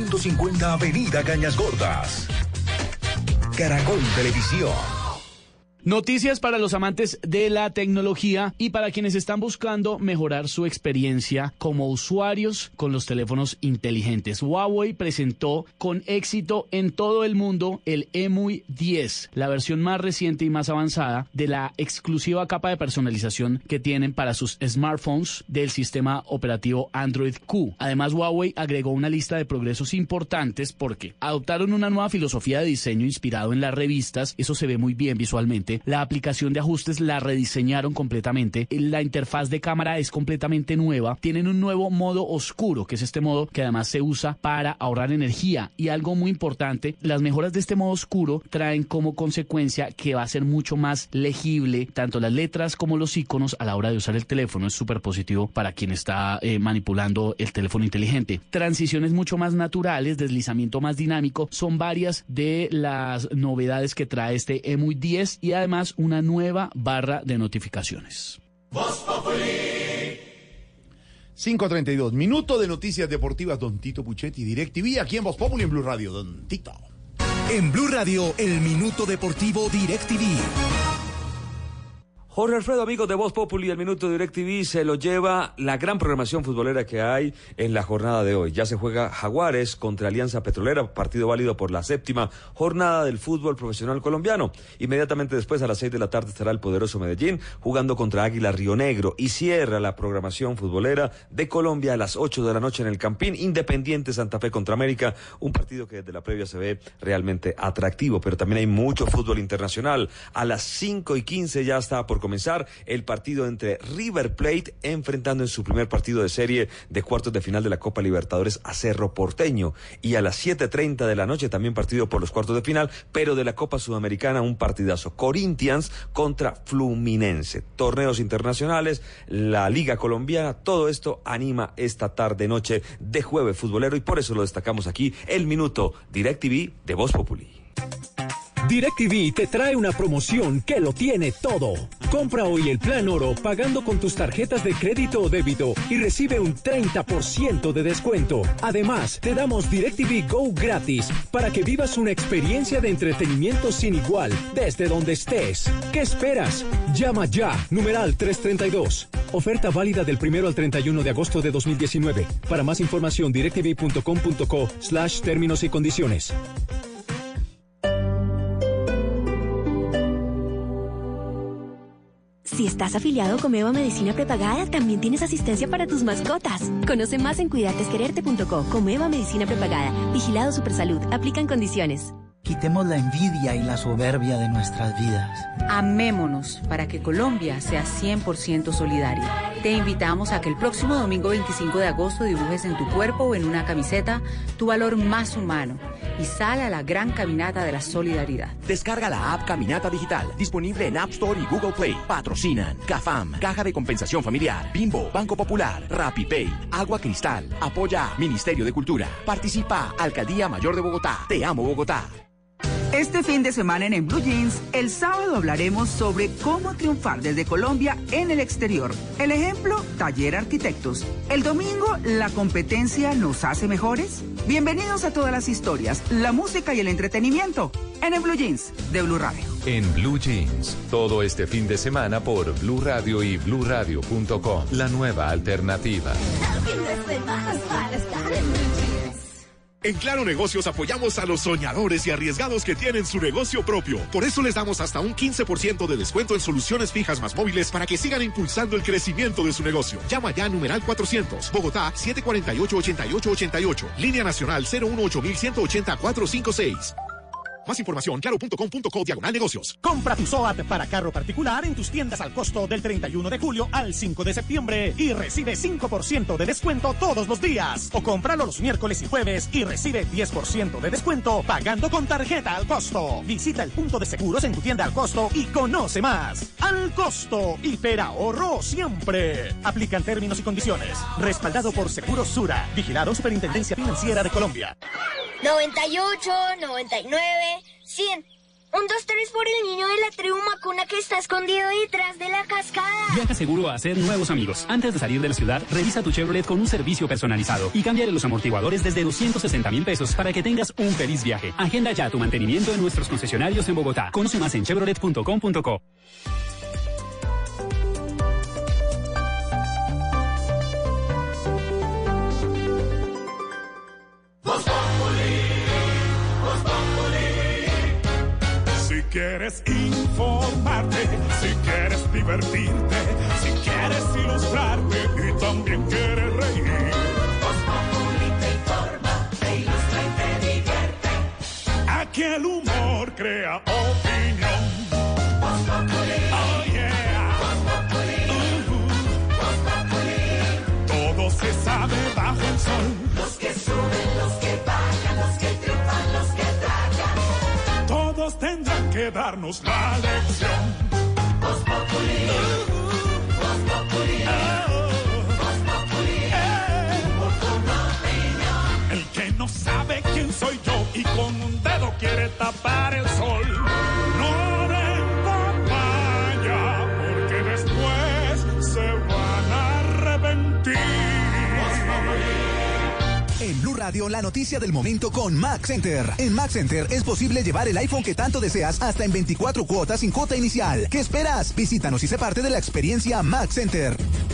118-250, Avenida Cañas Gordas. Caracol Televisión. Noticias para los amantes de la tecnología y para quienes están buscando mejorar su experiencia como usuarios con los teléfonos inteligentes. Huawei presentó con éxito en todo el mundo el EMUI 10, la versión más reciente y más avanzada de la exclusiva capa de personalización que tienen para sus smartphones del sistema operativo Android Q. Además, Huawei agregó una lista de progresos importantes porque adoptaron una nueva filosofía de diseño inspirado en las revistas. Eso se ve muy bien visualmente. La aplicación de ajustes la rediseñaron completamente. La interfaz de cámara es completamente nueva. Tienen un nuevo modo oscuro, que es este modo que además se usa para ahorrar energía. Y algo muy importante, las mejoras de este modo oscuro traen como consecuencia que va a ser mucho más legible tanto las letras como los iconos a la hora de usar el teléfono. Es súper positivo para quien está manipulando el teléfono inteligente. Transiciones mucho más naturales, deslizamiento más dinámico, son varias de las novedades que trae este EMUI 10 y además una nueva barra de notificaciones. 5:32, minuto de noticias deportivas, don Tito Puchetti, DirecTV, aquí en Voz Populi en Blue Radio, don Tito. En Blue Radio, el minuto deportivo DirecTV. Jorge Alfredo, amigos de Voz Populi, el minuto de DirecTV se lo lleva la gran programación futbolera que hay en la jornada de hoy. Ya se juega Jaguares contra Alianza Petrolera, partido válido por la 7ª jornada del fútbol profesional colombiano. Inmediatamente después, a las 6 de la tarde, estará el poderoso Medellín jugando contra Águila Río Negro. Y cierra la programación futbolera de Colombia a las 8 de la noche en el Campín, Independiente Santa Fe contra América, un partido que desde la previa se ve realmente atractivo, pero también hay mucho fútbol internacional. A las 5:15 ya está por comenzar el partido entre River Plate enfrentando en su primer partido de serie de cuartos de final de la Copa Libertadores a Cerro Porteño, y a las 7:30 de la noche también partido por los cuartos de final, pero de la Copa Sudamericana, un partidazo, Corinthians contra Fluminense. Torneos internacionales, la Liga Colombiana, todo esto anima esta tarde noche de jueves futbolero, y por eso lo destacamos aquí, el minuto DirecTV de Voz Populi. DirecTV te trae una promoción que lo tiene todo. Compra hoy el plan oro pagando con tus tarjetas de crédito o débito y recibe un 30% de descuento. Además, te damos DirecTV Go gratis para que vivas una experiencia de entretenimiento sin igual desde donde estés. ¿Qué esperas? Llama ya, numeral 332. Oferta válida del 1 al 31 de agosto de 2019. Para más información, directv.com.co/términos y condiciones. Si estás afiliado con Comeva Medicina Prepagada, también tienes asistencia para tus mascotas. Conoce más en cuidatesquererte.co. Comeva Medicina Prepagada. Vigilado Supersalud. Aplican condiciones. Quitemos la envidia y la soberbia de nuestras vidas. Amémonos para que Colombia sea 100% solidaria. Te invitamos a que el próximo domingo 25 de agosto dibujes en tu cuerpo o en una camiseta tu valor más humano y sal a la gran caminata de la solidaridad. Descarga la app Caminata Digital, disponible en App Store y Google Play. Patrocinan CAFAM, Caja de Compensación Familiar, Bimbo, Banco Popular, RappiPay, Agua Cristal, apoya Ministerio de Cultura, participa Alcaldía Mayor de Bogotá, Te Amo Bogotá. Este fin de semana en Blue Jeans, el sábado hablaremos sobre cómo triunfar desde Colombia en el exterior. El ejemplo, Taller Arquitectos. El domingo, ¿la competencia nos hace mejores? Bienvenidos a todas las historias, la música y el entretenimiento en el Blue Jeans de Blue Radio. En Blue Jeans, todo este fin de semana por Blue Radio y BlueRadio.com, la nueva alternativa. En Claro Negocios apoyamos a los soñadores y arriesgados que tienen su negocio propio. Por eso les damos hasta un 15% de descuento en soluciones fijas más móviles para que sigan impulsando el crecimiento de su negocio. Llama ya numeral 400, Bogotá 748-8888, línea nacional 018-180-456. Más información, claro.com.co/negocios. Compra tu SOAT para carro particular en tus tiendas al costo del 31 de julio al 5 de septiembre y recibe 5% de descuento todos los días. O cómpralo los miércoles y jueves y recibe 10% de descuento pagando con tarjeta al costo. Visita el punto de seguros en tu tienda al costo y conoce más. Al costo, hiperahorro siempre. Aplican términos y condiciones. Respaldado por Seguros Sura. Vigilado Superintendencia Financiera de Colombia. 98, 99, 100. 1, 2, 3 por el niño de la tribu Macuna que está escondido detrás de la cascada. Viaja seguro a hacer nuevos amigos. Antes de salir de la ciudad, revisa tu Chevrolet con un servicio personalizado y cámbiale los amortiguadores desde 260.000 pesos para que tengas un feliz viaje. Agenda ya tu mantenimiento en nuestros concesionarios en Bogotá. Conoce más en chevrolet.com.co. Si quieres informarte, si quieres divertirte, si quieres ilustrarte y también quieres reír. Voz Populi te informa, te ilustra y te divierte. Aquí el humor crea opinión. Voz Populi. Oh yeah. Voz Populi. Voz Populi. Todo se sabe bajo el sol. Los que suben, los que bajan, los que triunfan, los que tragan. Todos tendrán que darnos la lección. Voz Populi. Voz Populi. Voz Populi. Humor con opinión. El que no sabe quién soy yo y con un dedo quiere tapar el sol. No den papaya porque después se van a arrepentir. En Blue Radio, la noticia del momento con Mac Center. En Mac Center es posible llevar el iPhone que tanto deseas hasta en 24 cuotas sin cuota inicial. ¿Qué esperas? Visítanos y sé parte de la experiencia Mac Center.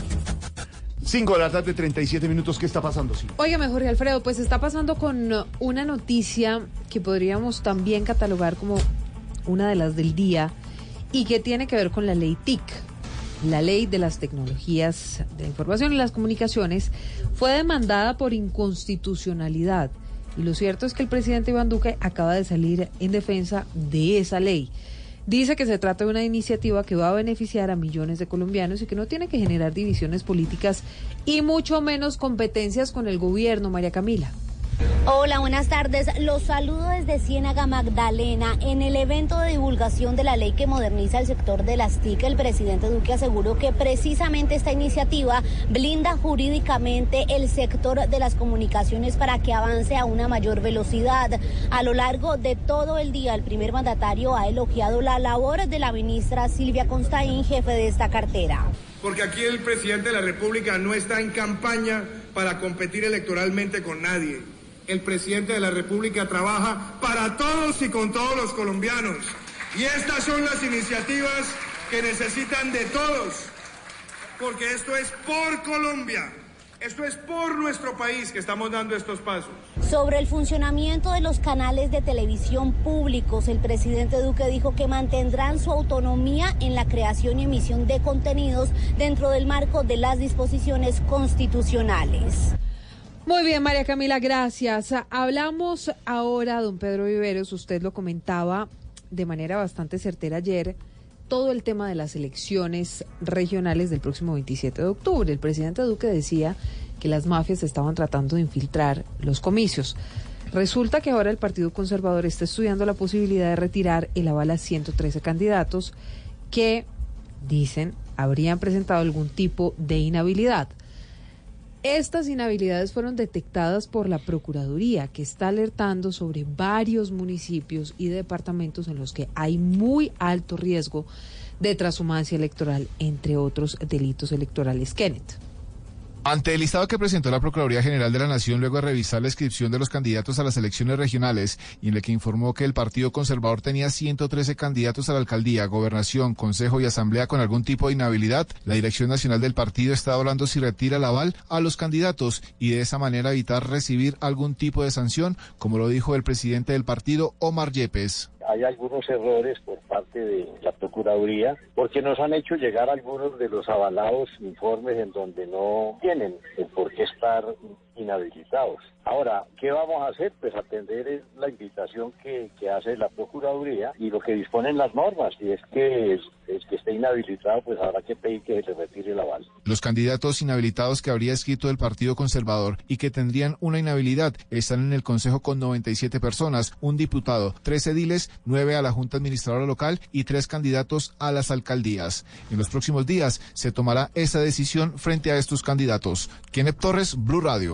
5 de la tarde, 37 minutos. ¿Qué está pasando, sí? Óigame, Jorge Alfredo, pues está pasando con una noticia que podríamos también catalogar como una de las del día y que tiene que ver con la ley TIC. La ley de las tecnologías de la información y las comunicaciones fue demandada por inconstitucionalidad. Y lo cierto es que el presidente Iván Duque acaba de salir en defensa de esa ley. Dice que se trata de una iniciativa que va a beneficiar a millones de colombianos y que no tiene que generar divisiones políticas y mucho menos competencias con el gobierno. María Camila. Hola, buenas tardes. Los saludo desde Ciénaga Magdalena. En el evento de divulgación de la ley que moderniza el sector de las TIC, el presidente Duque aseguró que precisamente esta iniciativa blinda jurídicamente el sector de las comunicaciones para que avance a una mayor velocidad. A lo largo de todo el día, el primer mandatario ha elogiado la labor de la ministra Silvia Constaín, jefe de esta cartera. Porque aquí el presidente de la República no está en campaña para competir electoralmente con nadie. El presidente de la República trabaja para todos y con todos los colombianos. Y estas son las iniciativas que necesitan de todos, porque esto es por Colombia, esto es por nuestro país que estamos dando estos pasos. Sobre el funcionamiento de los canales de televisión públicos, el presidente Duque dijo que mantendrán su autonomía en la creación y emisión de contenidos dentro del marco de las disposiciones constitucionales. Muy bien, María Camila, gracias. Hablamos ahora, don Pedro Viveros, usted lo comentaba de manera bastante certera ayer, todo el tema de las elecciones regionales del próximo 27 de octubre. El presidente Duque decía que las mafias estaban tratando de infiltrar los comicios. Resulta que ahora el Partido Conservador está estudiando la posibilidad de retirar el aval a 113 candidatos que, dicen, habrían presentado algún tipo de inhabilidad. Estas inhabilidades fueron detectadas por la Procuraduría, que está alertando sobre varios municipios y departamentos en los que hay muy alto riesgo de transhumancia electoral, entre otros delitos electorales. Kenneth. Ante el listado que presentó la Procuraduría General de la Nación luego de revisar la inscripción de los candidatos a las elecciones regionales y en el que informó que el Partido Conservador tenía 113 candidatos a la alcaldía, gobernación, consejo y asamblea con algún tipo de inhabilidad, la Dirección Nacional del Partido está hablando si retira el aval a los candidatos y de esa manera evitar recibir algún tipo de sanción, como lo dijo el presidente del partido, Omar Yepes. Hay algunos errores por parte de la Procuraduría, porque nos han hecho llegar algunos de los avalados informes en donde no tienen el por qué estar inhabilitados. Ahora, ¿qué vamos a hacer? Pues atender la invitación que hace la Procuraduría y lo que disponen las normas, y es que el que esté inhabilitado, pues habrá que pedir que se le retire el aval. Los candidatos inhabilitados que habría escrito el Partido Conservador y que tendrían una inhabilidad están en el Consejo con 97 personas, un diputado, 3 ediles, 9 a la Junta Administradora Local y 3 candidatos a las alcaldías. En los próximos días se tomará esa decisión frente a estos candidatos. Kenneth Torres, Blue Radio.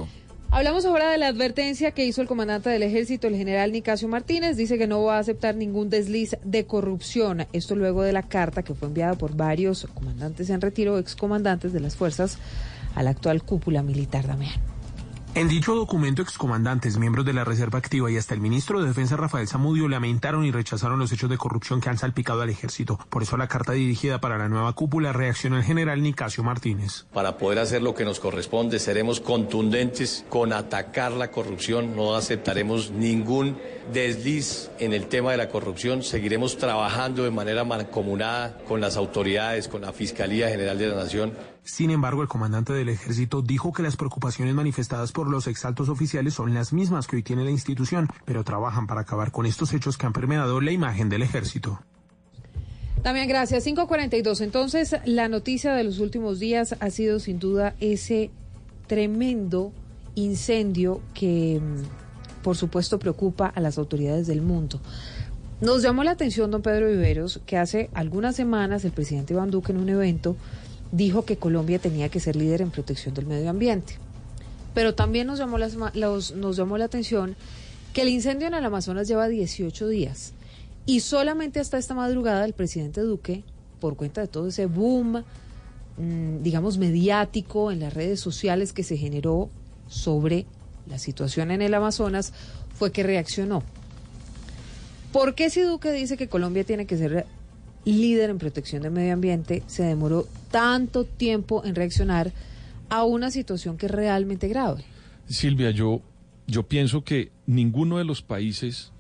Hablamos ahora de la advertencia que hizo el comandante del ejército, el general Nicasio Martínez. Dice que no va a aceptar ningún desliz de corrupción. Esto luego de la carta que fue enviada por varios comandantes en retiro, excomandantes de las fuerzas, a la actual cúpula militar, Damián. En dicho documento, excomandantes, miembros de la Reserva Activa y hasta el ministro de Defensa, Rafael Zamudio, lamentaron y rechazaron los hechos de corrupción que han salpicado al ejército. Por eso la carta dirigida para la nueva cúpula reaccionó el general Nicasio Martínez. Para poder hacer lo que nos corresponde, seremos contundentes con atacar la corrupción. No aceptaremos ningún desliz en el tema de la corrupción. Seguiremos trabajando de manera mancomunada con las autoridades, con la Fiscalía General de la Nación. Sin embargo, el comandante del ejército dijo que las preocupaciones manifestadas por los exaltos oficiales son las mismas que hoy tiene la institución, pero trabajan para acabar con estos hechos que han permeado la imagen del ejército. Damián, gracias. 5:42. Entonces, la noticia de los últimos días ha sido sin duda ese tremendo incendio que, por supuesto, preocupa a las autoridades del mundo. Nos llamó la atención, don Pedro Viveros, que hace algunas semanas el presidente Iván Duque en un evento dijo que Colombia tenía que ser líder en protección del medio ambiente. Pero también nos llamó la atención que el incendio en el Amazonas lleva 18 días. Y solamente hasta esta madrugada el presidente Duque, por cuenta de todo ese boom, digamos, mediático en las redes sociales que se generó sobre la situación en el Amazonas, fue que reaccionó. ¿Por qué si Duque dice que Colombia tiene que ser líder en protección del medio ambiente, se demoró tanto tiempo en reaccionar a una situación que es realmente grave? Silvia, yo pienso que ninguno de los países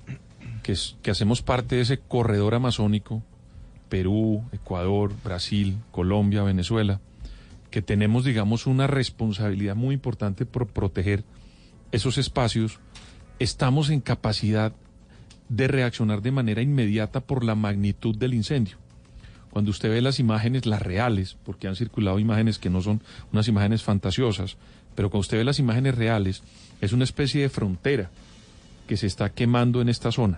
que hacemos parte de ese corredor amazónico, Perú, Ecuador, Brasil, Colombia, Venezuela, que tenemos, digamos, una responsabilidad muy importante por proteger esos espacios, estamos en capacidad de reaccionar de manera inmediata por la magnitud del incendio. Cuando usted ve las imágenes, las reales, porque han circulado imágenes que no son unas imágenes fantasiosas, pero cuando usted ve las imágenes reales, es una especie de frontera que se está quemando en esta zona.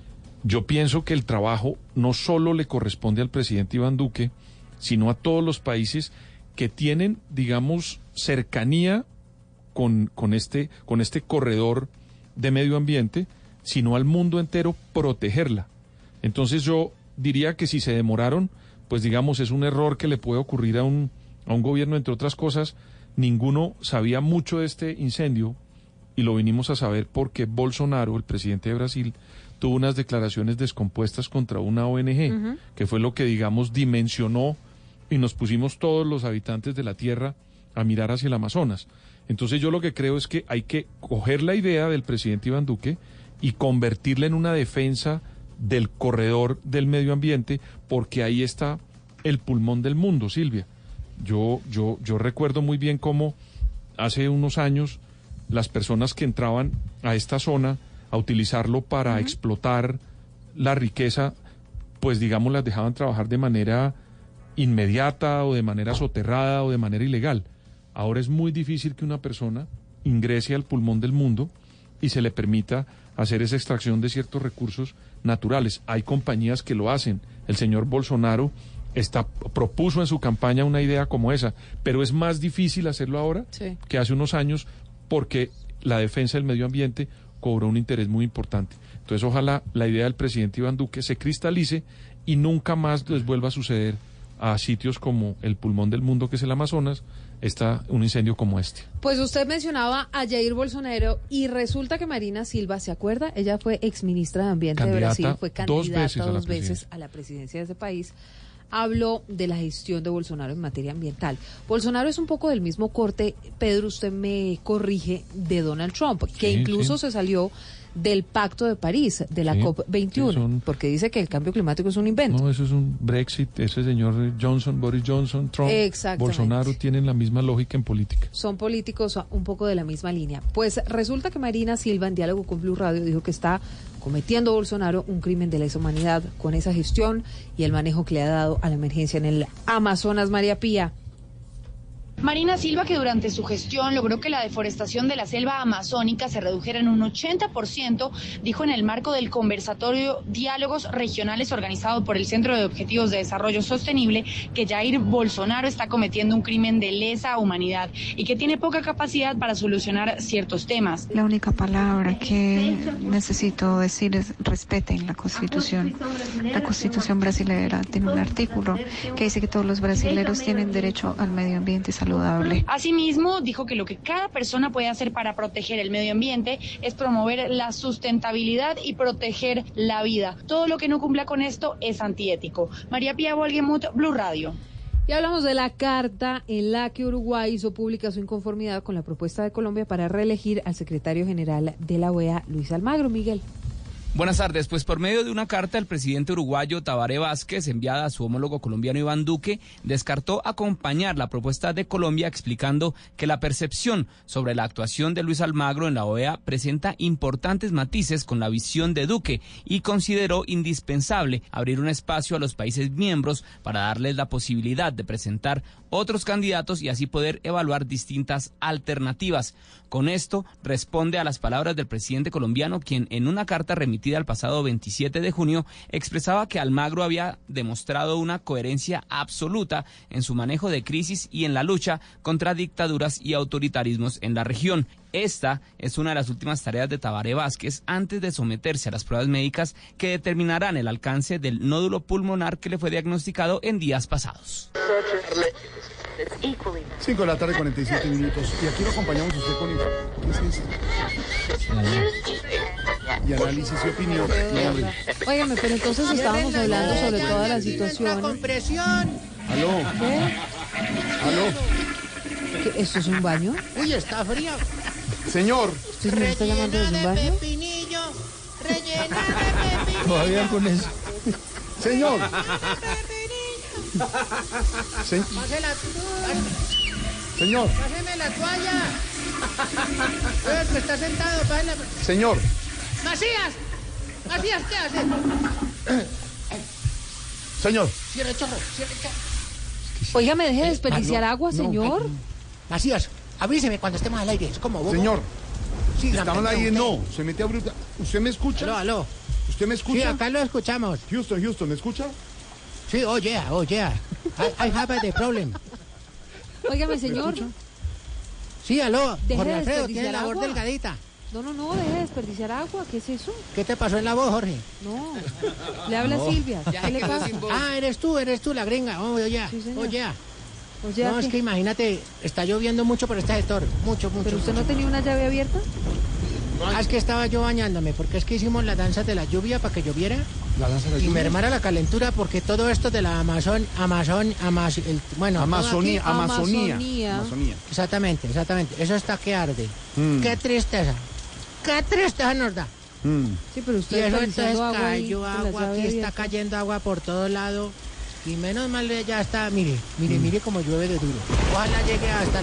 Yo pienso que el trabajo no solo le corresponde al presidente Iván Duque, sino a todos los países que tienen, digamos, cercanía con este corredor de medio ambiente, sino al mundo entero protegerla. Entonces yo diría que si se demoraron, pues digamos es un error que le puede ocurrir a un gobierno, entre otras cosas. Ninguno sabía mucho de este incendio y lo vinimos a saber porque Bolsonaro, el presidente de Brasil, tuvo unas declaraciones descompuestas contra una ONG, que fue lo que, digamos, dimensionó y nos pusimos todos los habitantes de la Tierra a mirar hacia el Amazonas. Entonces yo lo que creo es que hay que coger la idea del presidente Iván Duque y convertirla en una defensa del corredor del medio ambiente, porque ahí está el pulmón del mundo, Silvia. Yo recuerdo muy bien cómo hace unos años las personas que entraban a esta zona a utilizarlo para explotar la riqueza, pues digamos las dejaban trabajar de manera inmediata o de manera soterrada o de manera ilegal. Ahora es muy difícil que una persona ingrese al pulmón del mundo y se le permita hacer esa extracción de ciertos recursos naturales. Hay compañías que lo hacen. El señor Bolsonaro propuso en su campaña una idea como esa, pero es más difícil hacerlo ahora que hace unos años, porque la defensa del medio ambiente cobró un interés muy importante. Entonces ojalá la idea del presidente Iván Duque se cristalice y nunca más les vuelva a suceder a sitios como el pulmón del mundo, que es el Amazonas, un incendio como este. Pues usted mencionaba a Jair Bolsonaro y resulta que Marina Silva, ¿se acuerda? Ella fue exministra de Ambiente de Brasil, fue candidata dos veces a la presidencia de ese país. Habló de la gestión de Bolsonaro en materia ambiental. Bolsonaro es un poco del mismo corte, Pedro, usted me corrige, de Donald Trump, que incluso se salió del Pacto de París, de la COP21, porque dice que el cambio climático es un invento. No, eso es un Brexit, ese señor Boris Johnson, Trump, Bolsonaro tienen la misma lógica en política. Son políticos un poco de la misma línea. Pues resulta que Marina Silva, en diálogo con Blue Radio, dijo que está cometiendo Bolsonaro un crimen de lesa humanidad con esa gestión y el manejo que le ha dado a la emergencia en el Amazonas. María Pía. Marina Silva, que durante su gestión logró que la deforestación de la selva amazónica se redujera en un 80%, dijo en el marco del conversatorio Diálogos Regionales organizado por el Centro de Objetivos de Desarrollo Sostenible que Jair Bolsonaro está cometiendo un crimen de lesa humanidad y que tiene poca capacidad para solucionar ciertos temas. La única palabra que necesito decir es respeten la Constitución. La Constitución brasilera tiene un artículo que dice que todos los brasileños tienen derecho al medio ambiente saludable. Asimismo, dijo que lo que cada persona puede hacer para proteger el medio ambiente es promover la sustentabilidad y proteger la vida. Todo lo que no cumpla con esto es antiético. María Pía Volgemuth, Blue Radio. Y hablamos de la carta en la que Uruguay hizo pública su inconformidad con la propuesta de Colombia para reelegir al secretario general de la OEA, Luis Almagro. Miguel. Buenas tardes. Pues por medio de una carta, el presidente uruguayo Tabaré Vázquez, enviada a su homólogo colombiano Iván Duque, descartó acompañar la propuesta de Colombia, explicando que la percepción sobre la actuación de Luis Almagro en la OEA presenta importantes matices con la visión de Duque y consideró indispensable abrir un espacio a los países miembros para darles la posibilidad de presentar otros candidatos y así poder evaluar distintas alternativas. Con esto responde a las palabras del presidente colombiano, quien en una carta remitida el pasado 27 de junio expresaba que Almagro había demostrado una coherencia absoluta en su manejo de crisis y en la lucha contra dictaduras y autoritarismos en la región. Esta es una de las últimas tareas de Tabaré Vázquez antes de someterse a las pruebas médicas que determinarán el alcance del nódulo pulmonar que le fue diagnosticado en días pasados. 5 de la tarde, 47 minutos. Y aquí lo acompañamos usted con... ¿Qué es eso? Y análisis y opinión. Óigame, pero entonces estábamos hablando sobre toda la situación. Compresión. ¿Aló? ¿Qué? ¿Aló? ¿Qué? ¿Esto es un baño? Uy, está frío. Señor. ¿Usted me está llamando desde un baño? Pepinillo, rellena de pepinillo. Todavía con eso. Señor. Señor. Páseme la toalla. El que está sentado, pásale. Señor. Macías, ¿qué hace? Señor. Cierra el chorro. Oiga, ¿me deje de desperdiciar agua, señor? Macías, avíseme cuando estemos al aire. Es como bobo. Señor. Sí, estamos al aire, no. Se mete a bruta. ¿Usted me escucha? Aló. ¿Usted me escucha? Sí, acá lo escuchamos. Houston, ¿me escucha? Sí, oh yeah. I have the problem. Óigame, señor. Sí, aló. Deje Jorge de Alfredo, tiene la voz agua. delgadita. No, deje de desperdiciar agua. ¿Qué es eso? ¿Qué te pasó en la voz, Jorge? No. Le habla Silvia. ¿Qué le pasa? Ah, eres tú, la gringa. Oh, yeah. Sí, señor. Oh, yeah. Oye, No, es que imagínate, está lloviendo mucho por este sector. Mucho. ¿Pero usted no tenía una llave abierta? Es que estaba yo bañándome, porque es que hicimos la danza de la lluvia para que lloviera. ¿La danza de la y lluvia? mermara la calentura, porque todo esto de la Amazonía. Amazonía. Exactamente. Eso está que arde. Qué tristeza nos da. Sí, pero usted Y eso está entonces diciendo agua cayó agua, aquí está cayendo agua por todo lado. Y menos mal ya está, mire como llueve de duro. Ojalá llegue hasta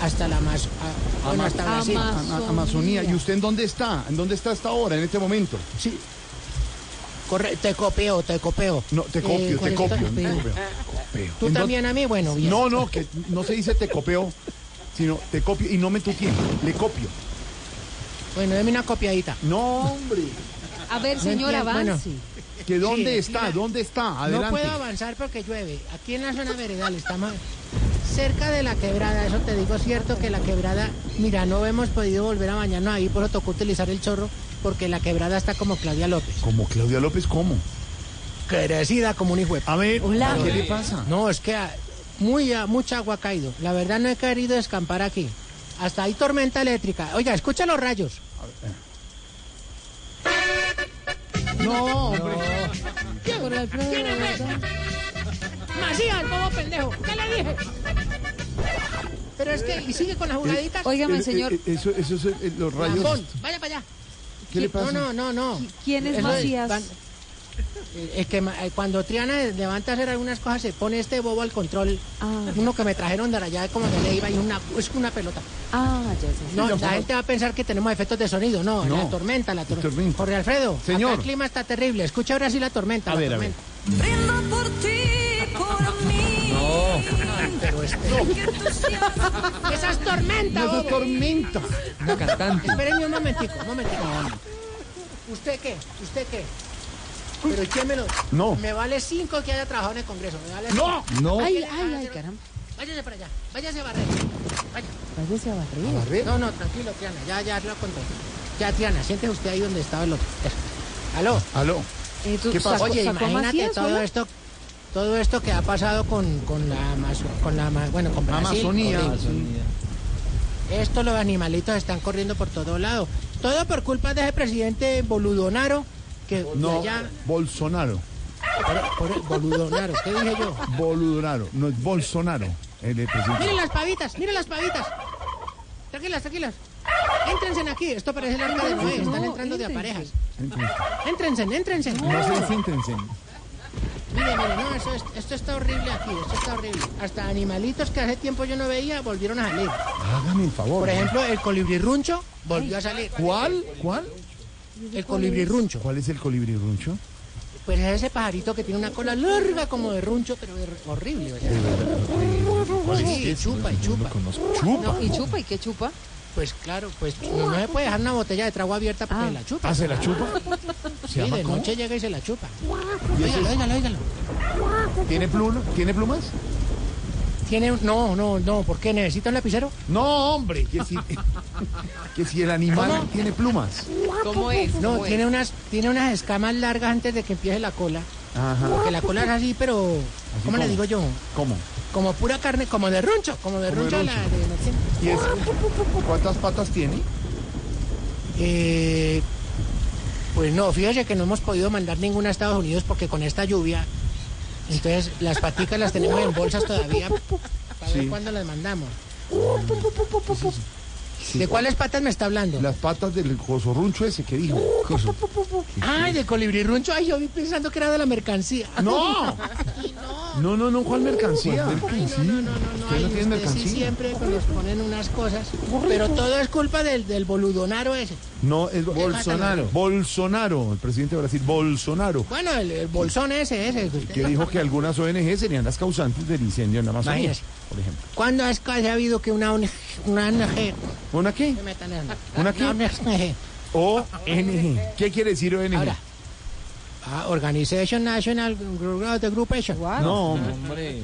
Brasil. Amazonía. ¿Y usted en dónde está? ¿En dónde está hasta ahora, en este momento? Sí. Te copio. No, te copio. ¿Tú también a mí? Bueno, bien. No, que no se dice te copio, sino te copio y no me tu tiempo. Le copio. Bueno, deme una copiadita. No, hombre. A ver, señor, avance. ¿Que dónde está? ¿Dónde está? Adelante. No puedo avanzar porque llueve. Aquí en la zona veredal estamos cerca de la quebrada. Eso te digo cierto que la quebrada, mira, no hemos podido volver a bañarnos ahí, por eso tocó utilizar el chorro, porque la quebrada está como Claudia López. ¿Como Claudia López? ¿Cómo? Crecida como un hijo de... A ver, hola. ¿Qué le pasa? No, es que mucha agua ha caído. La verdad no he querido escampar aquí. Hasta hay tormenta eléctrica. Oiga, escucha los rayos. No, hombre. Macías, bobo pendejo. ¿Qué le dije? Pero es que, y sigue con las jugaditas. Óigame, señor. Eso es los rayos. Lambón, vaya para allá. ¿Qué le pasa? No. ¿Quién es Macías? Es que cuando Triana levanta a hacer algunas cosas, se pone este bobo al control. Uno que me trajeron de allá como de Leiva y es una pelota. Ya. No, la gente va a pensar que tenemos efectos de sonido. No. La tormenta. Jorge Alfredo, señor. Acá el clima está terrible. Escucha ahora sí la tormenta. A ver. Brindo por ti, por mí. Pero ¡esa es tormenta! No, esa es tormenta. Una cantante. Espérenme un momentico. ¿Usted qué? Pero échemelo. No. Me vale 5 que haya trabajado en el Congreso. Me vale No. 5. No. Ay, caramba. Váyase para allá. Váyase a barrer. Váyase a barrer. No, tranquilo, Triana. Ya lo conté. Ya, Triana, siéntese usted ahí donde estaba el otro. Eso. Aló. ¿Qué pasa? Oye, imagínate todo esto que ha pasado con Brasil. Amazonía. Esto, los animalitos están corriendo por todo lado. Todo por culpa de ese presidente Boludonaro, que No, allá... Bolsonaro. Boludonaro, ¿qué dije yo? Boludonaro, no es Bolsonaro. El presidente. Miren las pavitas. Tranquilas. Éntrense aquí, esto parece el arca de Noé, están entrando de a parejas. Éntrense. No se desíntrense. Mire, no, esto está horrible aquí, Hasta animalitos que hace tiempo yo no veía volvieron a salir. Hágame el favor. Por ejemplo, el colibrirruncho volvió a salir. ¿Cuál? El colibrirruncho. ¿Cuál es el colibrirruncho? Pues es ese pajarito que tiene una cola larga como de runcho, pero horrible, ¿verdad? Sí, chupa. ¿Y chupa? ¿Y qué chupa? Pues claro, no se puede dejar una botella de trago abierta porque la chupa. ¿Ah, se la chupa? Sí, de noche llega y se la chupa. Óigalo. ¿Tiene plumas? No, ¿por qué? ¿Necesita un lapicero? No, hombre, que si el animal tiene plumas. ¿Cómo es? No, tiene unas escamas largas antes de que empiece la cola. Ajá. Porque la cola es así, pero... ¿Cómo le digo yo? ¿Cómo? Como pura carne, como de runcho. ¿Y cuántas patas tiene? Pues no, fíjese que no hemos podido mandar ninguna a Estados Unidos porque con esta lluvia, entonces las paticas las tenemos en bolsas todavía para ver cuándo las mandamos. ¿De cuáles patas me está hablando? Las patas del cosorruncho ese que dijo. Ay, de colibrirruncho. Ay, yo vi pensando que era de la mercancía. No. No, ¿cuál mercancía? No. ¿Usted no tiene mercancía? Sí, siempre nos ponen unas cosas. Pero todo es culpa del boludonaro ese. No, es Bolsonaro, el presidente de Brasil, Bolsonaro. Bueno, el bolsón ese. Que dijo que algunas ONG serían las causantes del incendio en Amazonia, por ejemplo. ¿Cuándo ha habido que una ONG... ¿Una qué? ¿Una qué? ONG. ONG. ¿Qué quiere decir ONG? Ahora. Organization National Groupation. No, hombre.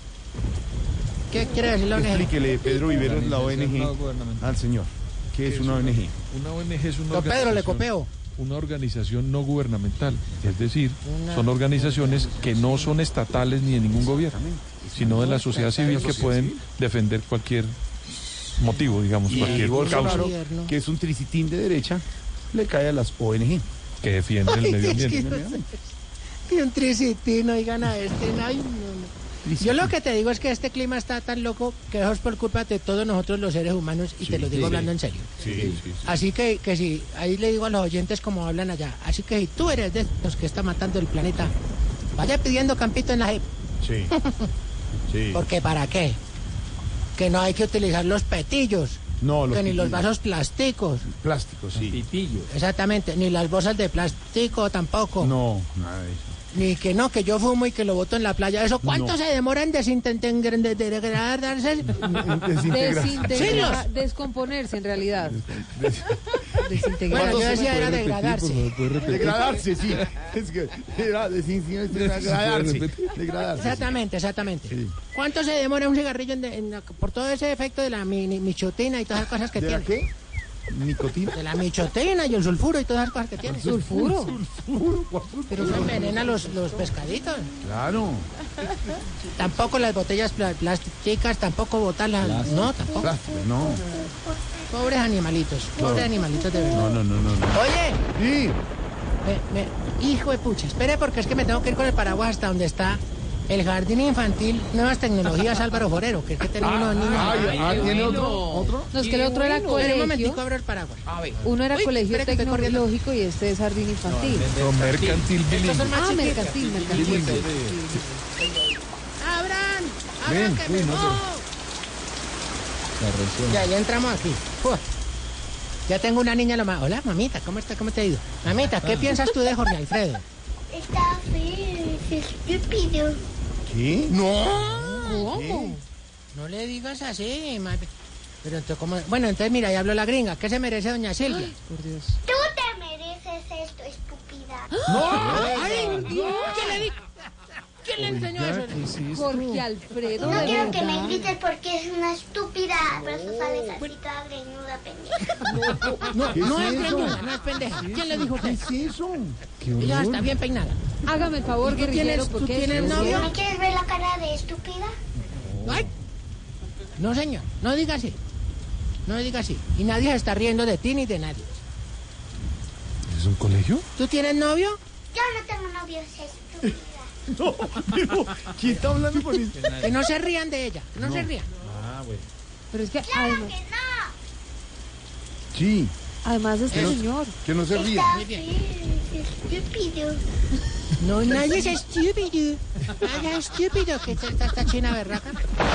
¿Qué quiere decir la ONG? Explíquele, Pedro Viveros, la ONG al señor. ¿Qué es una ONG? Una ONG es una Don Pedro, le copeo. Una organización no gubernamental, es decir, son organizaciones que no son estatales ni de ningún gobierno, sino de la sociedad civil que pueden defender cualquier motivo, digamos, cualquier causa. Que es un tricitín de derecha, le cae a las ONG. Que defienden el medio ambiente. Y un tricitín, oigan a este. Ay, no. Yo lo que te digo es que este clima está tan loco que eso es por culpa de todos nosotros los seres humanos y te lo digo hablando en serio. Sí. Así que si, ahí le digo a los oyentes como hablan allá, así que si tú eres de los que está matando el planeta, vaya pidiendo campito en la JEP. Sí. Porque ¿para qué? Que no hay que utilizar los petillos. No, que ni los vasos plásticos. Plásticos, sí. Pitillos. Exactamente, ni las bolsas de plástico tampoco. No, nada de eso. Ni que no, que yo fumo y que lo boto en la playa. ¿Eso cuánto se demora en desintegrarse? Descomponerse, en realidad. Bueno, yo decía era degradarse. Degradarse, sí. Es que era degradarse. Exactamente. Sí. ¿Cuánto se demora un cigarrillo por todo ese efecto de la michotina y todas esas cosas que tiene? ¿De qué? ¿Nicotina? De la michotina y el sulfuro y todas esas cosas que tiene. ¿Sulfuro? Pero eso envenena los pescaditos. Claro. Tampoco las botellas plásticas, tampoco botarlas. No, tampoco. Plástico, no. Pobres animalitos de verdad. No. Oye. Sí. Hijo de pucha, espere porque es que me tengo que ir con el paraguas hasta donde está el jardín infantil Nuevas Tecnologías Álvaro Forero, que es que tenemos unos niños. ¿Tiene otro? No, es que el otro era colegio. Un momentico, abro el paraguas. Uno era colegio tecnológico y este es jardín infantil. Mercantil bilingüe. Mercantil. ¡Abran! Que me mojo! Ya entramos aquí. Ya tengo una niña lo más. Hola, mamita, ¿cómo está? ¿Cómo te ha ido? Mamita, ¿qué piensas tú de Jorge Alfredo? Está feo, es estúpido. ¿Qué? No. ¿Cómo? No le digas así, pero entonces, ¿cómo? Bueno, entonces mira, ya habló la gringa. ¿Qué se merece doña Silvia? Ay, por Dios. Tú te mereces esto, estúpida. ¡No! ¡Ay, Dios! ¿Qué le dijo? ¿Quién le enseñó eso? Jorge Alfredo. No de quiero verdad. que me grites porque es una estúpida. Pero tú sales así toda greñuda, pendeja. No es greñuda, no es pendeja. ¿Quién le dijo ¿Qué es eso? Ella está bien peinada. Hágame el favor, guerrillero, ¿Tú porque tienes novio? ¿No quieres ver la cara de estúpida? Ay. No, señor, no diga así. No diga así. Y nadie se está riendo de ti ni de nadie. ¿Es un colegio? ¿Tú tienes novio? Yo no tengo novio, es estúpida. No, pero ¿quién está hablando con eso? Que no se rían de ella, no se rían. Ah, bueno. Pero es que ¡Claro además, que no! Sí, además de este señor. que no se ría. Muy bien. Estúpido. No, nadie es estúpido. Nadie es estúpido. ¿Qué es esta china berraca?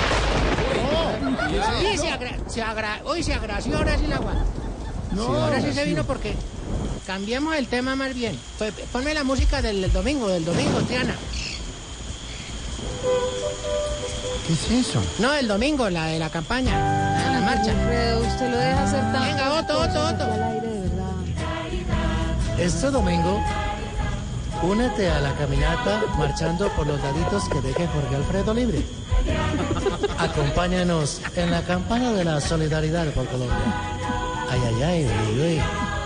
Hoy se agració, ahora sí la aguanta. No, Sí, ahora sí se vino porque cambiamos el tema más bien. Ponme la música del domingo, Triana. ¿Qué es eso? No, el domingo, la de la campaña, la de la marcha. Alfredo, usted lo deja hacer tan. Venga, Otto. Al aire, de verdad. Este domingo, únete a la caminata marchando por los laditos que deje Jorge Alfredo libre. Acompáñanos en la campaña de la solidaridad por Colombia. Ay, ay, ay, uy, uy.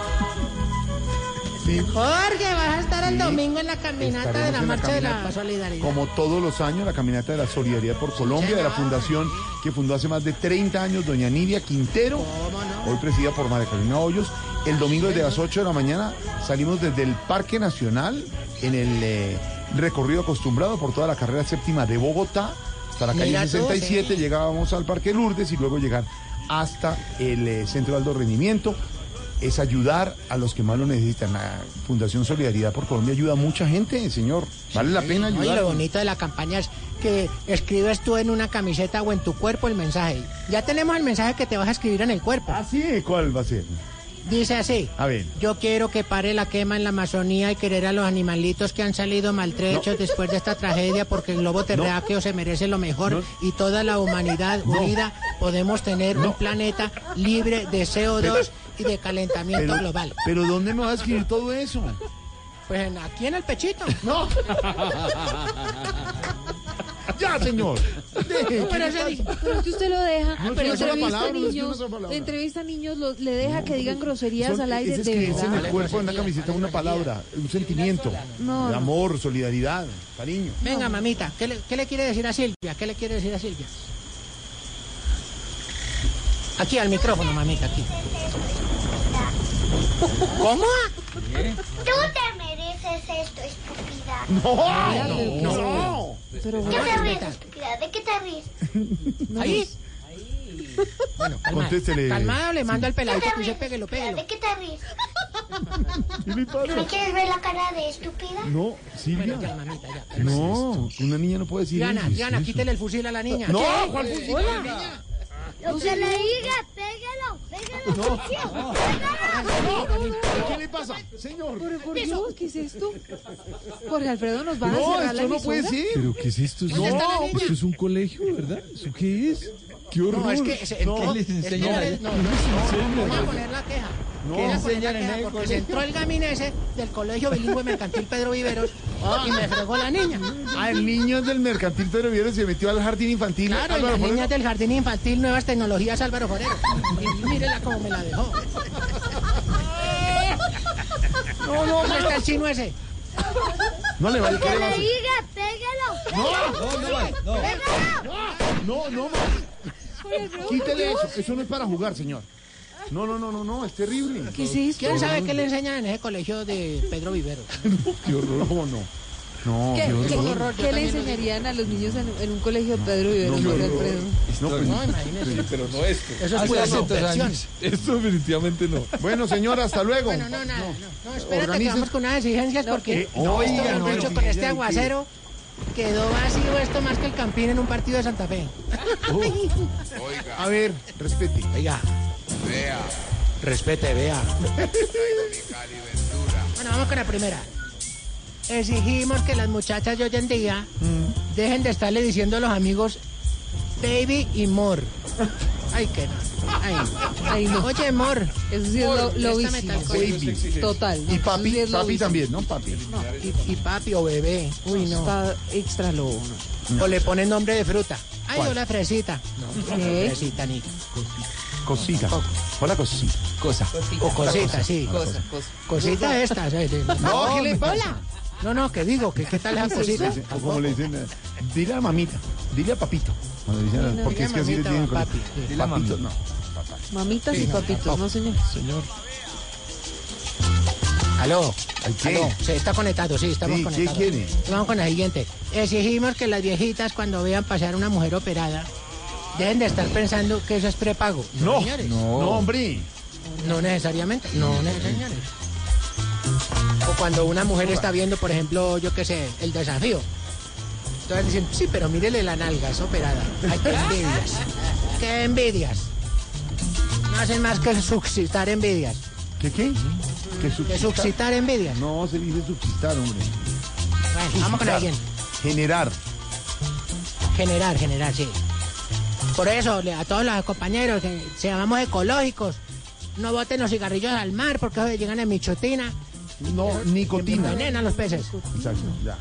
Jorge, vas a estar el domingo en la caminata Estaremos de la en marcha de la caminata, solidaridad. Como todos los años, la caminata de la solidaridad por Colombia, de la fundación que fundó hace más de 30 años doña Nidia Quintero, hoy presidida por María Carolina Hoyos. El domingo desde las 8 de la mañana salimos desde el Parque Nacional en el recorrido acostumbrado por toda la carrera séptima de Bogotá hasta la calle Mira tú, 67, sí. Llegábamos al Parque Lourdes y luego llegar hasta el Centro de Alto Rendimiento. Es ayudar a los que más lo necesitan. La Fundación Solidaridad por Colombia ayuda a mucha gente, señor. Vale la pena No, y ayudar. lo bonito de la campaña es que escribes tú en una camiseta o en tu cuerpo el mensaje. Ya tenemos el mensaje que te vas a escribir en el cuerpo. ¿Ah, sí? ¿Cuál va a ser? Dice así. A ver. Yo quiero que pare la quema en la Amazonía y querer a los animalitos que han salido maltrechos después de esta tragedia porque el globo terráqueo se merece lo mejor y toda la humanidad unida podemos tener un planeta libre de CO2 y de calentamiento global. Pero ¿dónde me va a escribir todo eso? Pues aquí en el pechito. No. Ya, señor. Pero es que usted lo deja. No, Pero es una entrevista palabra, a no es niños, una palabra. entrevista a niños, le deja que digan groserías al aire, Es de escribirse en verdad. el cuerpo, en la camiseta, una palabra, un sentimiento No, de no. amor, solidaridad, cariño. Venga, mamita, ¿qué le quiere decir a Silvia? ¿Qué le quiere decir a Silvia? Aquí al micrófono, mamita, aquí. ¿Cómo? Tú te mereces esto, estúpida. No. Pero ¿Qué te bueno, ríes, estúpida? ¿De qué te ríes? Ahí. Bueno, Contéstele. calmado, le mando al ¿Qué peladito te que ríes, se péguelo, estúpida? péguelo. ¿De qué te ríes? ¿Qué le ¿No pasa? quieres ver la cara de estúpida? No, Silvia. Bueno, ya, mamita, ya. No, una niña no puede decir Diana, eso. Diana, quítele el fusil a la niña. No, ¿Qué? ¿cuál fusil? Hola. Lo que le diga, pégalo. ¿Qué le pasa, señor? Pero por Dios, ¿qué es esto? Jorge Alfredo, nos van a No, cerrar la esto no puede emisora. ser. ¿Pero qué es esto? ¿Dónde está la niña? Esto es un colegio, ¿verdad? ¿Eso qué es? ¡Qué horror! No, es que... ¿Qué les enseñan allá? No, voy a poner la queja. Voy a poner la queja porque se entró el gaminese del Colegio Bilingüe Mercantil Pedro Viveros y me fregó la niña. Ah, el niño del mercantil Pedro Viveros se metió al jardín infantil. Claro, y Álvaro las Forero. niñas del Jardín Infantil Nuevas Tecnologías Álvaro Forero. Y mírela cómo me la dejó. No, ¿dónde está el chino ese? No le vaya a Lo que querer le hacer. diga, pégalo. No, quítele eso. Eso no es para jugar, señor. No, es terrible. ¿Qué es esto? ¿Quién sabe qué le enseñan en ese colegio de Pedro Viveros? Qué horror. No, ¿Qué, qué qué- horror. qué le enseñarían a los niños en un colegio de Pedro Viveros, Jorge Alfredo? No, pues, No, imagínese. Pero no esto. Eso es pura subversión. Esto definitivamente no. Bueno, señora, hasta luego. Bueno, no, espérate que Organice- vamos con unas exigencias porque oiga, esto, no, dicho, no, con ya, este ya, aguacero quedó vacío esto más que el Campín en un partido de Santa Fe. A ver, respete. Oiga. Vea. Respete, vea. Bueno, vamos con la primera. Exigimos que las muchachas de hoy en día dejen de estarle diciendo a los amigos baby y more. Ay, qué no. Ay, no. Oye, more. Eso sí es lo Baby. Total. Y papi, Sí es papi también, ¿no? Papi. No, y papi o bebé. Uy, no. Está extra lobo. O le ponen nombre de fruta. Ay, ¿Cuál? hola, fresita. No, ¿Qué? fresita, ni. Cosita. Hola, cosita. Cosa. O cosita, sí. Cosita esta. No, ¿qué le pasa? No, que digo, que qué tal esa cosita. O como le dicen, dile a mamita, dile a papito. Cuando dicen, porque es que así le tienen con papi. Dile a papito, no. Mamitas y papitos, no, señor. Señor. Aló. ¿Qué? Aló. Se está conectado, sí, estamos Sí, conectados. ¿qué quiere? Vamos con la siguiente. Exigimos que las viejitas, cuando vean pasar una mujer operada, dejen de estar pensando que eso es prepago. No, señores. no, hombre. No necesariamente. Señores. O cuando una mujer está viendo, por ejemplo, yo qué sé, El Desafío. Entonces dicen, sí, pero mírele la nalga, es operada. Ay, qué envidias. Qué envidias. No hacen más que suscitar envidias. ¿Qué? Que suscitar envidias. No, se dice subsistar, hombre. Bueno, vamos con alguien. Generar. Generar, sí. Por eso, a todos los compañeros que se llamamos ecológicos, no boten los cigarrillos al mar porque hoy llegan en michotina. No, nicotina. Envenenan los peces. Exacto, ya.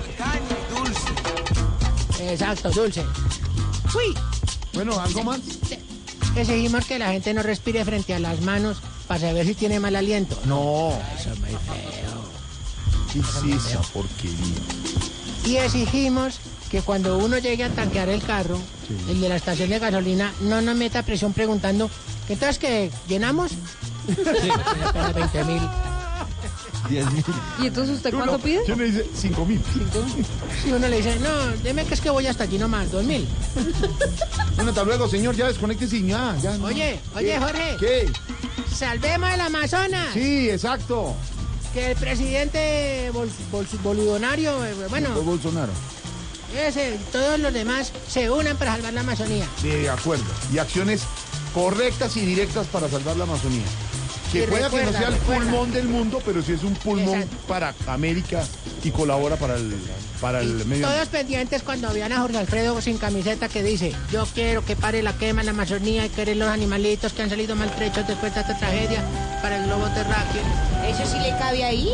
Exacto, dulce. Uy. Bueno, ¿algo más? Exigimos que la gente no respire frente a las manos para saber si tiene mal aliento. No. Eso es muy feo. ¿Qué es esa porquería? Y exigimos que cuando uno llegue a tanquear el carro, el de la estación de gasolina no nos meta presión preguntando, ¿entonces qué? ¿Llenamos? Sí. Apenas 20.000. 10.000. ¿Y entonces usted cuánto pide? Yo le dice 5.000. Si uno le dice, no, deme que es que voy hasta allí nomás, 2.000. Bueno, hasta luego, señor, ya desconéctese y ya. No. Oye, Jorge. ¿Qué? Salvemos el Amazonas. Sí, exacto. Que el presidente boludonario, Bolsonaro. ese, todos los demás se unan para salvar la Amazonía. De acuerdo. Y acciones correctas y directas para salvar la Amazonía. Que pueda que no sea el pulmón del mundo, pero sí es un pulmón para América y colabora para el medio Todos ambiente. pendientes cuando vean a Jorge Alfredo sin camiseta que dice, yo quiero que pare la quema en la Amazonía y querer los animalitos que han salido maltrechos después de esta tragedia para el globo terráqueo. ¿Eso sí le cabe ahí?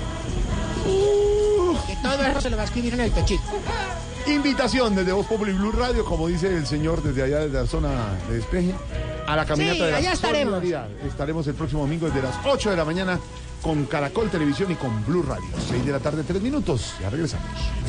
Que todo eso se lo va a escribir en el pechito. Invitación desde Voz Populi Blue Radio, como dice el señor desde allá, desde la zona de despeje, a la caminata Sí, de la allá estaremos. solidaridad. Estaremos el próximo domingo desde las 8 de la mañana con Caracol Televisión y con Blue Radio. 6 de la tarde, 3 minutos. Ya regresamos.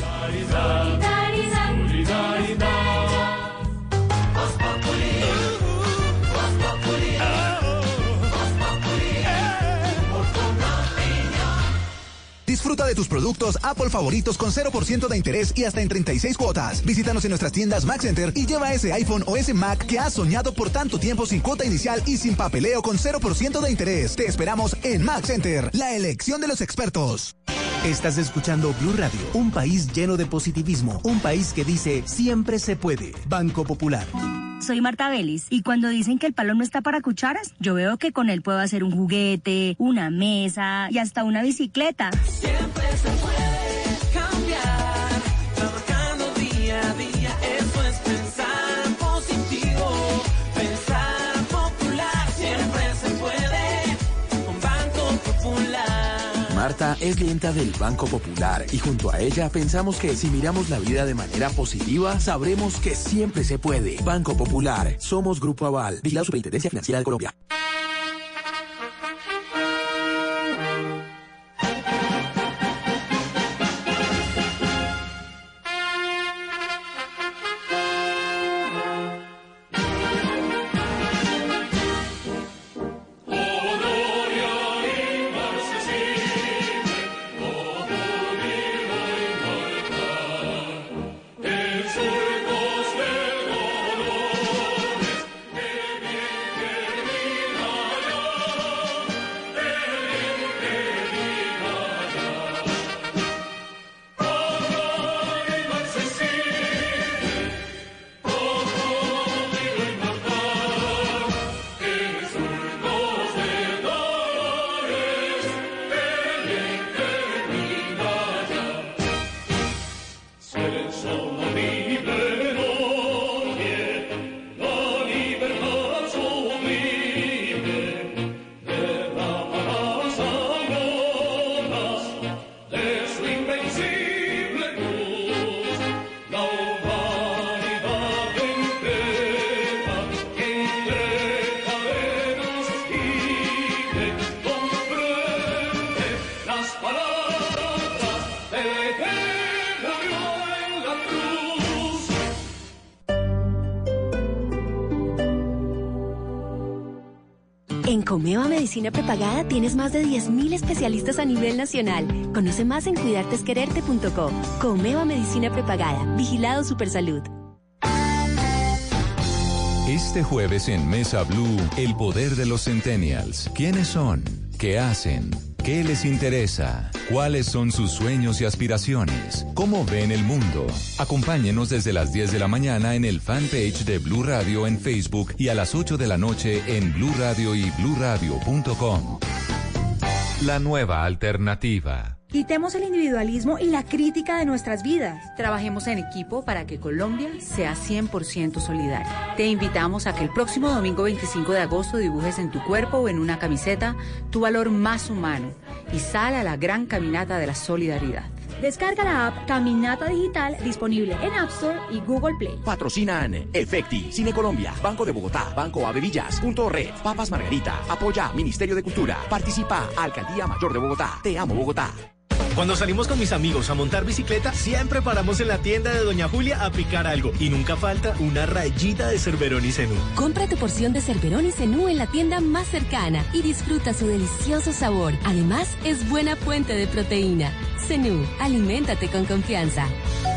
Disfruta de tus productos Apple favoritos con 0% de interés y hasta en 36 cuotas. Visítanos en nuestras tiendas Mac Center y lleva ese iPhone o ese Mac que has soñado por tanto tiempo sin cuota inicial y sin papeleo con 0% de interés. Te esperamos en Mac Center, la elección de los expertos. Estás escuchando Blue Radio, un país lleno de positivismo, un país que dice siempre se puede. Banco Popular. Soy Marta Vélez y cuando dicen que el palo no está para cucharas, yo veo que con él puedo hacer un juguete, una mesa y hasta una bicicleta. Siempre se puede cambiar, trabajando día a día, eso es pensar positivo, pensar popular, siempre se puede, con Banco Popular. Marta es clienta del Banco Popular y junto a ella pensamos que si miramos la vida de manera positiva, sabremos que siempre se puede. Banco Popular, somos Grupo Aval, vigilado Superintendencia Financiera de Colombia. En Comeva Medicina Prepagada tienes más de 10.000 especialistas a nivel nacional. Conoce más en cuidartesquererte.co. Comeva Medicina Prepagada. Vigilado Supersalud. Este jueves en Mesa Blue, el poder de los Centennials. ¿Quiénes son? ¿Qué hacen? ¿Qué les interesa? ¿Cuáles son sus sueños y aspiraciones? ¿Cómo ven el mundo? Acompáñenos desde las 10 de la mañana en el fanpage de Blue Radio en Facebook y a las 8 de la noche en Blue Radio y bluradio.com. La nueva alternativa. Quitemos el individualismo y la crítica de nuestras vidas. Trabajemos en equipo para que Colombia sea 100% solidaria. Te invitamos a que el próximo domingo 25 de agosto dibujes en tu cuerpo o en una camiseta tu valor más humano y sal a la gran caminata de la solidaridad. Descarga la app Caminata Digital, disponible en App Store y Google Play. Patrocinan Efecti, Cine Colombia, Banco de Bogotá, Banco Avevillas, Punto Red, Papas Margarita, apoya Ministerio de Cultura, participa Alcaldía Mayor de Bogotá. Te amo, Bogotá. Cuando salimos con mis amigos a montar bicicleta, siempre paramos en la tienda de Doña Julia a picar algo. Y nunca falta una rayita de Cerverón y Zenú. Compra tu porción de Cerverón y Zenú en la tienda más cercana y disfruta su delicioso sabor. Además, es buena fuente de proteína. Zenú, aliméntate con confianza.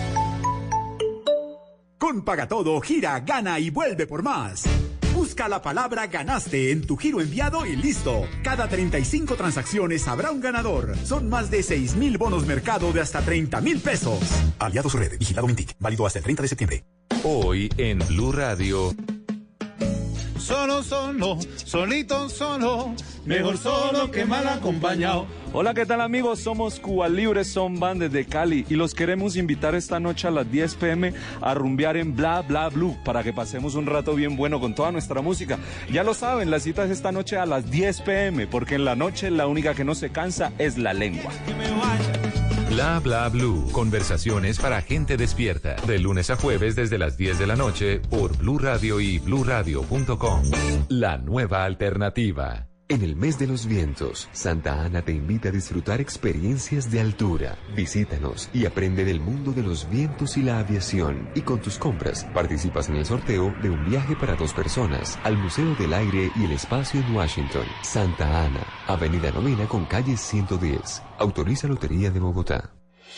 Con Pagatodo, gira, gana y vuelve por más. Busca la palabra ganaste en tu giro enviado y listo. Cada 35 transacciones habrá un ganador. Son más de 6.000 bonos mercado de hasta 30.000 pesos. Aliados Red, vigilado Mintic, válido hasta el 30 de septiembre. Hoy en Blue Radio. Solo, solito, solo, mejor solo que mal acompañado. Hola, ¿qué tal amigos? Somos Cuba Libre Son Band desde Cali y los queremos invitar esta noche a las 10 p.m. a rumbear en Bla Bla Blue para que pasemos un rato bien bueno con toda nuestra música. Ya lo saben, la cita es esta noche a las 10 p.m. porque en la noche la única que no se cansa es la lengua. Bla Bla Blue, conversaciones para gente despierta, de lunes a jueves desde las 10 de la noche por Blue Radio y bluradio.com. La nueva alternativa. En el mes de los vientos, Santa Ana te invita a disfrutar experiencias de altura. Visítanos y aprende del mundo de los vientos y la aviación. Y con tus compras, participas en el sorteo de un viaje para 2 personas al Museo del Aire y el Espacio en Washington. Santa Ana, Avenida Novena con calle 110. Autoriza Lotería de Bogotá.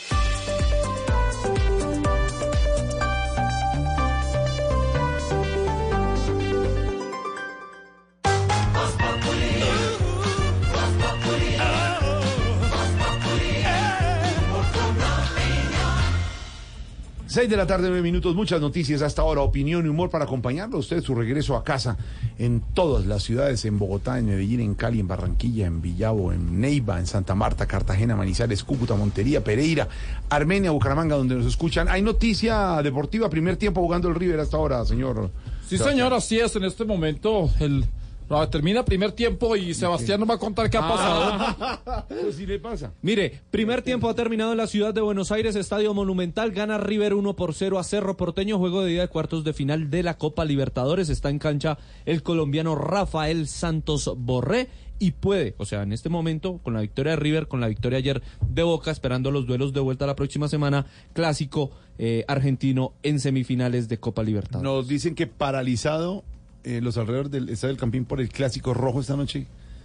Seis de la tarde, 9 minutos, muchas noticias hasta ahora, opinión y humor para acompañarlo a usted su regreso a casa en todas las ciudades, en Bogotá, en Medellín, en Cali, en Barranquilla, en Villavo, en Neiva, en Santa Marta, Cartagena, Manizales, Cúcuta, Montería, Pereira, Armenia, Bucaramanga, donde nos escuchan. Hay noticia deportiva, primer tiempo jugando el River hasta ahora, señor. Sí, señor, así es, en este momento termina primer tiempo y Sebastián nos va a contar qué ha pasado. Eso sí le pasa. Mire, primer tiempo ha terminado en la ciudad de Buenos Aires, Estadio Monumental, gana River 1-0 a Cerro Porteño, juego de ida de cuartos de final de la Copa Libertadores. Está en cancha el colombiano Rafael Santos Borré y puede, o sea, en este momento, con la victoria de River, con la victoria ayer de Boca, esperando los duelos de vuelta la próxima semana, clásico argentino en semifinales de Copa Libertadores. Nos dicen que paralizado los alrededores del Estadio del Campín por el clásico rojo esta noche.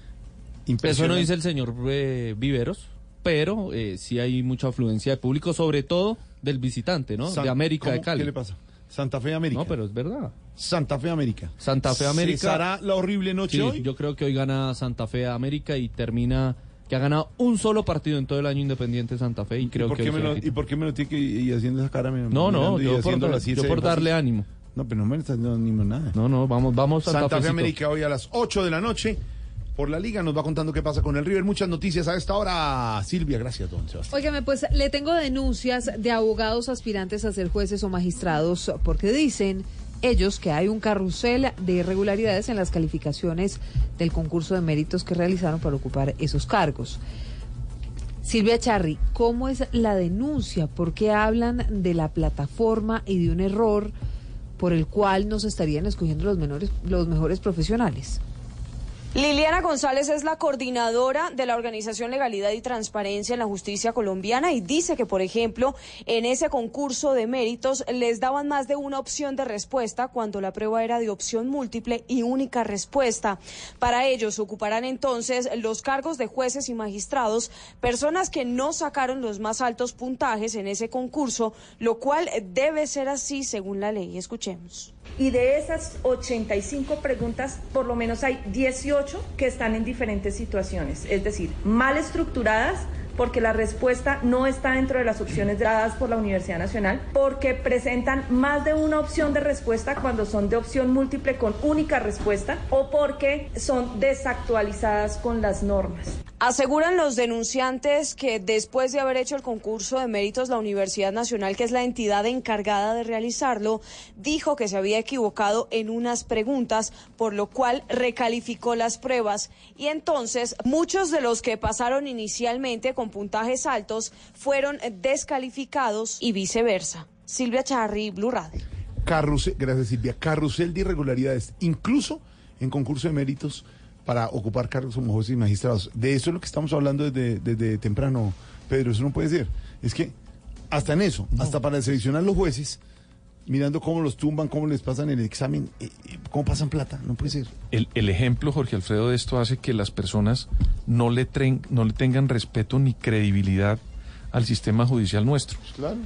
Eso no dice el señor Viveros, pero sí hay mucha afluencia de público, sobre todo del visitante, ¿no? De América de Cali. ¿Qué le pasa? Santa Fe América. No, pero es verdad. Santa Fe América. Santa Fe América. ¿Cesará la horrible noche hoy? Yo creo que hoy gana Santa Fe América y termina que ha ganado un solo partido en todo el año Independiente Santa Fe y creo que ¿Y por qué me lo tiene que ir haciendo esa cara? No, yo por darle ánimo. No, pero no me estás dando ánimo nada. No, vamos Santa Fe América hoy a las 8 de la noche. Por la Liga nos va contando qué pasa con el River. Muchas noticias a esta hora. Silvia, gracias, don Sebastián. Óigame, pues le tengo denuncias de abogados aspirantes a ser jueces o magistrados porque dicen ellos que hay un carrusel de irregularidades en las calificaciones del concurso de méritos que realizaron para ocupar esos cargos. Silvia Charri, ¿cómo es la denuncia? ¿Por qué hablan de la plataforma y de un error por el cual no se estarían escogiendo los mejores profesionales? Liliana González es la coordinadora de la organización Legalidad y Transparencia en la Justicia Colombiana y dice que, por ejemplo, en ese concurso de méritos les daban más de una opción de respuesta cuando la prueba era de opción múltiple y única respuesta. Para ellos ocuparán entonces los cargos de jueces y magistrados personas que no sacaron los más altos puntajes en ese concurso, lo cual debe ser así según la ley. Escuchemos. Y de esas 85 preguntas, por lo menos hay 18 que están en diferentes situaciones, es decir, mal estructuradas, porque la respuesta no está dentro de las opciones dadas por la Universidad Nacional, porque presentan más de una opción de respuesta cuando son de opción múltiple con única respuesta, o porque son desactualizadas con las normas. Aseguran los denunciantes que después de haber hecho el concurso de méritos, la Universidad Nacional, que es la entidad encargada de realizarlo, dijo que se había equivocado en unas preguntas, por lo cual recalificó las pruebas. Y entonces muchos de los que pasaron inicialmente con puntajes altos fueron descalificados y viceversa. Silvia Charri, Blue Radio. Gracias, Silvia. Carrusel de irregularidades, incluso en concurso de méritos para ocupar cargos como jueces y magistrados. De eso es lo que estamos hablando desde temprano, Pedro. Eso no puede ser. Es que hasta en eso, hasta para seleccionar los jueces, mirando cómo los tumban, cómo les pasan el examen, cómo pasan plata, no puede ser. El ejemplo, Jorge Alfredo, de esto hace que las personas no le tengan respeto ni credibilidad al sistema judicial nuestro. Claro.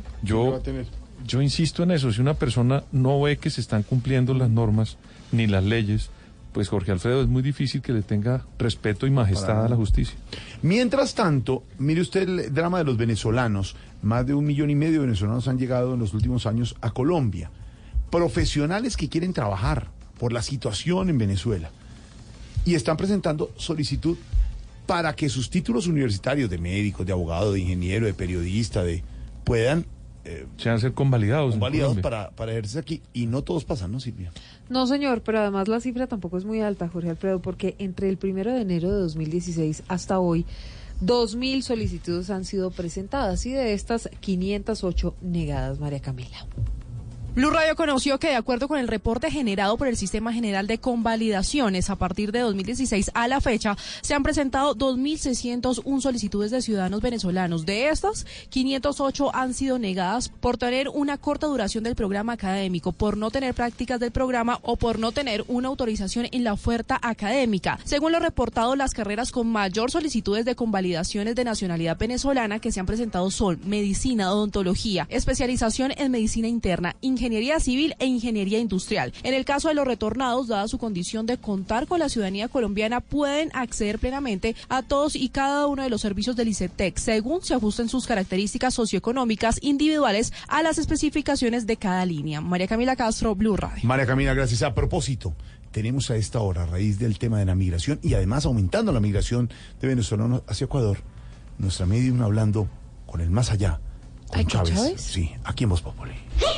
Yo insisto en eso, si una persona no ve que se están cumpliendo las normas ni las leyes, pues Jorge Alfredo, es muy difícil que le tenga respeto y majestad a la justicia. Mientras tanto, mire usted el drama de los venezolanos. Más de 1,5 millones de venezolanos han llegado en los últimos años a Colombia. Profesionales que quieren trabajar por la situación en Venezuela. Y están presentando solicitud para que sus títulos universitarios de médico, de abogado, de ingeniero, de periodista, puedan sean ser convalidados para ejercer aquí. Y no todos pasan, ¿no, Silvia? No, señor, pero además la cifra tampoco es muy alta, Jorge Alfredo, porque entre el 1 de enero de 2016 hasta hoy, 2.000 solicitudes han sido presentadas y de estas 508 negadas, María Camila. Blue Radio conoció que, de acuerdo con el reporte generado por el Sistema General de Convalidaciones, a partir de 2016 a la fecha, se han presentado 2.601 solicitudes de ciudadanos venezolanos. De estas, 508 han sido negadas por tener una corta duración del programa académico, por no tener prácticas del programa o por no tener una autorización en la oferta académica. Según lo reportado, las carreras con mayor solicitudes de convalidaciones de nacionalidad venezolana que se han presentado son medicina, odontología, especialización en medicina interna, ingeniería civil e ingeniería industrial. En el caso de los retornados, dada su condición de contar con la ciudadanía colombiana, pueden acceder plenamente a todos y cada uno de los servicios del ICETEX, según se ajusten sus características socioeconómicas individuales a las especificaciones de cada línea. María Camila Castro, Blue Radio. María Camila, gracias. A propósito, tenemos a esta hora, a raíz del tema de la migración y además aumentando la migración de venezolanos hacia Ecuador, nuestra medium hablando con el más allá, con Chávez. Sí, aquí en Voz Populi.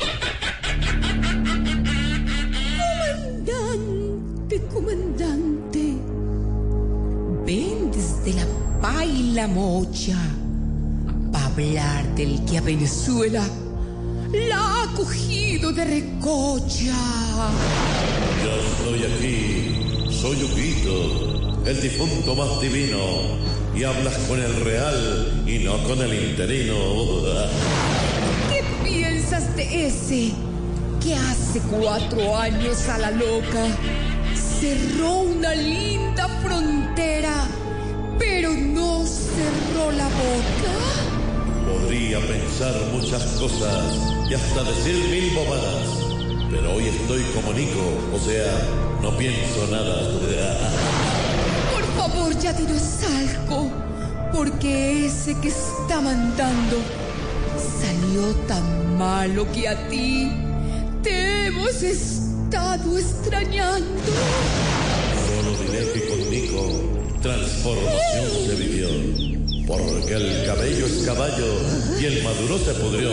Comandante, ven desde la paila mocha para hablar del que a Venezuela la ha cogido de recocha. Yo estoy aquí, soy Huguito, el difunto más divino, y hablas con el real y no con el interino. ¿Qué piensas de ese que hace 4 años a la loca cerró una linda frontera, pero no cerró la boca? Podría pensar muchas cosas y hasta decir 1000 bobadas, pero hoy estoy como Nico, o sea, no pienso nada. Por favor, ya dinos algo, porque ese que está mandando salió tan malo que a ti te hemos estado extrañando. Solo diré que con Nico transformación se vivió, porque el cabello es caballo y el maduro se pudrió.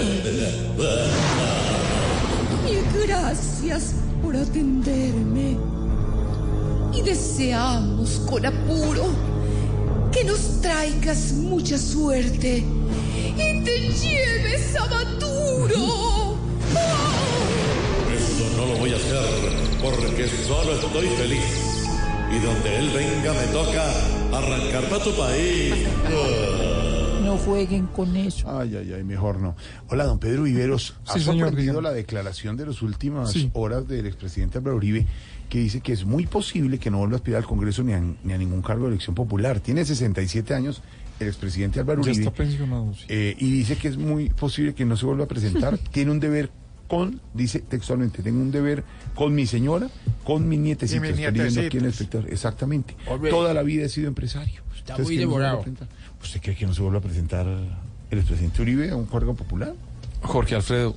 Y gracias por atenderme. Y deseamos con apuro que nos traigas mucha suerte y te lleves a Maduro. Eso no lo voy a hacer porque solo estoy feliz. Y donde él venga me toca arrancar para tu país. No jueguen con eso. Ay, mejor no. Hola, don Pedro Viveros. ¿Ha sorprendido la declaración de las últimas horas del expresidente Álvaro Uribe, que dice que es muy posible que no vuelva a aspirar al Congreso ni a ningún cargo de elección popular? Tiene 67 años el expresidente Álvaro Uribe. Ya está pensionado, sí. Y dice que es muy posible que no se vuelva a presentar. Tiene un deber dice textualmente, tengo un deber con mi señora, con mi nietecito. Estoy viviendo aquí en el espectador. Exactamente. Hombre, toda la vida he sido empresario. Está muy devorado. ¿Usted cree que no se vuelva a presentar el expresidente Uribe a un cargo popular? Jorge Alfredo,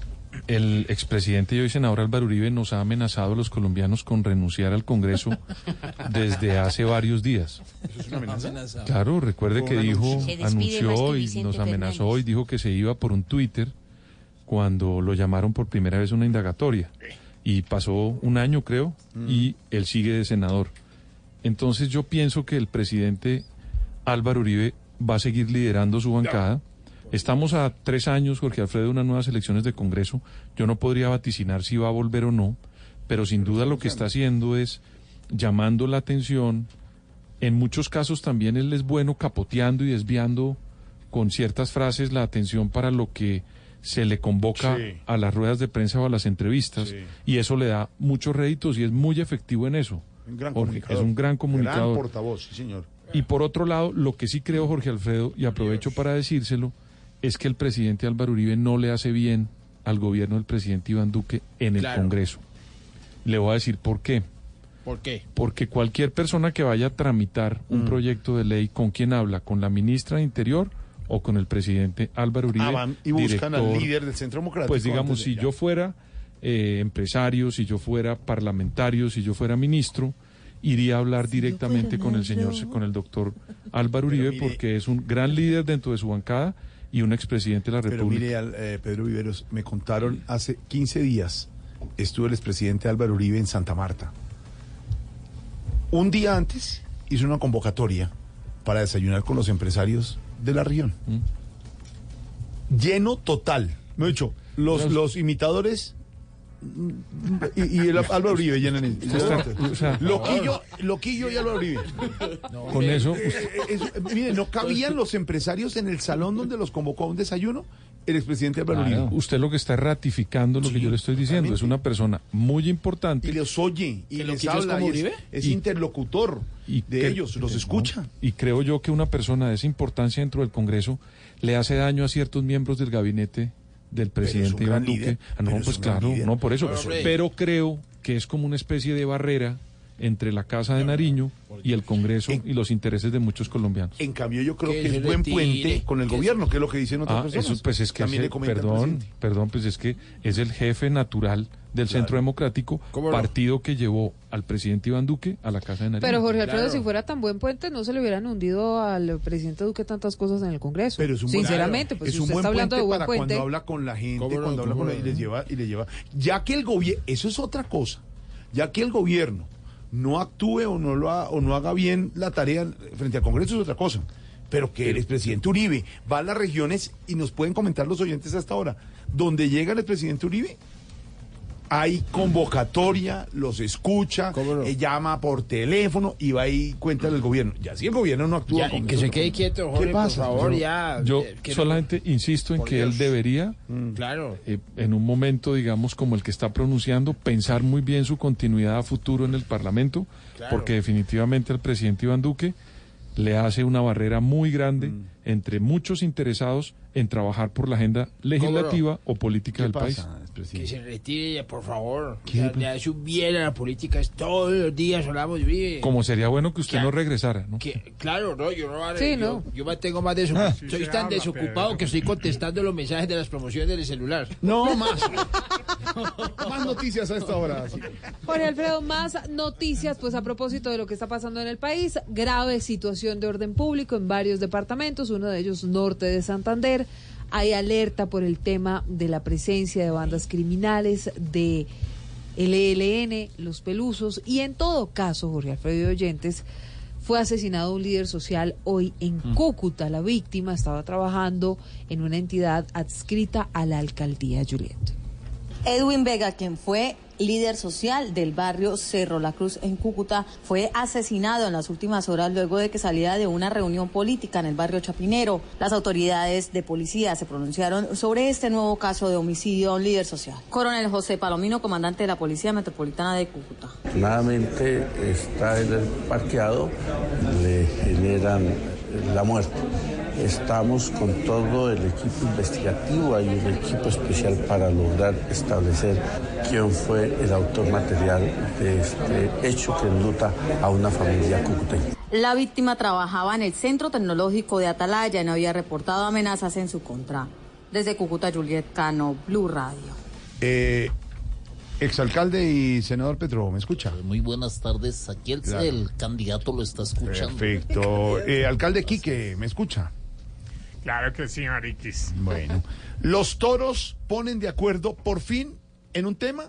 el expresidente y hoy senador Álvaro Uribe nos ha amenazado a los colombianos con renunciar al Congreso desde hace varios días. ¿Eso es una amenaza? Claro, recuerde que anunció y nos amenazó y dijo que se iba por un Twitter cuando lo llamaron por primera vez a una indagatoria. Y pasó un año, creo, y él sigue de senador. Entonces yo pienso que el presidente Álvaro Uribe va a seguir liderando su bancada. Estamos a 3 años, Jorge Alfredo, de unas nuevas elecciones de Congreso. Yo no podría vaticinar si va a volver o no, pero sin duda lo que está haciendo es llamando la atención. En muchos casos también él es bueno capoteando y desviando con ciertas frases la atención para lo que se le convoca a las ruedas de prensa o a las entrevistas, y eso le da muchos réditos y es muy efectivo en eso. Es un gran comunicador. Gran portavoz, sí, señor. Y por otro lado, lo que sí creo, Jorge Alfredo, y aprovecho para decírselo, es que el presidente Álvaro Uribe no le hace bien al gobierno del presidente Iván Duque en el Congreso. Le voy a decir por qué. ¿Por qué? Porque cualquier persona que vaya a tramitar un proyecto de ley, ¿con quién habla? ¿Con la ministra de Interior o con el presidente Álvaro Uribe? Van y buscan al líder del Centro Democrático. Pues digamos, si yo fuera empresario, si yo fuera parlamentario, si yo fuera ministro, iría a hablar directamente con el doctor Álvaro Uribe, porque es un gran líder dentro de su bancada y un expresidente de la República. Pero mire, Pedro Viveros, me contaron hace 15 días, estuvo el expresidente Álvaro Uribe en Santa Marta. Un día antes hizo una convocatoria para desayunar con los empresarios de la región. Lleno total. Me he dicho, los imitadores y el Álvaro Uribe llenan el... Loquillo y Álvaro Uribe. Con eso... mire, no cabían los empresarios en el salón donde los convocó a un desayuno el expresidente Álvaro Uribe. Usted lo que está ratificando lo que yo le estoy diciendo. Realmente. Es una persona muy importante. Y los oye, y les habla, es interlocutor de ellos, los escucha. Y creo yo que una persona de esa importancia dentro del Congreso le hace daño a ciertos miembros del gabinete del presidente Iván Duque. Pues claro, no por eso. Pero creo que es como una especie de barrera entre la Casa de Nariño y el Congreso y los intereses de muchos colombianos. En cambio, yo creo que es buen puente con el gobierno, que es lo que dicen otras personas. Eso, pues es que pues es que es el jefe natural del Centro Democrático, partido que llevó al presidente Iván Duque a la Casa de Nariño. Pero Jorge Alfredo, si fuera tan buen puente, no se le hubieran hundido al presidente Duque tantas cosas en el Congreso. Pero es un sinceramente, pues es si un usted buen está hablando de buen para puente, cuando habla con la gente, cuando habla con y les lleva, ya que el gobierno, eso es otra cosa, ya que el gobierno no actúe o no haga bien la tarea frente al Congreso es otra cosa. Pero que el expresidente Uribe va a las regiones, y nos pueden comentar los oyentes hasta ahora, donde llega el expresidente Uribe, hay convocatoria, los escucha, llama por teléfono y va y cuenta del gobierno. Ya si el gobierno no actúa... que se quede quieto, Jorge, por favor, Yo solamente insisto en que él debería, en un momento, digamos, como el que está pronunciando, pensar muy bien su continuidad a futuro en el Parlamento, porque definitivamente el presidente Iván Duque le hace una barrera muy grande entre muchos interesados en trabajar por la agenda legislativa o política del país. Que se retire ya, por favor. Le hace un bien a la política. Todos los días hablamos de Uribe. Como sería bueno que usted no regresara, ¿no? Yo no yo mantengo más de eso. Soy tan desocupado que estoy contestando los mensajes de las promociones del celular. No, más. Más noticias a esta hora. Jorge Alfredo, más noticias, pues a propósito de lo que está pasando en el país. Grave situación de orden público en varios departamentos, uno de ellos norte de Santander. Hay alerta por el tema de la presencia de bandas criminales, de el ELN, los Pelusos, y en todo caso, Jorge Alfredo y oyentes, fue asesinado un líder social hoy en Cúcuta. La víctima estaba trabajando en una entidad adscrita a la alcaldía Juliet. Edwin Vega, quien fue líder social del barrio Cerro La Cruz en Cúcuta, fue asesinado en las últimas horas luego de que saliera de una reunión política en el barrio Chapinero. Las autoridades de policía se pronunciaron sobre este nuevo caso de homicidio a un líder social. Coronel José Palomino, comandante de la Policía Metropolitana de Cúcuta. Nuevamente está en el parqueado, le generan la muerte. Estamos con todo el equipo investigativo, hay un equipo especial para lograr establecer quién fue el autor material de este hecho que enluta a una familia cucuteña. La víctima trabajaba en el Centro Tecnológico de Atalaya y no había reportado amenazas en su contra. Desde Cúcuta, Juliet Cano, Blue Radio. Exalcalde y senador Petro, ¿me escucha? Muy buenas tardes. Aquí el candidato lo está escuchando. Perfecto. Alcalde Quique, ¿me escucha? Claro que sí, Mariquis. Bueno, los toros ponen de acuerdo por fin en un tema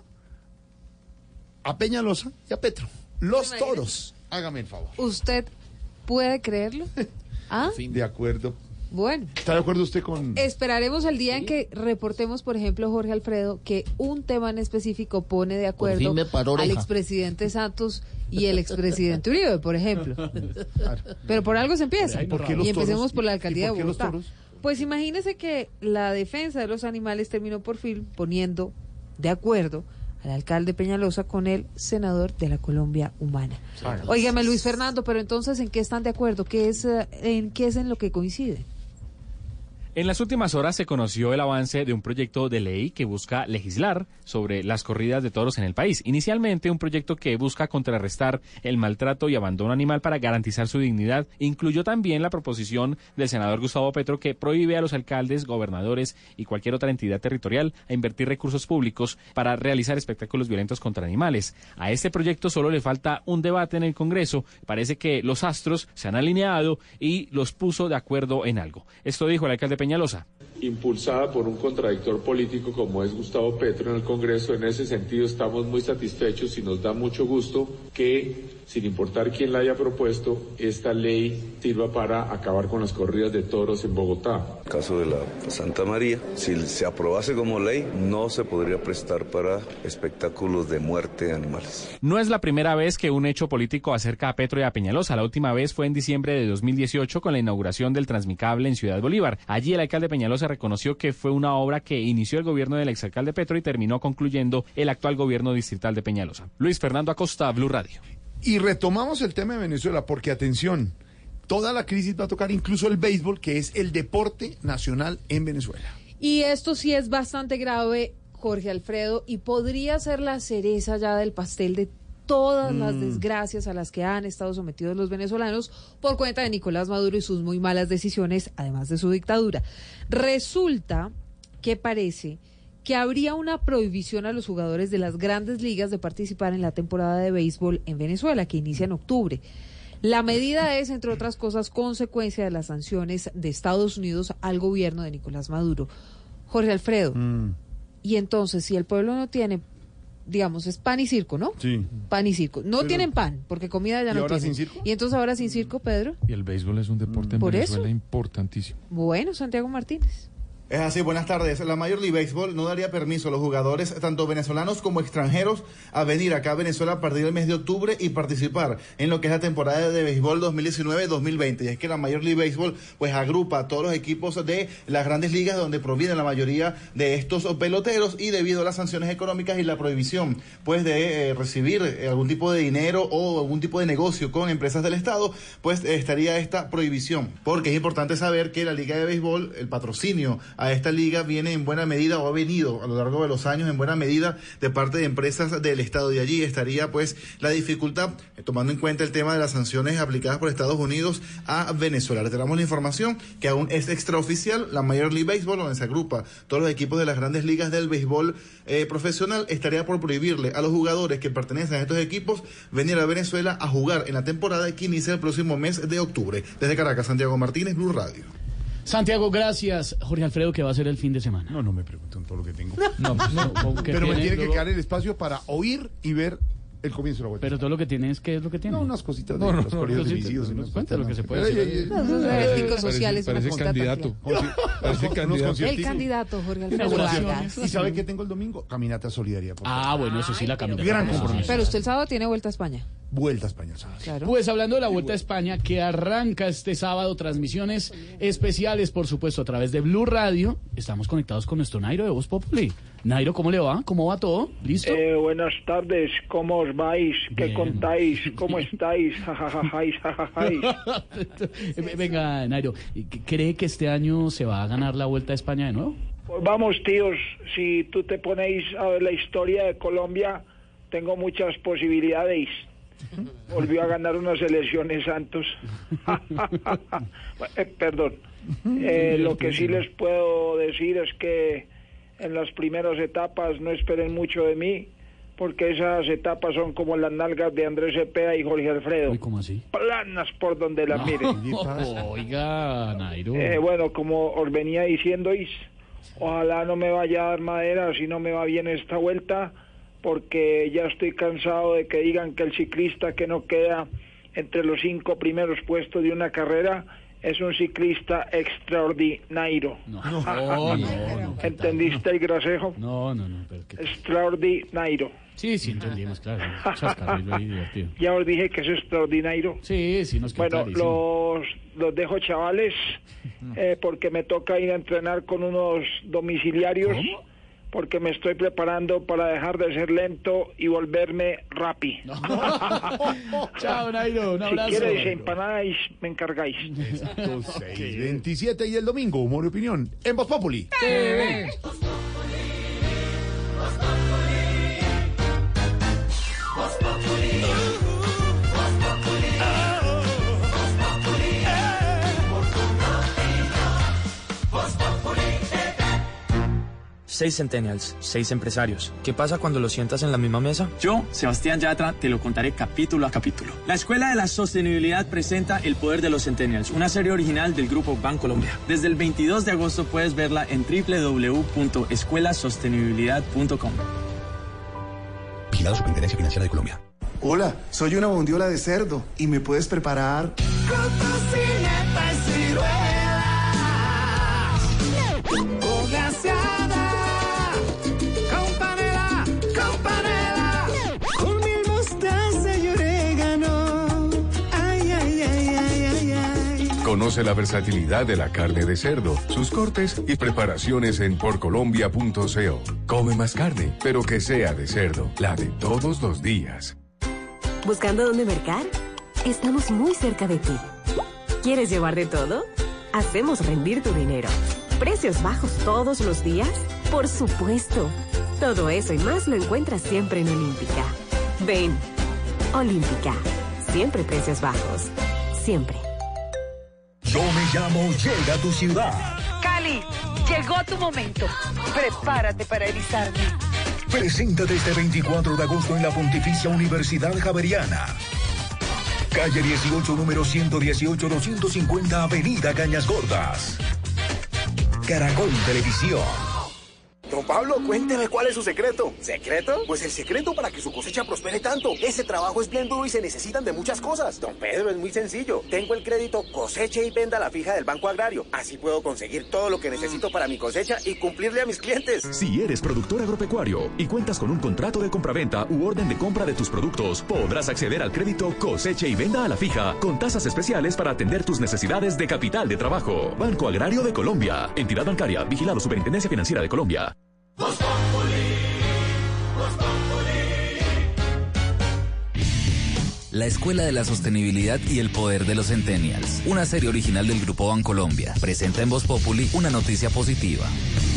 a Peñalosa y a Petro. Los toros, hágame el favor. ¿Usted puede creerlo? ¿Ah? De acuerdo. Bueno. ¿Está de acuerdo usted con...? Esperaremos el día en que reportemos, por ejemplo, Jorge Alfredo, que un tema en específico pone de acuerdo al expresidente Santos y el expresidente Uribe, por ejemplo. Claro. Pero por algo se empieza. ¿Por qué los y empecemos toros? por la alcaldía de Bogotá. Los pues imagínese que la defensa de los animales terminó por fin poniendo de acuerdo al alcalde Peñalosa con el senador de la Colombia Humana. Óigame, Luis Fernando, pero entonces, ¿en qué están de acuerdo? ¿En qué es en lo que coincide? En las últimas horas se conoció el avance de un proyecto de ley que busca legislar sobre las corridas de toros en el país. Inicialmente, un proyecto que busca contrarrestar el maltrato y abandono animal para garantizar su dignidad. Incluyó también la proposición del senador Gustavo Petro que prohíbe a los alcaldes, gobernadores y cualquier otra entidad territorial a invertir recursos públicos para realizar espectáculos violentos contra animales. A este proyecto solo le falta un debate en el Congreso. Parece que los astros se han alineado y los puso de acuerdo en algo. Esto dijo el alcalde Peñalosa. Impulsada por un contradictor político como es Gustavo Petro en el Congreso, en ese sentido estamos muy satisfechos y nos da mucho gusto que, sin importar quién la haya propuesto, esta ley sirva para acabar con las corridas de toros en Bogotá. En el caso de la Santa María, si se aprobase como ley, no se podría prestar para espectáculos de muerte de animales. No es la primera vez que un hecho político acerca a Petro y a Peñalosa. La última vez fue en diciembre de 2018 con la inauguración del Transmicable en Ciudad Bolívar. Allí el alcalde Peñalosa reconoció que fue una obra que inició el gobierno del exalcalde Petro y terminó concluyendo el actual gobierno distrital de Peñalosa. Luis Fernando Acosta, Blue Radio. Y retomamos el tema de Venezuela porque, atención, toda la crisis va a tocar incluso el béisbol, que es el deporte nacional en Venezuela. Y esto sí es bastante grave, Jorge Alfredo, y podría ser la cereza ya del pastel de todas las desgracias a las que han estado sometidos los venezolanos por cuenta de Nicolás Maduro y sus muy malas decisiones, además de su dictadura. Resulta que parece que habría una prohibición a los jugadores de las grandes ligas de participar en la temporada de béisbol en Venezuela, que inicia en octubre. La medida es, entre otras cosas, consecuencia de las sanciones de Estados Unidos al gobierno de Nicolás Maduro. Jorge Alfredo, y entonces, si el pueblo no tiene, digamos, es pan y circo, ¿no? Sí. Pan y circo. No tienen pan, porque comida ya no tienen. ¿Y ahora sin circo? Y entonces ahora sin circo, Pedro. Y el béisbol es un deporte en Venezuela importantísimo. Bueno, Santiago Martínez. Es así, buenas tardes. La Major League Baseball no daría permiso a los jugadores, tanto venezolanos como extranjeros, a venir acá a Venezuela a partir del mes de octubre y participar en lo que es la temporada de béisbol 2019-2020. Y es que la Major League Baseball pues agrupa a todos los equipos de las grandes ligas donde provienen la mayoría de estos peloteros, y debido a las sanciones económicas y la prohibición pues de recibir algún tipo de dinero o algún tipo de negocio con empresas del Estado, pues estaría esta prohibición. Porque es importante saber que la Liga de Béisbol, el patrocinio a esta liga viene en buena medida, o ha venido a lo largo de los años en buena medida, de parte de empresas del Estado, y allí estaría pues la dificultad, tomando en cuenta el tema de las sanciones aplicadas por Estados Unidos a Venezuela. Le tenemos la información que aún es extraoficial. La Major League Baseball, donde se agrupa todos los equipos de las grandes ligas del béisbol profesional, estaría por prohibirle a los jugadores que pertenecen a estos equipos venir a Venezuela a jugar en la temporada que inicia el próximo mes de octubre. Desde Caracas, Santiago Martínez, Blue Radio. Santiago, gracias. Jorge Alfredo, ¿qué va a ser el fin de semana? No me pregunten todo lo que tengo. No, pero me tiene que quedar el espacio para oír y ver el comienzo de la Vuelta. Pero todo lo que tiene ¿qué es lo que tiene? No, unas cositas de los colegios divididos. Cuenta lo que se puede decir. Los eventos sociales. Parece candidato. El candidato, Jorge Alfredo Vargas. ¿Y sabe qué tengo el domingo? Caminata solidaria. Bueno, eso sí, la caminata. Gran compromiso. Pero usted el sábado tiene Vuelta a España. Vuelta a España, ¿sabes? Claro. Pues hablando de la Vuelta a España, que arranca este sábado, transmisiones especiales, por supuesto, a través de Blue Radio. Estamos conectados con nuestro Nairo de Voz Populi. Nairo, ¿cómo le va? ¿Cómo va todo? ¿Listo? Buenas tardes, ¿cómo os vais? ¿Qué Bien. contáis? ¿Cómo estáis? Jajajajáis, jajajáis. Venga, Nairo, ¿cree que este año se va a ganar la Vuelta a España de nuevo? Pues vamos, tíos, si tú te ponéis a ver la historia de Colombia, tengo muchas posibilidades. Volvió a ganar unas elecciones Santos. Perdón. Lo que sí les puedo decir es que en las primeras etapas no esperen mucho de mí, porque esas etapas son como las nalgas de Andrés Cepeda y Jorge Alfredo. Uy, ¿cómo así? Planas por donde las miren. Oiga, Nairo. Bueno, como os venía diciendo, ojalá no me vaya a dar madera si no me va bien esta vuelta, porque ya estoy cansado de que digan que el ciclista que no queda entre los 5 primeros puestos de una carrera es un ciclista extraordinario. No. ¿Entendiste el gracejo? No. Extraordinario. Sí, entendimos, claro. Chascarrillo ahí divertido. Ya os dije que es extraordinario. Sí, nos quedó clarísimo. Los dejo, chavales, porque me toca ir a entrenar con unos domiciliarios. ¿Cómo? Porque me estoy preparando para dejar de ser lento y volverme rapi. Chao, Nairo, un abrazo. Si quieres empanadas, me encargáis. 27 y el domingo, humor y opinión en Voz Populi. TV. Seis Centennials, 6 empresarios. ¿Qué pasa cuando los sientas en la misma mesa? Yo, Sebastián Yatra, te lo contaré capítulo a capítulo. La Escuela de la Sostenibilidad presenta El Poder de los Centennials, una serie original del Grupo Bancolombia. Desde el 22 de agosto puedes verla en www.escuelasostenibilidad.com. Vigilado Superintendencia Financiera de Colombia. Hola, soy una bondiola de cerdo y me puedes preparar con tocineta y ciruelas, o gaseada, con panela, con miel, mostaza y orégano. Ay, ay, ay, ay, ay, ay. Conoce la versatilidad de la carne de cerdo, sus cortes y preparaciones en porcolombia.co. Come más carne, pero que sea de cerdo, la de todos los días. ¿Buscando dónde mercar? Estamos muy cerca de ti. ¿Quieres llevar de todo? Hacemos rendir tu dinero. ¿Precios bajos todos los días? Por supuesto. Todo eso y más lo encuentras siempre en Olímpica. Ven. Olímpica. Siempre precios bajos. Siempre. Yo me llamo Llega a tu ciudad. Cali, llegó tu momento. Prepárate para erizarme. Preséntate este 24 de agosto en la Pontificia Universidad Javeriana. Calle 18, número 118, 250, Avenida Cañas Gordas. Caracol Televisión. Don Pablo, cuénteme cuál es su secreto. ¿Secreto? Pues el secreto para que su cosecha prospere tanto. Ese trabajo es bien duro y se necesitan de muchas cosas. Don Pedro, es muy sencillo. Tengo el crédito Coseche y Venda a la Fija del Banco Agrario. Así puedo conseguir todo lo que necesito para mi cosecha y cumplirle a mis clientes. Si eres productor agropecuario y cuentas con un contrato de compraventa u orden de compra de tus productos, podrás acceder al crédito Coseche y Venda a la Fija con tasas especiales para atender tus necesidades de capital de trabajo. Banco Agrario de Colombia. Entidad bancaria. Vigilado Superintendencia Financiera de Colombia. La Escuela de la Sostenibilidad y el Poder de los Centennials, una serie original del Grupo Bancolombia, presenta en Voz Populi una noticia positiva.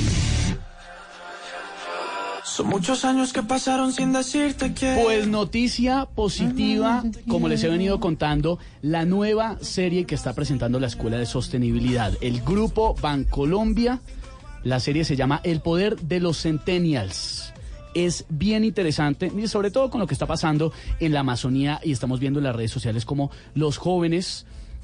Son muchos años que pasaron sin decirte que... Pues noticia positiva, como les he venido contando, la nueva serie que está presentando la Escuela de Sostenibilidad, el Grupo Bancolombia. La serie se llama El Poder de los Centennials. Es bien interesante, y sobre todo con lo que está pasando en la Amazonía, y estamos viendo en las redes sociales como los jóvenes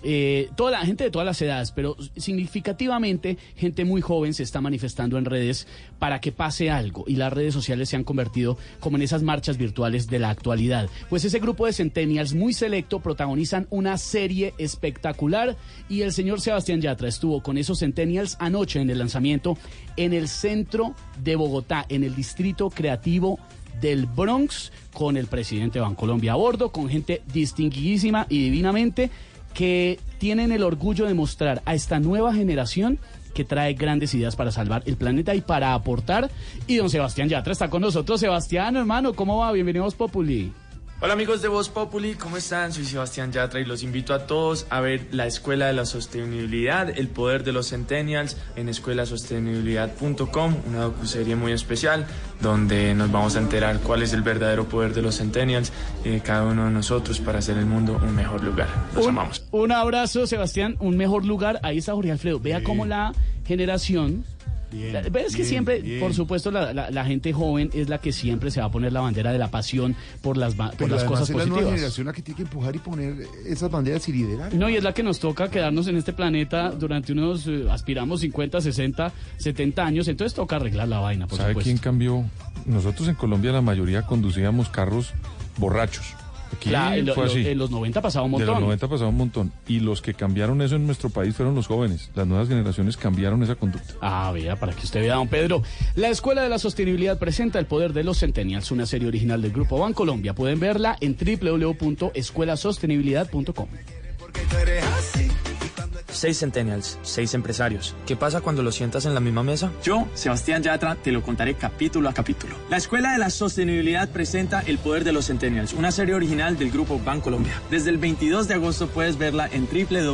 toda la gente de todas las edades, pero significativamente gente muy joven se está manifestando en redes para que pase algo, y las redes sociales se han convertido como en esas marchas virtuales de la actualidad. Pues ese grupo de centennials muy selecto protagonizan una serie espectacular, y el señor Sebastián Yatra estuvo con esos centennials anoche en el lanzamiento en el centro de Bogotá, en el distrito creativo del Bronx, con el presidente de Bancolombia a bordo, con gente distinguidísima y divinamente que tienen el orgullo de mostrar a esta nueva generación que trae grandes ideas para salvar el planeta y para aportar. Y don Sebastián Yatra está con nosotros. Sebastián, hermano, ¿cómo va? Bienvenido a Voz Populi. Hola amigos de Voz Populi, ¿cómo están? Soy Sebastián Yatra y los invito a todos a ver la Escuela de la Sostenibilidad, el poder de los centennials en escuelasostenibilidad.com, una docuserie muy especial donde nos vamos a enterar cuál es el verdadero poder de los centennials y de cada uno de nosotros para hacer el mundo un mejor lugar. Los amamos. Un abrazo, Sebastián, un mejor lugar. Ahí está Jorge Alfredo. Vea cómo la generación... Es que siempre, por supuesto, la gente joven es la que siempre se va a poner la bandera de la pasión por las cosas positivas. Es la nueva generación la que tiene que empujar y poner esas banderas y liderar. No, y es la que nos toca quedarnos en este planeta durante unos, aspiramos 50, 60, 70 años, entonces toca arreglar la vaina, por supuesto. ¿Sabe quién cambió? Nosotros en Colombia la mayoría conducíamos carros borrachos. Aquí fue así. En los 90 pasaba un montón. De los 90 pasaba un montón. Y los que cambiaron eso en nuestro país fueron los jóvenes. Las nuevas generaciones cambiaron esa conducta. Ah, vea, para que usted vea, don Pedro. La Escuela de la Sostenibilidad presenta El Poder de los Centennials, una serie original del Grupo Bancolombia. Pueden verla en www.escuelasostenibilidad.com. 6 centennials, 6 empresarios. ¿Qué pasa cuando los sientas en la misma mesa? Yo, Sebastián Yatra, te lo contaré capítulo a capítulo. La Escuela de la Sostenibilidad presenta El Poder de los Centennials, una serie original del Grupo Bancolombia. Desde el 22 de agosto puedes verla en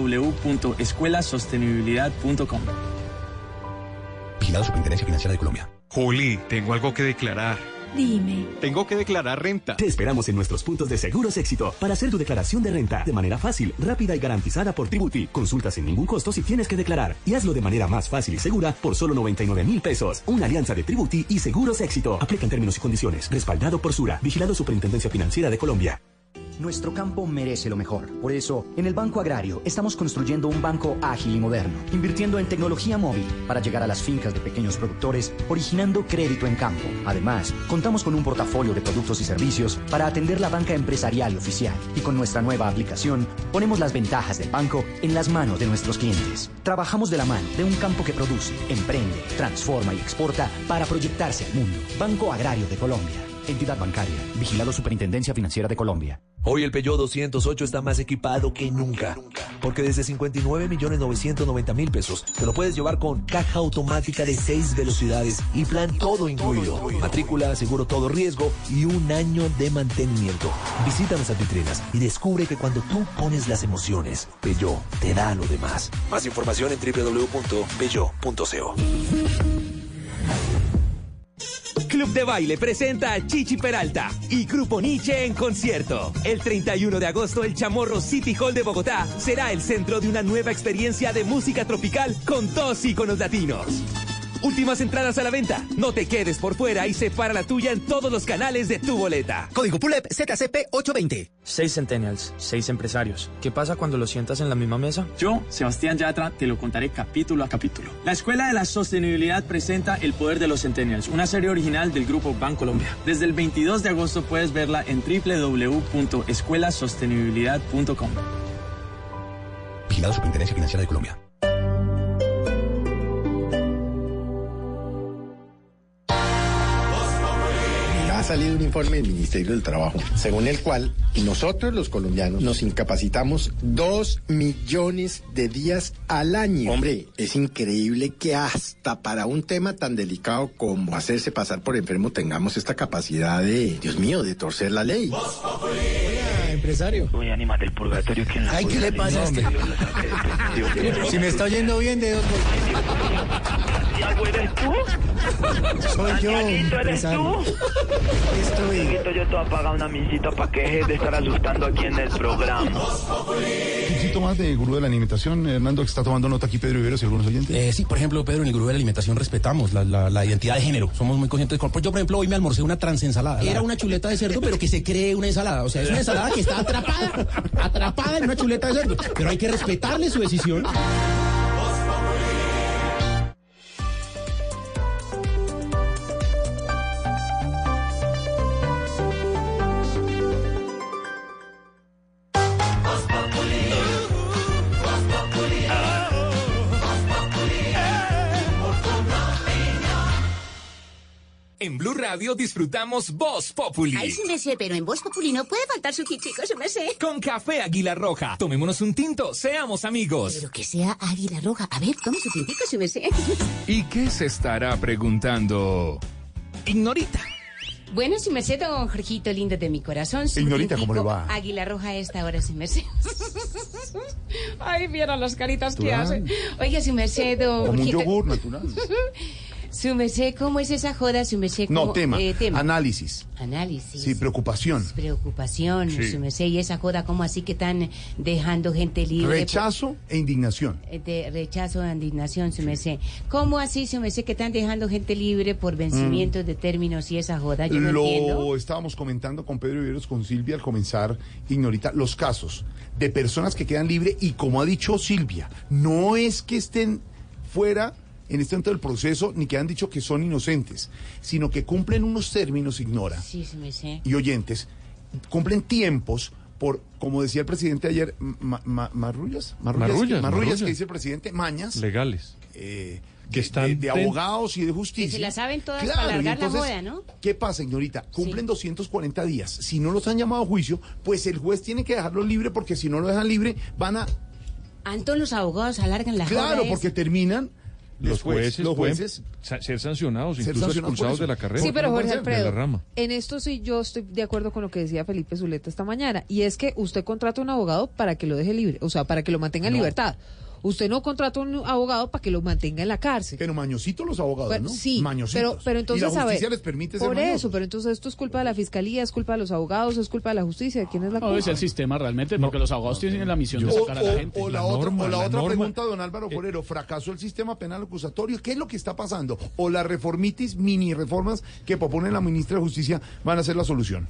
www.escuelasostenibilidad.com. Vigilado Superintendencia Financiera de Colombia. Juli, tengo algo que declarar. Dime. Tengo que declarar renta. Te esperamos en nuestros puntos de Seguros Éxito para hacer tu declaración de renta de manera fácil, rápida y garantizada por Tributi. Consulta sin ningún costo si tienes que declarar y hazlo de manera más fácil y segura por solo 99.000 pesos. Una alianza de Tributi y Seguros Éxito. Aplican términos y condiciones. Respaldado por Sura. Vigilado Superintendencia Financiera de Colombia. Nuestro campo merece lo mejor. Por eso, en el Banco Agrario estamos construyendo un banco ágil y moderno, invirtiendo en tecnología móvil para llegar a las fincas de pequeños productores, originando crédito en campo. Además, contamos con un portafolio de productos y servicios para atender la banca empresarial y oficial. Y con nuestra nueva aplicación, ponemos las ventajas del banco en las manos de nuestros clientes. Trabajamos de la mano de un campo que produce, emprende, transforma y exporta para proyectarse al mundo. Banco Agrario de Colombia. Entidad bancaria. Vigilado Superintendencia Financiera de Colombia. Hoy el Peugeot 208 está más equipado que nunca. Porque desde 59.990.000 pesos te lo puedes llevar con caja automática de 6 velocidades y plan todo incluido. Matrícula, seguro todo riesgo y un año de mantenimiento. Visita nuestras vitrinas y descubre que cuando tú pones las emociones, Peugeot te da lo demás. Más información en www.peugeot.co. Club de Baile presenta a Chichi Peralta y Grupo Nietzsche en concierto. El 31 de agosto, el Chamorro City Hall de Bogotá será el centro de una nueva experiencia de música tropical con 2 íconos latinos. Últimas entradas a la venta. No te quedes por fuera y separa la tuya en todos los canales de tu boleta. Código PULEP ZCP 820. 6 centennials, 6 empresarios. ¿Qué pasa cuando los sientas en la misma mesa? Yo, Sebastián Yatra, te lo contaré capítulo a capítulo. La Escuela de la Sostenibilidad presenta El Poder de los Centennials, una serie original del Grupo Bancolombia. Desde el 22 de agosto puedes verla en www.escuelasostenibilidad.com. Vigilado Superintendencia Financiera de Colombia. Ha salido un informe del Ministerio del Trabajo, según el cual nosotros los colombianos nos incapacitamos 2 millones de días al año. Hombre, es increíble que hasta para un tema tan delicado como hacerse pasar por enfermo tengamos esta capacidad de, Dios mío, de torcer la ley. Hola, empresario. Voy a animar del purgatorio. Ay, ¿qué le pasa a este? Si me está oyendo bien, ¿de dónde? ¿Y algo eres tú? Soy yo. Danielito, ¿eres tú? Dieguito, yo te voy a pagar una misita para que dejes de estar asustando aquí en el programa. Un poquito más de gurú de la alimentación, Hernando, que está tomando nota aquí Pedro Viveros y algunos oyentes. Sí, por ejemplo, Pedro, en el gurú de la alimentación respetamos la identidad de género. Somos muy conscientes. Yo, por ejemplo, hoy me almorcé una transensalada. Era una chuleta de cerdo, pero que se cree una ensalada. O sea, es una ensalada que está atrapada en una chuleta de cerdo. Pero hay que respetarle su decisión. En Blue Radio disfrutamos Voz Populi. Ay, sí me sé, pero en Voz Populi no puede faltar su tintico, sí me sé. Con café Águila Roja. Tomémonos un tinto, seamos amigos. Pero que sea Águila Roja. A ver, tome su tintico, sí me sé. ¿Y qué se estará preguntando Ignorita? Bueno, sí me sé, don Jorgito, lindo de mi corazón. Su Ignorita, tintico, ¿cómo le va? Águila Roja a esta hora, sí me sé. Ay, vieron las caritas que hace. Oiga, sí me sé, don Como Jorgito. un yogur natural. Su merced, ¿cómo es esa joda? Su merced, No, tema. Análisis. Análisis. Sí, preocupación. Preocupación, Sí. su merced. Y esa joda, ¿cómo así que están dejando gente libre? Rechazo e indignación. De rechazo e indignación, su merced. ¿Cómo así, su merced, que están dejando gente libre por vencimientos de términos y esa joda? Yo no entiendo. Lo estábamos comentando con Pedro Viveros, con Silvia, al comenzar, Ignorita, los casos de personas que quedan libres y, como ha dicho Silvia, no es que estén fuera en este momento del proceso, ni que han dicho que son inocentes, sino que cumplen unos términos, Ignora, Sí, su merced. y oyentes, cumplen tiempos por, como decía el presidente ayer, marrullas, que dice el presidente, mañas. Legales. Que están de abogados y de justicia. Que se la saben todas Claro, para alargar y entonces, la joda, ¿no? ¿Qué pasa, Ignorita? Cumplen 240 días. Si no los han llamado a juicio, pues el juez tiene que dejarlo libre, porque si no lo dejan libre, van a... Entonces los abogados alargan la joda. Claro, porque terminan... Los jueces pueden ser ser sancionados, incluso expulsados de la carrera. Sí, pero Jorge Alfredo, de la rama. en esto sí yo estoy de acuerdo con lo que decía Felipe Zuleta esta mañana, y es que usted contrata a un abogado para que lo deje libre, o sea, para que lo mantenga en libertad. Usted no contrata a un abogado para que lo mantenga en la cárcel. Pero mañositos los abogados, Pero, ¿no? sí, Mañositos. pero entonces, y la justicia a ver, les permite ser por mañosos. eso, pero entonces esto es culpa de la fiscalía, es culpa de los abogados, es culpa de la justicia. ¿De quién es la culpa? No, es el sistema realmente, porque los abogados tienen la misión de sacar a la gente. O la otra pregunta, don Álvaro Forero, ¿fracasó el sistema penal acusatorio? ¿Qué es lo que está pasando? ¿O las reformitis, mini reformas que propone la ministra de Justicia van a ser la solución?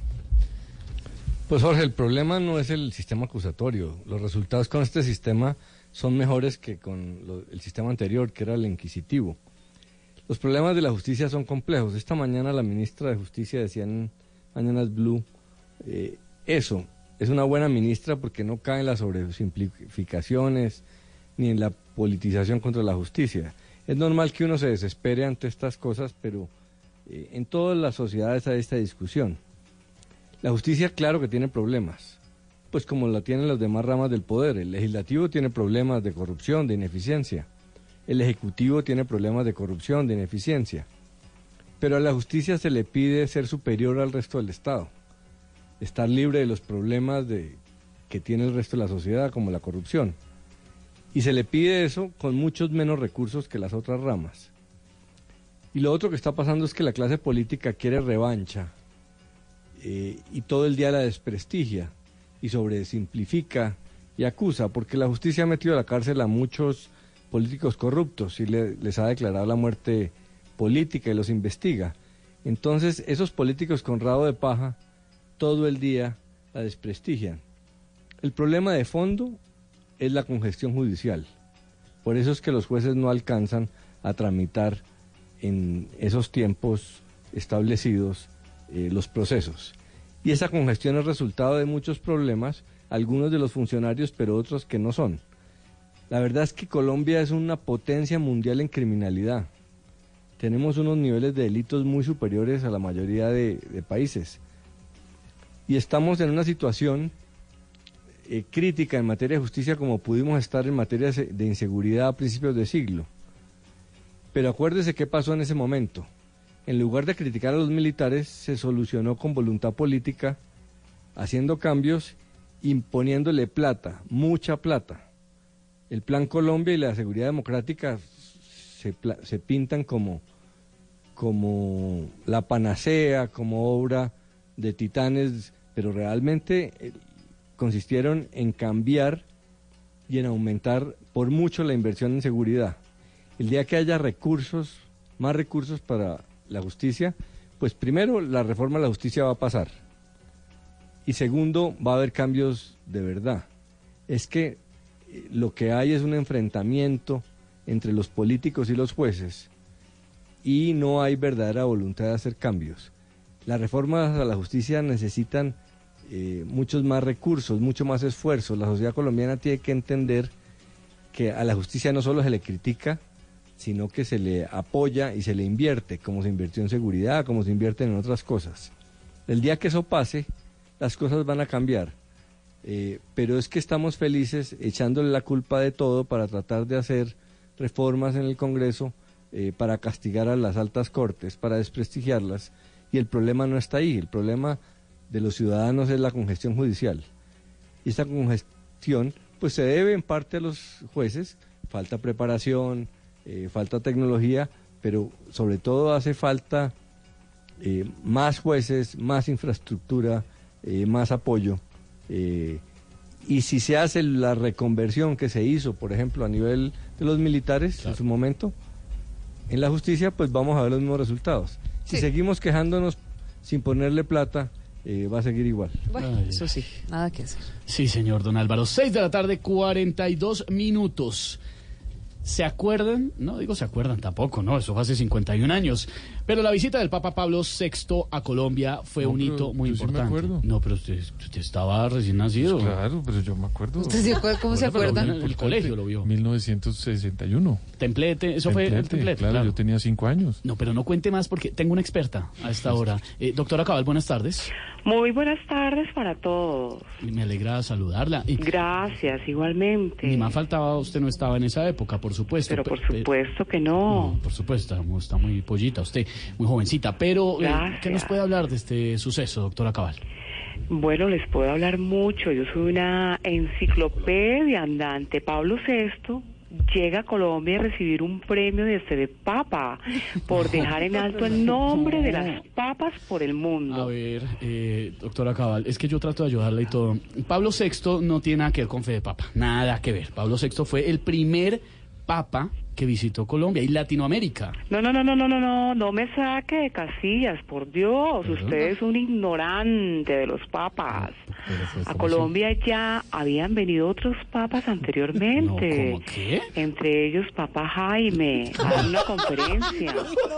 Pues Jorge, el problema no es el sistema acusatorio. Los resultados con este sistema son mejores que con el sistema anterior, que era el inquisitivo. Los problemas de la justicia son complejos. Esta mañana la ministra de Justicia decía en Mañanas Blue, eso, es una buena ministra porque no cae en las sobresimplificaciones ni en la politización contra la justicia. Es normal que uno se desespere ante estas cosas, pero en todas las sociedades hay esta discusión. La justicia, claro que tiene problemas, pues como la tienen las demás ramas del poder. El legislativo tiene problemas de corrupción, de ineficiencia. El ejecutivo tiene problemas de corrupción, de ineficiencia. Pero a la justicia se le pide ser superior al resto del Estado, estar libre de los problemas que tiene el resto de la sociedad, como la corrupción. Y se le pide eso con muchos menos recursos que las otras ramas. Y lo otro que está pasando es que la clase política quiere revancha y todo el día la desprestigia y sobresimplifica y acusa, porque la justicia ha metido a la cárcel a muchos políticos corruptos y les ha declarado la muerte política y los investiga. Entonces esos políticos con rabo de paja todo el día la desprestigian. El problema de fondo es la congestión judicial. Por eso es que los jueces no alcanzan a tramitar en esos tiempos establecidos los procesos. Y esa congestión es resultado de muchos problemas, algunos de los funcionarios, pero otros que no son. La verdad es que Colombia es una potencia mundial en criminalidad. Tenemos unos niveles de delitos muy superiores a la mayoría de países. Y estamos en una situación crítica en materia de justicia como pudimos estar en materia de inseguridad a principios de siglo. Pero acuérdese qué pasó en ese momento. En lugar de criticar a los militares, se solucionó con voluntad política, haciendo cambios, imponiéndole plata, mucha plata. El Plan Colombia y la seguridad democrática se pintan como como la panacea, como obra de titanes, pero realmente consistieron en cambiar y en aumentar por mucho la inversión en seguridad. El día que haya recursos, más recursos para la justicia, pues primero la reforma de la justicia va a pasar y segundo va a haber cambios de verdad. Es que lo que hay es un enfrentamiento entre los políticos y los jueces y no hay verdadera voluntad de hacer cambios. Las reformas a la justicia necesitan muchos más recursos, mucho más esfuerzo. La sociedad colombiana tiene que entender que a la justicia no solo se le critica, sino que se le apoya y se le invierte, como se invirtió en seguridad, como se invierte en otras cosas. El día que eso pase, las cosas van a cambiar. Pero es que estamos felices echándole la culpa de todo para tratar de hacer reformas en el Congreso, para castigar a las altas cortes, para desprestigiarlas, y el problema no está ahí. El problema de los ciudadanos es la congestión judicial. Y esta congestión pues se debe en parte a los jueces, falta preparación, falta tecnología, pero sobre todo hace falta más jueces, más infraestructura, más apoyo. Y si se hace la reconversión que se hizo, por ejemplo, a nivel de los militares, claro, en su momento, en la justicia, pues vamos a ver los mismos resultados. Si seguimos quejándonos sin ponerle plata, va a seguir igual. Bueno, eso sí, nada que hacer. Sí, señor don Álvaro. 6 de la tarde, 42 minutos. ¿Se acuerdan? No digo se acuerdan tampoco, no, eso fue hace 51 años. Pero la visita del Papa Pablo VI a Colombia fue un hito muy importante. Sí me acuerdo. No, pero usted estaba recién nacido. Pues claro, pero yo me acuerdo. ¿Usted se acuerda? ¿Cómo se acuerda? En el colegio lo vio. 1961. Templete, eso fue el templete. Claro, yo tenía 5 años. No, pero no cuente más porque tengo una experta a esta hora. Doctora Cabal, buenas tardes. Muy buenas tardes para todos. Me alegra saludarla. Gracias, igualmente. Ni más faltaba, usted no estaba en esa época, por supuesto. Pero por supuesto que no. Por supuesto, está muy pollita usted, muy jovencita. Pero, ¿qué nos puede hablar de este suceso, doctora Cabal? Bueno, les puedo hablar mucho. Yo soy una enciclopedia andante. Pablo VI llega a Colombia a recibir un premio de Papa por dejar en alto el nombre de las papas por el mundo. A ver, doctora Cabal, es que yo trato de ayudarla y todo. Pablo VI no tiene nada que ver con fe de Papa, nada que ver. Pablo VI fue el primer Papa que visitó Colombia y Latinoamérica. No me saque de casillas, por Dios. Usted es un ignorante de los papas. A Colombia ya habían venido otros papas anteriormente. ¿Cómo qué? Entre ellos Papa Jaime a dar una conferencia.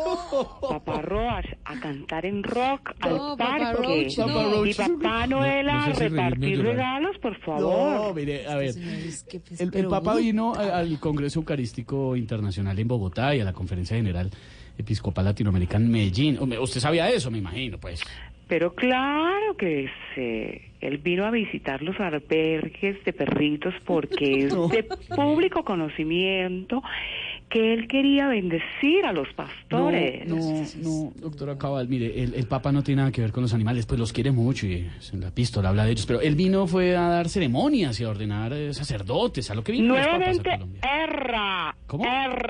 Papa Roach a cantar en rock al parque. Y Papá Noel a repartir regalos, por favor. No, mire, a ver, el Papa vino al Congreso Eucarístico Internacional en Bogotá y a la Conferencia General Episcopal Latinoamericana en Medellín. Usted sabía eso, me imagino, pues. Pero claro que él vino a visitar los albergues de perritos porque es de público conocimiento que él quería bendecir a los pastores. No, doctora Cabal, mire, el Papa no tiene nada que ver con los animales, pues los quiere mucho y en la epístola habla de ellos, pero él vino fue a dar ceremonias y a ordenar sacerdotes, a lo que vino. Nuevamente, erra, ¿cómo?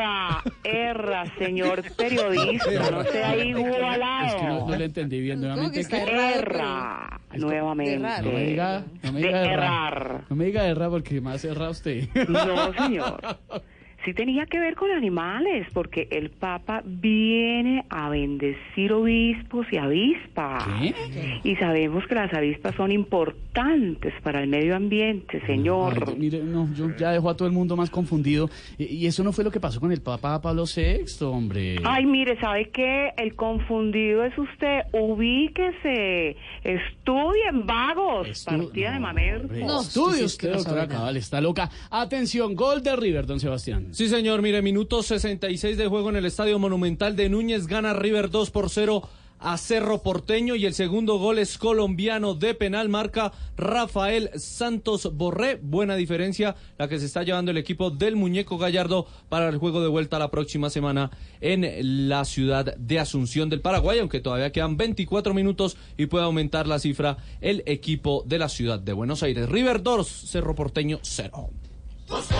Erra, señor periodista, no sea igualado. Es que no le entendí bien, nuevamente. Erra, nuevamente. No me diga errar. No me diga errar porque más erra usted. No, señor. Sí tenía que ver con animales, porque el Papa viene a bendecir obispos y avispas. ¿Qué? Y sabemos que las avispas son importantes para el medio ambiente, señor. Ay, mire, yo ya dejo a todo el mundo más confundido. Y eso no fue lo que pasó con el Papa Pablo VI, hombre. Ay, mire, ¿sabe qué? El confundido es usted. Ubíquese, estudien, vagos, partida de mamerto. Estudie usted, doctora Cabal, está loca. Atención, gol de River, don Sebastián. Sí, señor, mire, minuto 66 de juego en el Estadio Monumental de Núñez, gana River 2-0 a Cerro Porteño y el segundo gol es colombiano de penal, marca Rafael Santos Borré. Buena diferencia la que se está llevando el equipo del Muñeco Gallardo para el juego de vuelta la próxima semana en la ciudad de Asunción del Paraguay, aunque todavía quedan 24 minutos y puede aumentar la cifra el equipo de la ciudad de Buenos Aires. River 2, Cerro Porteño 0.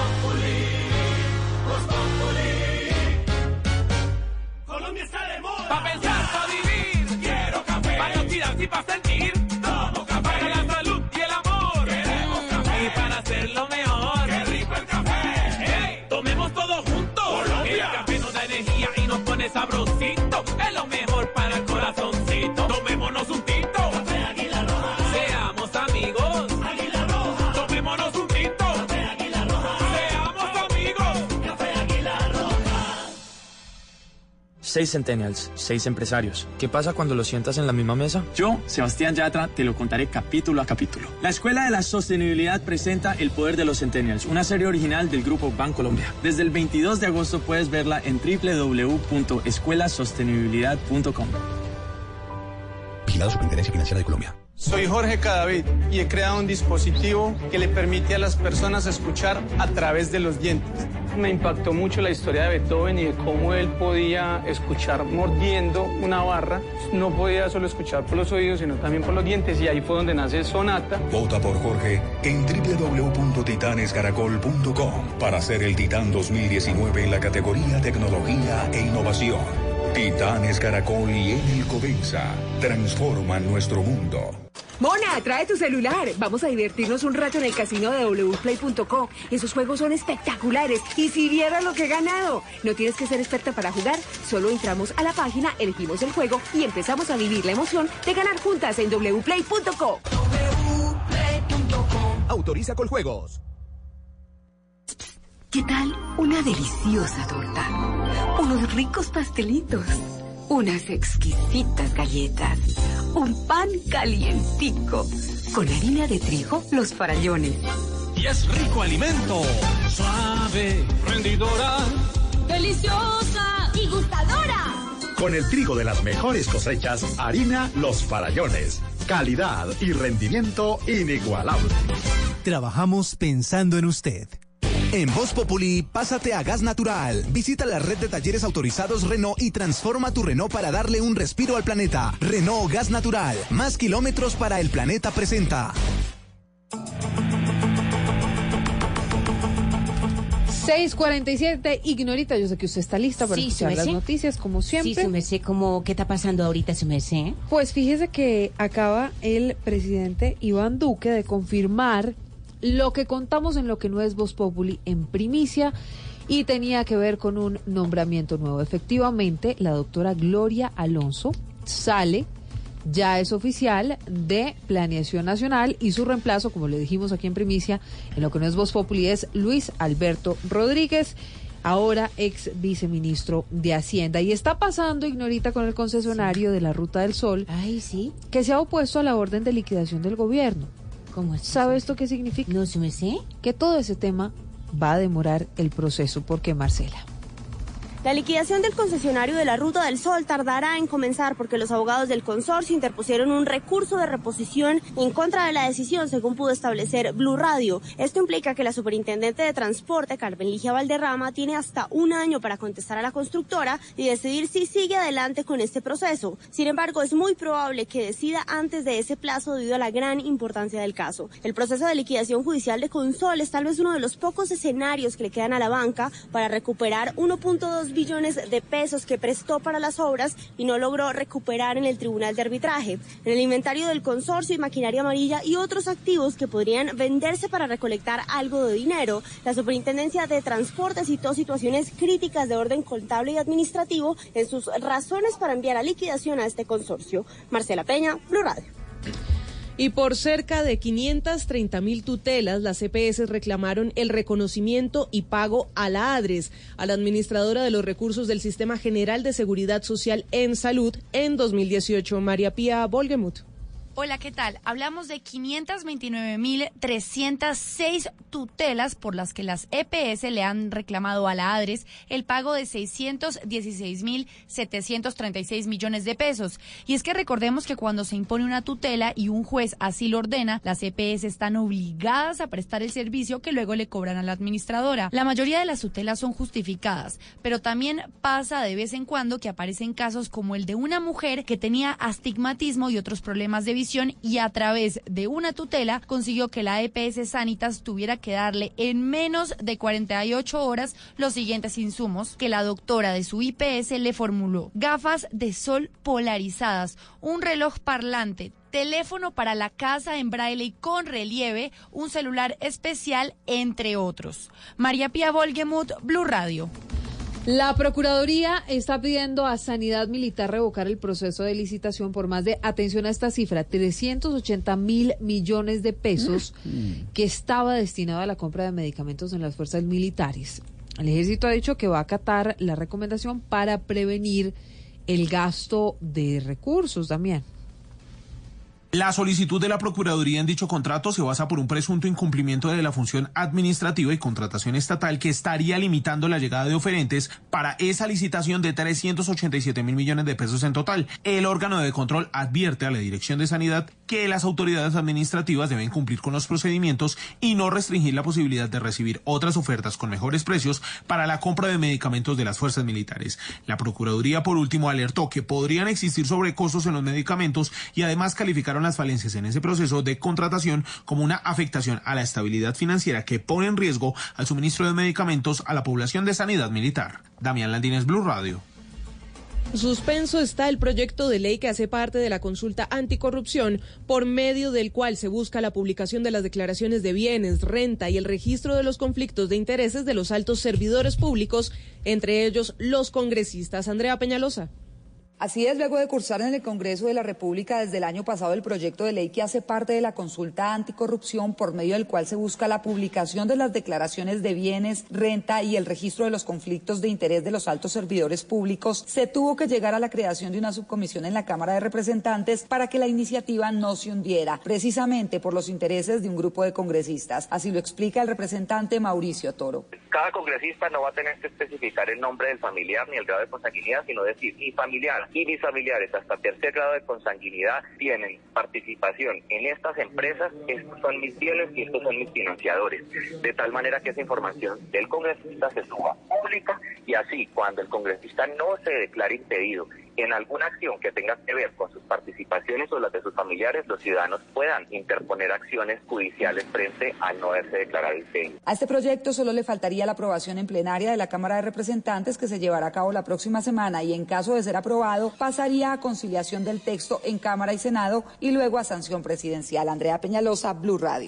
Colombia está de moda. Pa' pensar, pa' vivir. Quiero café. Para oxidar y pa' sentir. Tomo café. Para la salud y el amor. Queremos café. Y para hacerlo mejor. Qué rico el café. Hey, tomemos todos juntos. Colombia. El café nos da energía y nos pone sabrosito. Es lo mejor para el corazoncito. Tomémonos un tinto. Café Águila Roja. Seamos amigos. Águila Roja. Tomémonos un tinto. Café Águila Roja. Seamos amigos. Café Águila Roja. 6 Centennials, 6 empresarios. ¿Qué pasa cuando los sientas en la misma mesa? Yo, Sebastián Yatra, te lo contaré capítulo a capítulo. La Escuela de la Sostenibilidad presenta El Poder de los Centennials, una serie original del Grupo Bancolombia. Desde el 22 de agosto puedes verla en www.escuelasostenibilidad.com. Vigilado Superintendencia Financiera de Colombia. Soy Jorge Cadavid y he creado un dispositivo que le permite a las personas escuchar a través de los dientes. Me impactó mucho la historia de Beethoven y de cómo él podía escuchar mordiendo una barra. No podía solo escuchar por los oídos, sino también por los dientes, y ahí fue donde nace Sonata. Vota por Jorge en www.titanescaracol.com para ser el Titán 2019 en la categoría Tecnología e Innovación. Titanes Caracol y Enel Covenza transforman nuestro mundo. Mona, trae tu celular. Vamos a divertirnos un rato en el casino de wplay.co. Esos juegos son espectaculares. Y si vieras lo que he ganado. No tienes que ser experta para jugar. Solo entramos a la página, elegimos el juego y empezamos a vivir la emoción de ganar juntas en wplay.co. Autoriza Coljuegos. ¿Qué tal una deliciosa torta? Unos ricos pastelitos, unas exquisitas galletas, un pan calientico, con harina de trigo, Los Farallones. Y es rico alimento, suave, rendidora, deliciosa y gustadora. Con el trigo de las mejores cosechas, harina Los Farallones. Calidad y rendimiento inigualable. Trabajamos pensando en usted. En Voz Populi, pásate a Gas Natural. Visita la red de talleres autorizados Renault y transforma tu Renault para darle un respiro al planeta. Renault Gas Natural. Más kilómetros para el planeta presenta. 6:47, Ignorita, yo sé que usted está lista para escuchar las noticias, como siempre. Sí, su merced, ¿qué está pasando ahorita, su merced? Pues fíjese que acaba el presidente Iván Duque de confirmar lo que contamos en Lo que no es Voz Populi en primicia, y tenía que ver con un nombramiento nuevo. Efectivamente, la doctora Gloria Alonso sale, ya es oficial, de Planeación Nacional, y su reemplazo, como le dijimos aquí en primicia, en Lo que no es Voz Populi, es Luis Alberto Rodríguez, ahora ex viceministro de Hacienda. Y está pasando, Ignorita, con el concesionario de la Ruta del Sol, que se ha opuesto a la orden de liquidación del gobierno. ¿Cómo es? ¿Sabe esto qué significa? No, ¿sí me sé? Que todo ese tema va a demorar el proceso. ¿Por qué, Marcela? La liquidación del concesionario de la Ruta del Sol tardará en comenzar porque los abogados del consorcio interpusieron un recurso de reposición en contra de la decisión, según pudo establecer Blue Radio. Esto implica que la superintendente de transporte, Carmen Ligia Valderrama, tiene hasta un año para contestar a la constructora y decidir si sigue adelante con este proceso. Sin embargo, es muy probable que decida antes de ese plazo debido a la gran importancia del caso. El proceso de liquidación judicial de Consol es tal vez uno de los pocos escenarios que le quedan a la banca para recuperar 1.2 billones de pesos que prestó para las obras y no logró recuperar en el Tribunal de Arbitraje. En el inventario del consorcio y maquinaria amarilla y otros activos que podrían venderse para recolectar algo de dinero, la Superintendencia de Transporte citó situaciones críticas de orden contable y administrativo en sus razones para enviar a liquidación a este consorcio. Marcela Peña, Blue Radio. Y por cerca de 530.000 tutelas, las EPS reclamaron el reconocimiento y pago a la ADRES, a la administradora de los recursos del Sistema General de Seguridad Social en Salud, en 2018. María Pía Volgemuth. Hola, ¿qué tal? Hablamos de 529.306 tutelas por las que las EPS le han reclamado a la ADRES el pago de 616.736 millones de pesos. Y es que recordemos que cuando se impone una tutela y un juez así lo ordena, las EPS están obligadas a prestar el servicio que luego le cobran a la administradora. La mayoría de las tutelas son justificadas, pero también pasa de vez en cuando que aparecen casos como el de una mujer que tenía astigmatismo y otros problemas de visión televisión y a través de una tutela consiguió que la EPS Sanitas tuviera que darle en menos de 48 horas los siguientes insumos que la doctora de su IPS le formuló: gafas de sol polarizadas, un reloj parlante, teléfono para la casa en braille y con relieve, un celular especial, entre otros. María Pía Volgemuth, Blue Radio. La Procuraduría está pidiendo a Sanidad Militar revocar el proceso de licitación por más de, atención a esta cifra, 380.000 millones de pesos que estaba destinado a la compra de medicamentos en las fuerzas militares. El Ejército ha dicho que va a acatar la recomendación para prevenir el gasto de recursos también. La solicitud de la Procuraduría en dicho contrato se basa por un presunto incumplimiento de la función administrativa y contratación estatal que estaría limitando la llegada de oferentes para esa licitación de 387.000 millones de pesos en total. El órgano de control advierte a la Dirección de Sanidad que las autoridades administrativas deben cumplir con los procedimientos y no restringir la posibilidad de recibir otras ofertas con mejores precios para la compra de medicamentos de las fuerzas militares. La Procuraduría, por último, alertó que podrían existir sobrecostos en los medicamentos y además calificaron las falencias en ese proceso de contratación como una afectación a la estabilidad financiera que pone en riesgo al suministro de medicamentos a la población de Sanidad Militar. Damián Landines, Blue Radio. Suspenso está el proyecto de ley que hace parte de la consulta anticorrupción, por medio del cual se busca la publicación de las declaraciones de bienes, renta y el registro de los conflictos de intereses de los altos servidores públicos, entre ellos los congresistas. Andrea Peñalosa. Así es, luego de cursar en el Congreso de la República desde el año pasado el proyecto de ley que hace parte de la consulta anticorrupción, por medio del cual se busca la publicación de las declaraciones de bienes, renta y el registro de los conflictos de interés de los altos servidores públicos, se tuvo que llegar a la creación de una subcomisión en la Cámara de Representantes para que la iniciativa no se hundiera, precisamente por los intereses de un grupo de congresistas. Así lo explica el representante Mauricio Toro. Cada congresista no va a tener que especificar el nombre del familiar ni el grado de consanguinidad, sino decir mi familiar y mis familiares hasta tercer grado de consanguinidad tienen participación en estas empresas, estos son mis bienes y estos son mis financiadores, de tal manera que esa información del congresista se suba pública y así cuando el congresista no se declare impedido en alguna acción que tenga que ver con sus participaciones o las de sus familiares, los ciudadanos puedan interponer acciones judiciales frente a no haberse declarado impedido. A este proyecto solo le faltaría la aprobación en plenaria de la Cámara de Representantes, que se llevará a cabo la próxima semana, y en caso de ser aprobado pasaría a conciliación del texto en Cámara y Senado y luego a sanción presidencial. Andrea Peñalosa, Blue Radio.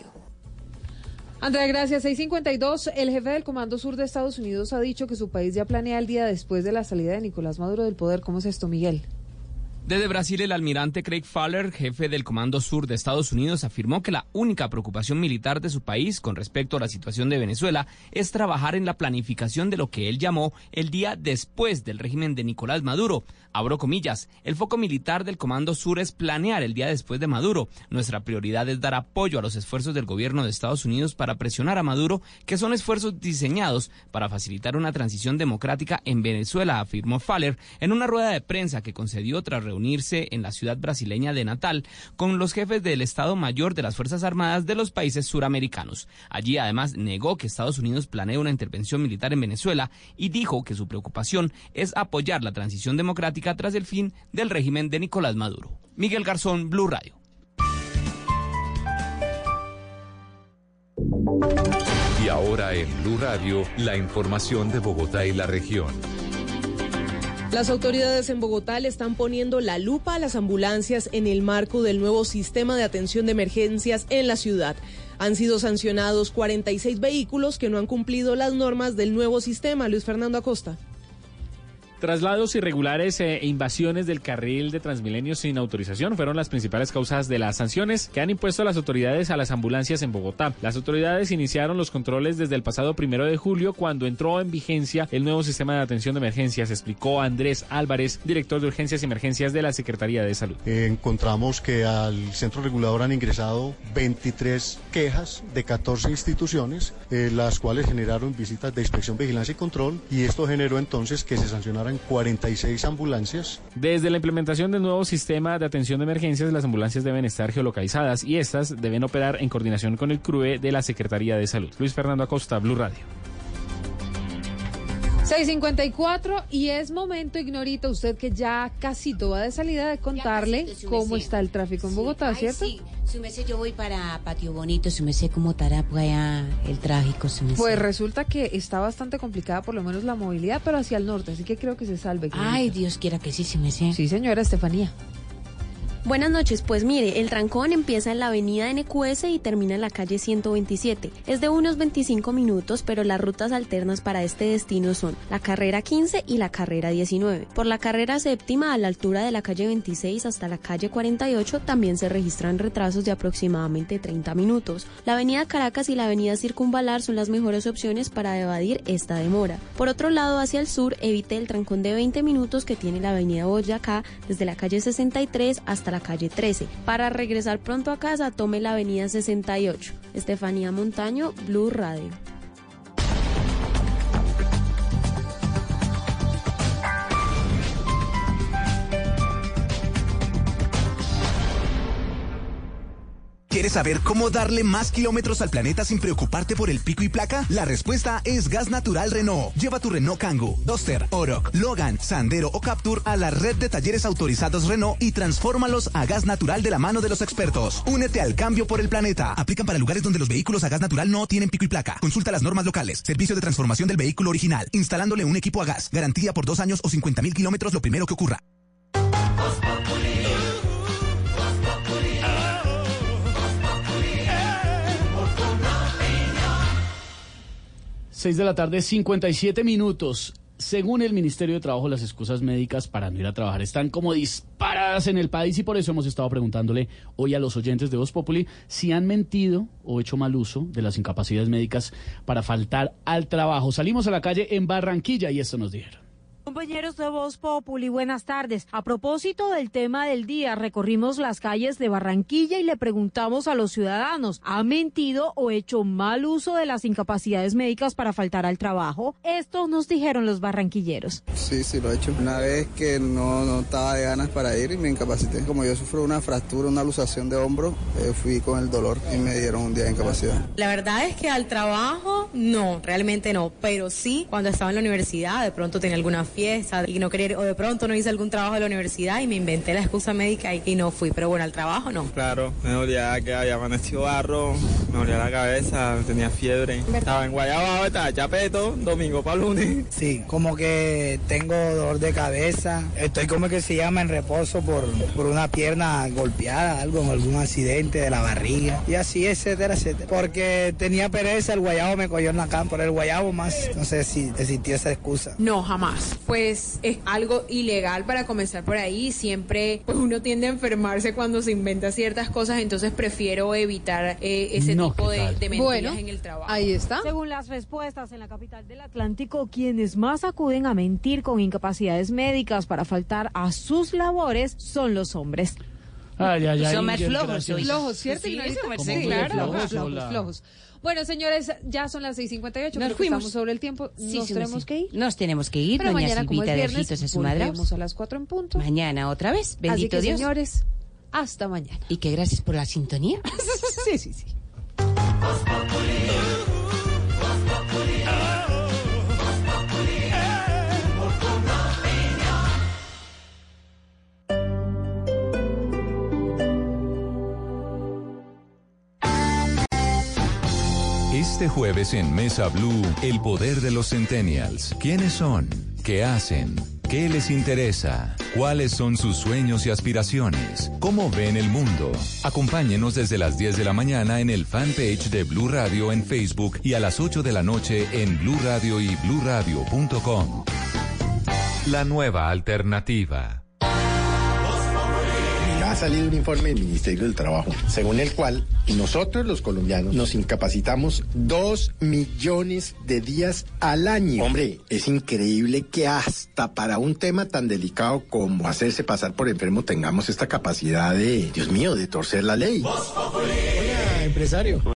Andrea, gracias. 6:52. El jefe del Comando Sur de Estados Unidos ha dicho que su país ya planea el día después de la salida de Nicolás Maduro del poder. ¿Cómo es esto, Miguel? Desde Brasil, el almirante Craig Fowler, jefe del Comando Sur de Estados Unidos, afirmó que la única preocupación militar de su país con respecto a la situación de Venezuela es trabajar en la planificación de lo que él llamó el día después del régimen de Nicolás Maduro. Abro comillas, el foco militar del Comando Sur es planear el día después de Maduro. Nuestra prioridad es dar apoyo a los esfuerzos del gobierno de Estados Unidos para presionar a Maduro, que son esfuerzos diseñados para facilitar una transición democrática en Venezuela, afirmó Fowler en una rueda de prensa que concedió tras reunirse en la ciudad brasileña de Natal con los jefes del Estado Mayor de las Fuerzas Armadas de los países suramericanos. Allí además negó que Estados Unidos planea una intervención militar en Venezuela y dijo que su preocupación es apoyar la transición democrática tras el fin del régimen de Nicolás Maduro. Miguel Garzón, Blue Radio. Y ahora en Blue Radio, la información de Bogotá y la región. Las autoridades en Bogotá le están poniendo la lupa a las ambulancias en el marco del nuevo sistema de atención de emergencias en la ciudad. Han sido sancionados 46 vehículos que no han cumplido las normas del nuevo sistema. Luis Fernando Acosta. Traslados irregulares e invasiones del carril de Transmilenio sin autorización fueron las principales causas de las sanciones que han impuesto las autoridades a las ambulancias en Bogotá. Las autoridades iniciaron los controles desde el pasado 1 de julio, cuando entró en vigencia el nuevo sistema de atención de emergencias, explicó Andrés Álvarez, director de Urgencias y Emergencias de la Secretaría de Salud. Encontramos que al centro regulador han ingresado 23 quejas de 14 instituciones, las cuales generaron visitas de inspección, vigilancia y control, y esto generó entonces que se sancionaran 46 ambulancias. Desde la implementación del nuevo sistema de atención de emergencias, las ambulancias deben estar geolocalizadas y estas deben operar en coordinación con el CRUE de la Secretaría de Salud. Luis Fernando Acosta, Blue Radio. 6:54 y es momento, Ignorita, usted que ya casito va de salida, de contarle cómo está el tráfico en Bogotá, ¿cierto? Sí, su merced, yo voy para Patio Bonito, su merced, ¿cómo estará por allá el tráfico, su merced? Pues resulta que está bastante complicada, por lo menos la movilidad, pero hacia el norte, así que creo que se salve. Ignorita. Ay, Dios quiera que sí, su merced. Sí, señora Estefanía. Buenas noches, pues mire, el trancón empieza en la avenida NQS y termina en la calle 127. Es de unos 25 minutos, pero las rutas alternas para este destino son la carrera 15 y la carrera 19. Por la carrera séptima, a la altura de la calle 26 hasta la calle 48, también se registran retrasos de aproximadamente 30 minutos. La avenida Caracas y la avenida Circunvalar son las mejores opciones para evadir esta demora. Por otro lado, hacia el sur, evite el trancón de 20 minutos que tiene la avenida Boyacá desde la calle 63 hasta la calle 13. Para regresar pronto a casa, tome la avenida 68. Estefanía Montaño, Blue Radio. ¿Quieres saber cómo darle más kilómetros al planeta sin preocuparte por el pico y placa? La respuesta es Gas Natural Renault. Lleva tu Renault Kangoo, Duster, Oroch, Logan, Sandero o Captur a la red de talleres autorizados Renault y transfórmalos a gas natural de la mano de los expertos. Únete al cambio por el planeta. Aplican para lugares donde los vehículos a gas natural no tienen pico y placa. Consulta las normas locales. Servicio de transformación del vehículo original. Instalándole un equipo a gas. Garantía por 2 años o 50.000 kilómetros lo primero que ocurra. 6 de la tarde, 57 minutos. Según el Ministerio de Trabajo, las excusas médicas para no ir a trabajar están como disparadas en el país y por eso hemos estado preguntándole hoy a los oyentes de Voz Populi si han mentido o hecho mal uso de las incapacidades médicas para faltar al trabajo. Salimos a la calle en Barranquilla y esto nos dijeron. Compañeros de Voz Populi, buenas tardes. A propósito del tema del día, recorrimos las calles de Barranquilla y le preguntamos a los ciudadanos, ¿ha mentido o hecho mal uso de las incapacidades médicas para faltar al trabajo? Esto nos dijeron los barranquilleros. Sí, lo he hecho. Una vez que no estaba de ganas para ir y me incapacité. Como yo sufro una fractura, una luxación de hombro, fui con el dolor y me dieron un día de incapacidad. La verdad es que al trabajo, no, realmente no. Pero sí, cuando estaba en la universidad, de pronto tenía alguna fiesta y no quería ir, o de pronto no hice algún trabajo de la universidad y me inventé la excusa médica y no fui, pero bueno, al trabajo no. Claro, me dolía que había amanecido barro, me dolía la cabeza, tenía fiebre, estaba en Guayabao, estaba chapeto, domingo para lunes. Sí, como que tengo dolor de cabeza, estoy como que se llama en reposo por una pierna golpeada, algún accidente de la barriga y así, etcétera, etcétera. Porque tenía pereza, el guayabo me cogió en la cama, por el guayabo más, no sé si existió esa excusa. No, jamás. Pues es algo ilegal para comenzar por ahí. Siempre pues uno tiende a enfermarse cuando se inventa ciertas cosas, entonces prefiero evitar ese tipo de mentiras en el trabajo. Ahí está. Según las respuestas en la capital del Atlántico, quienes más acuden a mentir con incapacidades médicas para faltar a sus labores son los hombres. Son más flojos, ¿cierto? Sí, flojos. Bueno, señores, ya son las 6:58. Nos fuimos. Estamos sobre el tiempo. ¿Nos tenemos que ir? Nos tenemos que ir. Pero Doña mañana, como es Silvita de viernes, Ojitos a su madre. volvemos a las 4 en punto. Mañana otra vez. Bendito Así que, Dios. señores, hasta mañana. Y que gracias por la sintonía. Sí. Este jueves en Mesa Blue, el poder de los Centennials. ¿Quiénes son? ¿Qué hacen? ¿Qué les interesa? ¿Cuáles son sus sueños y aspiraciones? ¿Cómo ven el mundo? Acompáñenos desde las 10 de la mañana en el fanpage de Blue Radio en Facebook y a las 8 de la noche en Blue Radio y bluradio.com. La nueva alternativa. Ha salido un informe del Ministerio del Trabajo, según el cual nosotros los colombianos nos incapacitamos 2 millones de días al año. Hombre, es increíble que hasta para un tema tan delicado como hacerse pasar por enfermo tengamos esta capacidad de, Dios mío, de torcer la ley. Hola, empresario.